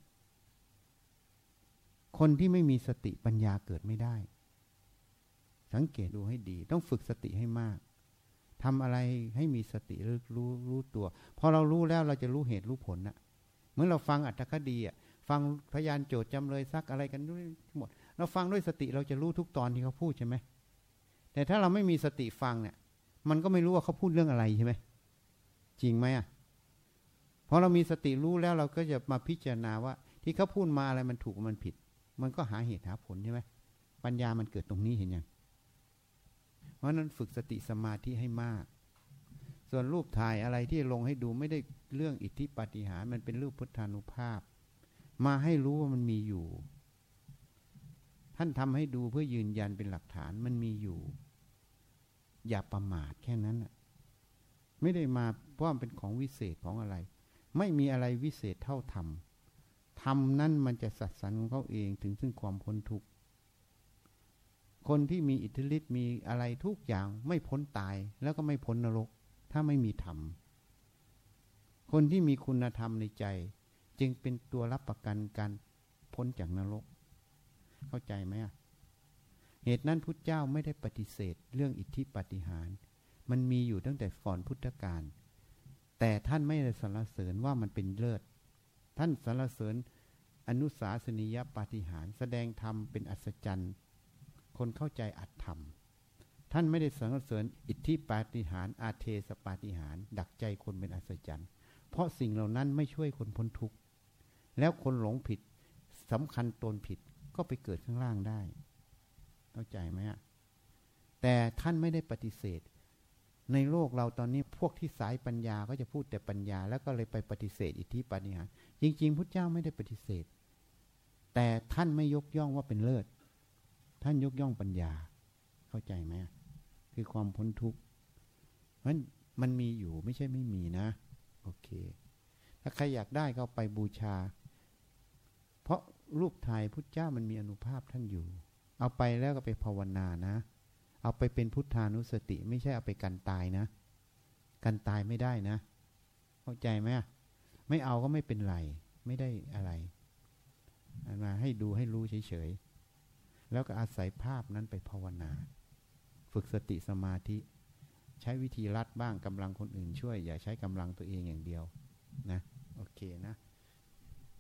คนที่ไม่มีสติปัญญาเกิดไม่ได้สังเกตดูให้ดีต้องฝึกสติให้มากทำอะไรให้มีสติรู้รู้รู้ตัวพอเรารู้แล้วเราจะรู้เหตุรู้ผลนะเมื่อเราฟังอัตถคดีอ่ะฟังพยานโจทย์จำเลยซักอะไรกันทั้งหมดเราฟังด้วยสติเราจะรู้ทุกตอนที่เขาพูดใช่ไหมแต่ถ้าเราไม่มีสติฟังเนี่ยมันก็ไม่รู้ว่าเขาพูดเรื่องอะไรใช่ไหมจริงไหมอ่ะพอเรามีสติรู้แล้วเราก็จะมาพิจารณาว่าที่เขาพูดมาอะไรมันถูกมันผิดมันก็หาเหตุหาผลใช่ไหมปัญญามันเกิดตรงนี้เห็นยังเพราะนั้นฝึกสติสมาธิให้มากส่วนรูปถ่ายอะไรที่ลงให้ดูไม่ได้เรื่องอิทธิปาฏิหาริย์มันเป็นรูปพุทธานุภาพมาให้รู้ว่ามันมีอยู่ท่านทำให้ดูเพื่อยืนยันเป็นหลักฐานมันมีอยู่อย่าประมาทแค่นั้นไม่ได้มาเพราะมันเป็นของวิเศษของอะไรไม่มีอะไรวิเศษเท่าธรรมธรรมนั้นมันจะสัตย์สันของเขาเองถึงซึ่งความพ้นทุกข์คนที่มีอิทธิฤทธิ์มีอะไรทุกอย่างไม่พ้นตายแล้วก็ไม่พ้นนรกถ้าไม่มีธรรมคนที่มีคุณธรรมในใจจึงเป็นตัวรับประกันการพ้นจากนรกเข้าใจไหมอ่ะเหตุนั้นพุทธเจ้าไม่ได้ปฏิเสธเรื่องอิทธิปาฏิหาริย์มันมีอยู่ตั้งแต่ก่อนพุทธกาลแต่ท่านไม่ได้สรรเสริญว่ามันเป็นเลิศท่านสรรเสริญอนุสาสนียปาฏิหาริย์แสดงธรรมเป็นอัศจรรย์คนเข้าใจอัตธรรมท่านไม่ได้สรรเสริญอิทธิปาฏิหาริย์อาเทศปาฏิหาริย์ดักใจคนเป็นอัศจรรย์เพราะสิ่งเหล่านั้นไม่ช่วยคนพ้นทุกข์แล้วคนหลงผิดสำคัญตนผิดก็ไปเกิดข้างล่างได้เข้าใจไหมอ่ะแต่ท่านไม่ได้ปฏิเสธในโลกเราตอนนี้พวกที่สายปัญญาก็จะพูดแต่ปัญญาแล้วก็เลยไปปฏิเสธอิทธิปาฏิหาริย์จริงๆพุทธเจ้าไม่ได้ปฏิเสธแต่ท่านไม่ยกย่องว่าเป็นเลิศท่านยกย่องปัญญาเข้าใจไหมคือความพ้นทุกข์เพราะมันมีอยู่ไม่ใช่ไม่มีนะโอเคถ้าใครอยากได้ก็ไปบูชาเพราะรูปถ่ายพุทธเจ้ามันมีอนุภาพท่านอยู่เอาไปแล้วก็ไปภาวนานะเอาไปเป็นพุทธานุสติไม่ใช่เอาไปกันตายนะกันตายไม่ได้นะเข้าใจไหมไม่เอาก็ไม่เป็นไรไม่ได้อะไรมาให้ดูให้รู้เฉยๆแล้วก็อาศัยภาพนั้นไปภาวนาฝึกสติสมาธิใช้วิธีลัดบ้างกำลังคนอื่นช่วยอย่าใช้กำลังตัวเองอย่างเดียวนะโอเคนะไอ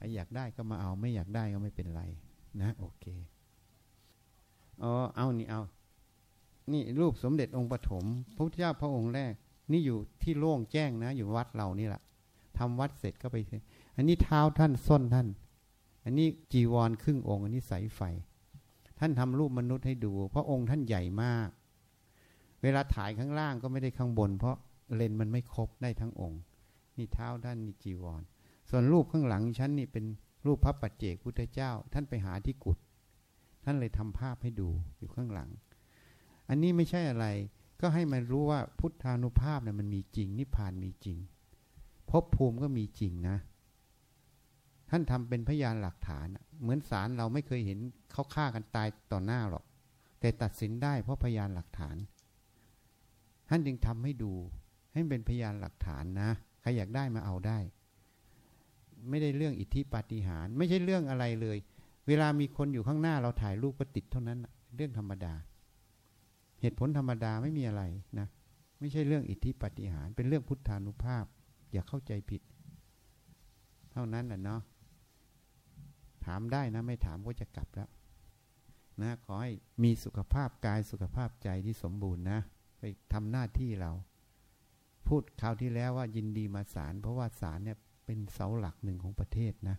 รอยากได้ก็มาเอาไม่อยากได้ก็ไม่เป็นไรนะโอเคอ๋อเอานี่เอานี่รูปสมเด็จองค์ปฐมพระพุทธเจ้าพระองค์แรกนี่อยู่ที่โล่งแจ้งนะอยู่วัดเรานี่แหละทำวัดเสร็จก็ไปอันนี้เท้าท่านส้นท่านอันนี้จีวรครึ่งองค์อันนี้สายไฟท่านทำรูปมนุษย์ให้ดูเพราะองค์ท่านใหญ่มากเวลาถ่ายข้างล่างก็ไม่ได้ข้างบนเพราะเลนส์มันไม่ครบได้ทั้งองค์นี่เท้าท่านนี่จีวรส่วนรูปข้างหลังฉันนี่เป็นรูปพระปัจเจกพุทธเจ้าท่านไปหาที่กุฏท่านเลยทำภาพให้ดูอยู่ข้างหลังอันนี้ไม่ใช่อะไรก็ให้มันรู้ว่าพุทธานุภาพเนี่ยมันมีจริงนิพพานมีจริงภพภูมิก็มีจริงนะท่านทำเป็นพยานหลักฐานเหมือนศาลเราไม่เคยเห็นเขาฆ่ากันตายต่อหน้าหรอกแต่ตัดสินได้เพราะพยานหลักฐานท่านจึงทำให้ดูให้เป็นพยานหลักฐานนะใครอยากได้มาเอาได้ไม่ได้เรื่องอิทธิปาฏิหาริย์ไม่ใช่เรื่องอะไรเลยเวลามีคนอยู่ข้างหน้าเราถ่ายรูปก็ติดเท่านั้นเรื่องธรรมดาเหตุผลธรรมดาไม่มีอะไรนะไม่ใช่เรื่องอิทธิปาฏิหาริย์เป็นเรื่องพุทธานุภาพอย่าเข้าใจผิดเท่านั้นแหละเนาะถามได้นะไม่ถามก็จะกลับแล้วนะขอให้มีสุขภาพกายสุขภาพใจที่สมบูรณ์นะไปทำหน้าที่เราพูดคราวที่แล้วว่ายินดีมาศาลเพราะว่าศาลเนี่ยเป็นเสาหลักหนึ่งของประเทศนะ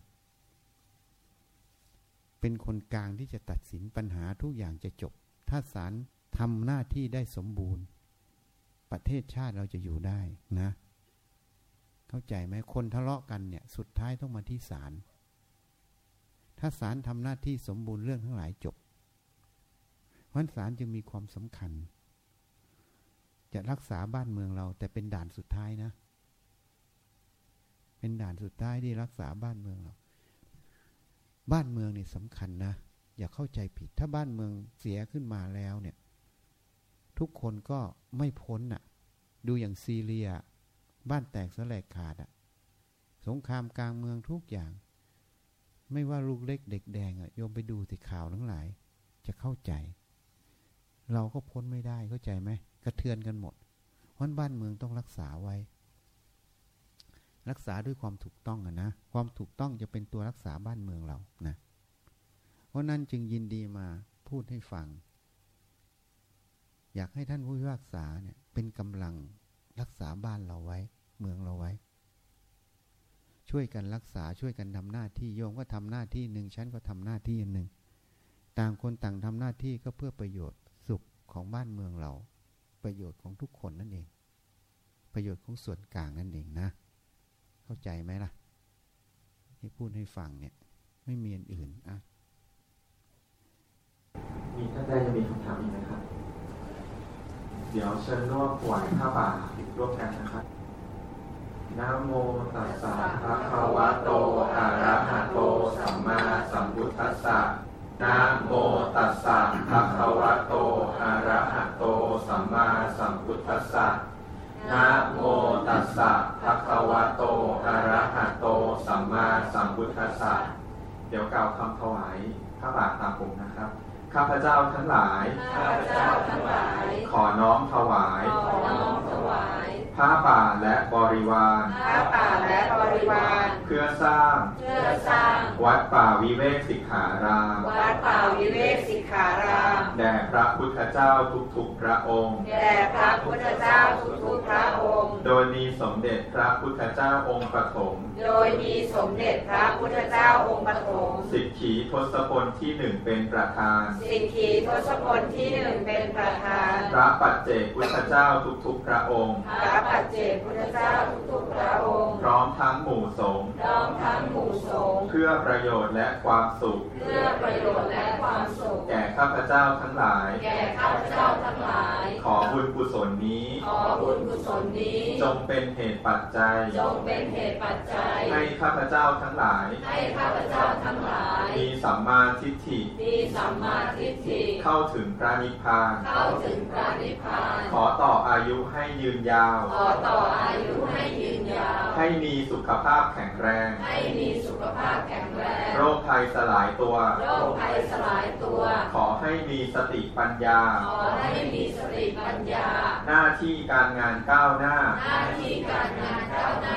เป็นคนกลางที่จะตัดสินปัญหาทุกอย่างจะจบถ้าศาลทำหน้าที่ได้สมบูรณ์ประเทศชาติเราจะอยู่ได้นะเข้าใจไหมคนทะเลาะกันเนี่ยสุดท้ายต้องมาที่ศาลถ้าศาลทำหน้าที่สมบูรณ์เรื่องทั้งหลายจบเพราะศาลจึงมีความสำคัญจะรักษาบ้านเมืองเราแต่เป็นด่านสุดท้ายนะเป็นด่านสุดท้ายที่รักษาบ้านเมืองเราบ้านเมืองนี่สำคัญนะอย่าเข้าใจผิดถ้าบ้านเมืองเสียขึ้นมาแล้วเนี่ยทุกคนก็ไม่พ้นน่ะดูอย่างซีเรียบ้านแตกสลายขาดอ่ะสงครามกลางเมืองทุกอย่างไม่ว่าลูกเล็กเด็กแดงอ่ะโยมไปดูสิข่าวทั้งหลายจะเข้าใจเราก็พ้นไม่ได้เข้าใจไหมกระเทือนกันหมดเพราะบ้านเมืองต้องรักษาไว้รักษาด้วยความถูกต้องอะนะความถูกต้องจะเป็นตัวรักษาบ้านเมืองเรานะเพราะนั้นจึงยินดีมาพูดให้ฟังอยากให้ท่านผู้พิพากษาเนี่ยเป็นกำลังรักษาบ้านเราไว้เมืองเราไว้ช่วยกันรักษาช่วยกันทำหน้าที่โยมก็ทำหน้าที่หนึ่งฉันก็ทำหน้าที่หนึ่งต่างคนต่างทำหน้าที่ก็เพื่อประโยชน์สุขของบ้านเมืองเราประโยชน์ของทุกคนนั่นเองประโยชน์ของส่วนกลางนั่นเองนะเข้าใจไหมล่ะที่พูดให้ฟังเนี่ยไม่มีอันอื่นอ่ะมีท่านใดจะมีคำถามอีกไหมครับเดี๋ยวเชิญร่วมถวายผ้าป่าร่วมกันนะครับนะโมตัสสะภะคะวะโตอะระหะโตสัมมาสัมพุทธัสสะนะโมตัสสะภะคะวะโตอะระหะโตสัมมาสัมพุทธัสสะนะโมตัสสะภะคะวะโตอะระหะโตสัมมาสัมพุทธัสสะเดี๋ยวกล่าวคำถวายผ้าป่าตามผมนะครับข้าพเจ้าทั้งหลายข้าพเจ้าทั้งหลายขอน้อมถวายขอน้อมถวายผ้าป่าและบริวารผ้าป่าและบริวารเพื่อสร้างเพื่อสร้างวัดป่าวิเวกสิกขารามวัดป่าวิเวกสิกขารามแด่พระพุทธเจ้าทุกๆพระองค์แด่พระพุทธเจ้าทุกๆพระองค์โดยมีสมเด็จพระพุทธเจ้าองค์ปฐมโดยมีสมเด็จพระพุทธเจ้าองค์ปฐมสิกขีทศพลที่หนึ่งเป็นประธานสิกขีทศพลที่หนึ่งเป็นประธานพระปัจเจกพุทธเจ้าทุกๆพระองค์พระปัจเจกพุทธเจ้าทุกๆพระองค์พร้อมทั้งหมู่สงฆ์พร้อมทั้งหมู่สงฆ์เพื่อประโยชน์และความสุขเพื่อประโยชน์และความสุขแก่ข้าพเจ้าทั้งหลายแก่ข้าพเจ้าทั้งหลายขอบุญกุศลนี้ขอบุญกุศลนี้จงเป็นเหตุปัจจัยจงเป็นเหตุปัจจัยให้ข้าพเจ้าทั้งหลายให้ข้าพเจ้าทั้งหลายมีสัมมาทิฏฐิมีสัมมาทิฏฐิเข้าถึงพระนิพพานเข้าถึงพระนิพพานขอต่ออายุให้ยืนยาวขอต่ออายุให้ยืนยาวให้มีสุขภาพแข็งแรงให้มีสุขภาพแข็งแรงโรคภัยสลายตัวโรคภัยสลายตัวขอให้มีสติปัญญาขอให้มีสติปัญญาหน้าที่การงานก้าวหน้าหน้าที่การงานก้าวหน้าอุ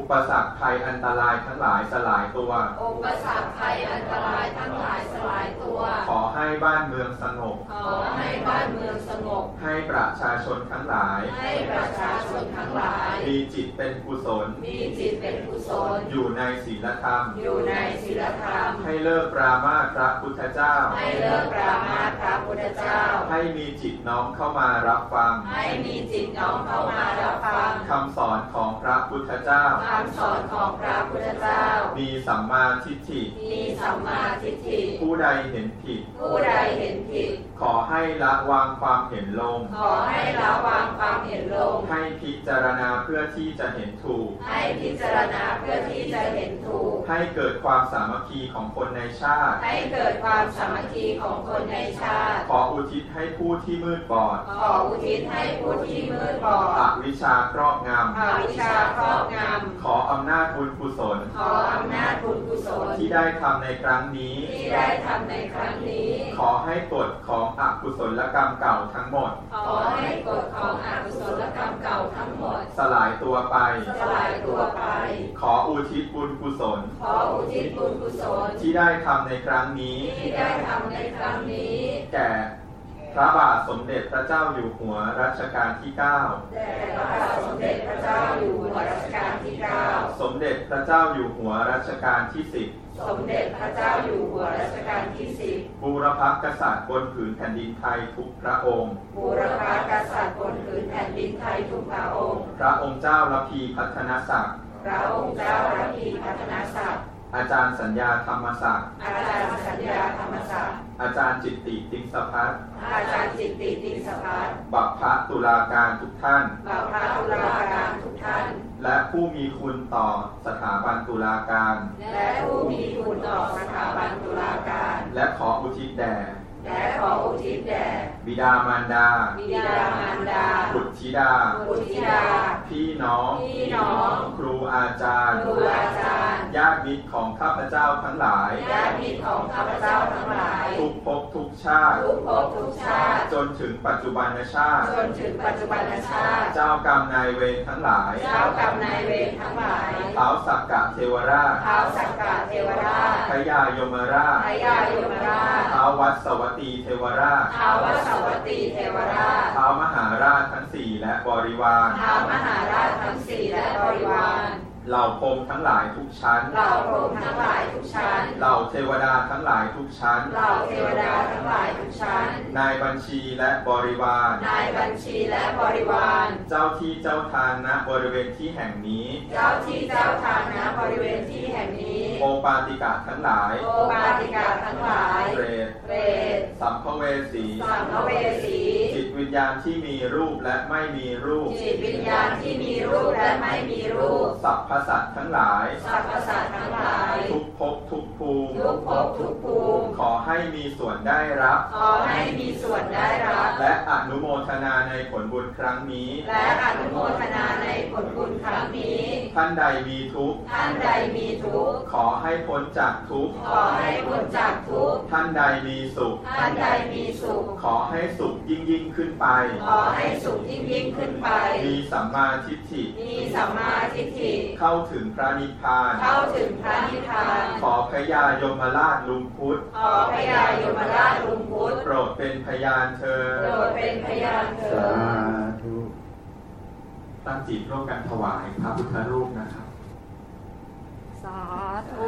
ปสรรคภัยอันตรายทั้งหลายสลายตัวอุปสรรคภัยอันตรายทั้งหลายสลายตัวขอให้บ้านเมืองสงบขอให้บ้านเมืองสงบให้ประชาชนทั้งหลายให้ประชาชนทั้งหลายมีจิตเป็นกุศลมีจิตเป็นกุศลอยู่ในศีลธรรมอยู่ในศีลธรรมให้เลิกปรามาสพระพุทธเจ้าให้เลิกปรามาสพระพุทธเจ้าให้มีจิตน้อมเข้ามารับฟังให้มีจิตน้อมเข้ามารับฟังคำสอนของพระพุทธเจ้าคำสอนของพระพุทธเจ้ามีสัมมาทิฏฐิมีสัมมาทิฏฐิผู้ใดเห็นผิดผู้ใดเห็นผิดขอให้ละวางความเห็นลงขอให้ละวางความเห็นลงให้พิจารณาเพื่อที่จะเห็นถูกให้พิจารณาเพื่อที่จะเห็นถูกให้เกิดความสามัคคีของคนในชาติให้เกิดความสามัคคีของคนในชาติขออุทิศให้ผู้ที่มืดบอดขออุทิศให้ผู้ที่มืดบอดอวิชชาครอบงำอวิชชาครอบงำขออำนาจบุญกุศลขออำนาจบุญกุศลที่ได้ทำในครั้งนี้ที่ได้ทำในครั้งนี้ขอให้กฎของอกุศลกรรมเก่าทั้งหมดขอให้กฎของอกุศลกรรมเก่าทั้งหมดสลายตัวไปสลายตัวไปขออุทิศบุญกุศลขออุทิศบุญกุศลที่ได้ทำในครั้งนี้ที่ได้ทำในครั้งนี้แก่พระบาทสมเด็จพระเจ้าอยู่หัวรัชกาลที่เก้าแด่พระบาทสมเด็จพระเจ้าอยู่หัวรัชกาลที่เก้าสมเด็จพระเจ้าอยู่หัวรัชกาลที่สิบสมเด็จพระเจ้าอยู่หัวรัชกาลที่สิบบูรพกษัตริย์บนผืนแผ่นดินไทยทุกพระองค์บูรพกษัตริย์บนผืนแผ่นดินไทยทุกพระองค์พระองค์เจ้าระพีพัฒนศักดิ์พระองค์เจ้าระพีพัฒนศักดิ์อาจารย์สัญญาธรรมศักดิ์อาจารย์สัญญาธรรมศักดิ์อาจารย์จิตติติงสภัสอาจารย์จิตติติงสภัสบัพพะตุลาการทุกท่านบัพพะตุลาการทุกท่านและผู้มีคุณต่อสถาบันตุลาการและผู้มีคุณต่อสถาบันตุลาการและขออุทิศแด่และขออุทิศแด่บิดามารดาบิดามารดาบุตรธิดาบุตรธิดาพี่น้องพี่น้องครูอาจารย์ครูอาจารย์ญาติมิตรของข้าพเจ้าทั้งหลายญาติมิตรของข้าพเจ้าทั้งหลายทุกภพทุกชาติทุกภพทุกชาติจนถึงปัจจุบันชาติจนถึงปัจจุบันชาติเจ้ากรรมนายเวรทั้งหลายเจ้ากรรมนายเวรทั้งหลายท้าวสักกะเทวราชท้าวสักกะเทวราชพญายมราชพญายมราชท้าววัสสวตีเทวราชท้าววัสวตีเทวราชท้าวมหาราชทั้งสี่และบริวารท้าวมหาราชทั้งสี่และบริวารเหล่าพรหมทั้งหลายทุกชั้นเหล่าพรหมทั้งหลายทุกชั้นเหล่าเทวดาทั้งหลายทุกชั้นเหล่าเทวดาทั้งหลายทุกชั้นนายบัญชีและบริวารนายบัญชีและบริวารเจ้าที่เจ้าทางณบริเวณที่แห่งนี้เจ้าที่เจ้าทางณบริเวณที่แห่งนี้โอปาติกะทั้งหลายโอปาติกะทั้งหลายเปรตเปรตสัมภเวสีสัมภเวสีจิตวิญญาณที่มีรูปและไม่มีรูปจิตวิญญาณที่มีรูปและไม่มีรูปสัพพสัตว์ทั้งหลายสรรพสัตว์ทั้งหลายทุกภพทุกภูมิทุกภพทุกภูมิขอให้มีส่วนได้รับขอให้มีส่วนได้รับและอนุโมทนาในผลบุญครั้งนี้และอนุโมทนาในผลบุญครั้งนี้ท่านใดมีทุกข์ท่านใดมีทุกข์ขอให้พ้นจากทุกข์ขอให้พ้นจากทุกข์ท่านใดมีสุขท่านใดมีสุขขอให้สุขยิ่งยิ่งขึ้นไปขอให้สุขยิ่งยิ่งขึ้นไปมีสัมมาทิฏฐิมีสัมมาทิฏฐิเข้าถึงพระนิพพานเข้าถึงพระนิพพานขอพญายมราชลุงพุทธขอพญายมราชลุงพุทธโปรดเป็นพยานเธอโปรดเป็นพยานเธอสาธุตั้งจิตร่วมกันถวายพระพุทธรูปนะครับสาธุ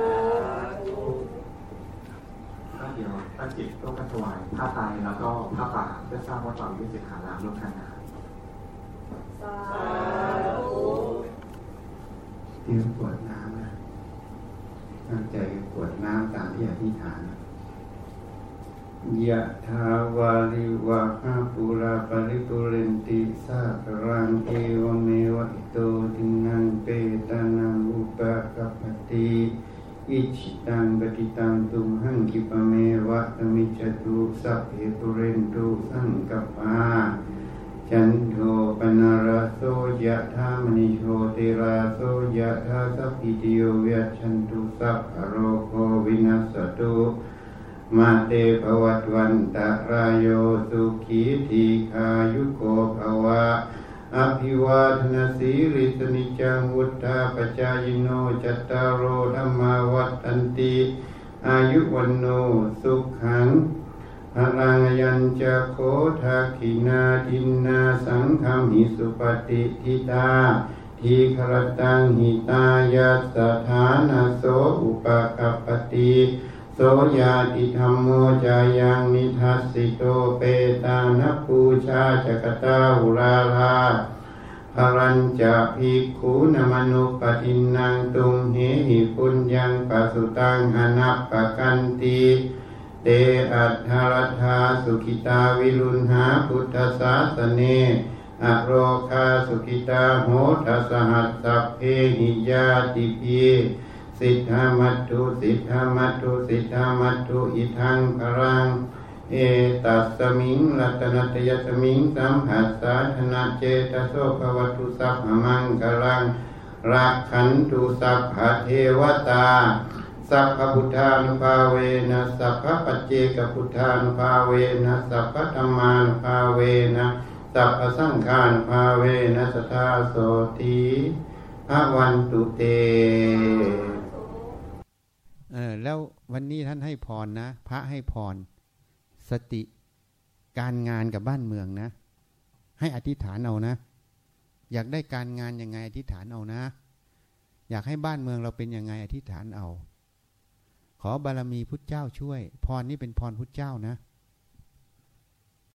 ก็เดี๋ยวตั้งจิตร่วมกันถวายผ้าไตรแล้วก็ผ้าป่าเพื่อสร้างวัดป่าวิเศษขารามร่วมกันนะครับสาธุเตรียมกรวดน้ำนะตั้งใจกรวดน้ำตามที่อธิษฐานยะถาวาริวะหาปุราปริปุเรนติสาครังเอวเมวะอิโตทินังเปตานังอุปกัปปติอิจิตังปฏิตังตุมหังคิปะเมวะตมิจจตุสัพเพปุเรนตุสังกัปปาจันโทปนาราโสยะธามณิโชติราโสยะธาสัพพิติโยวิชันตุสัพพะโรโควินัสสตุมาเตภวัตวันตรายโยสุขีทีขายุโกภวะออภิวาทนาสีริสนิจังวุฒาปจายโนจัตตารโอธรรมาวัฏันติอายุวันโนสุขังพลังยัญจะโคทักขินาทินนาสังฆหิสุปฏิทิตาทีครตังหิตายัสสถานาโสอุปกัปปติโสยาติธรรมโมจายังนิทัสสิโตเปตานปูชาจกตาหุราลาภรัญจะภิกขุนมนุปตินังตุงเหหิปุญญังปัสสุตังอนัปปกันติเตอัฏฐรัตถาสุขิตาวิรุณหาพุทธศาสเนอโรคาสุขิตาโหทัสหัสสัพเพหิยาติพีสิทธามัตถุสิทธามัตถุสิทธามัตถุอิทังพรังเอตัสสมิงรัตนัตยัสมิงสัมผัสสาธนาเจตโสภวตุสัพพมังกลังรักขันตุสัพพเทวตาสัพพพุทธานุภาเวนะสัพพปัจเจกพุทธานุภาเวนะสัพพธัมมานุภาเวนะสัพพสังฆานุภาเวนะสัทธาโสติภวันตุเตเออแล้ววันนี้ท่านให้พรนะพระให้พรสติการงานกับบ้านเมืองนะให้อธิษฐานเอานะอยากได้การงานยังไงอธิษฐานเอานะอยากให้บ้านเมืองเราเป็นยังไงอธิษฐานเอาขอบารมีพุทธเจ้าช่วยพรนี้เป็นพรพุทธเจ้านะ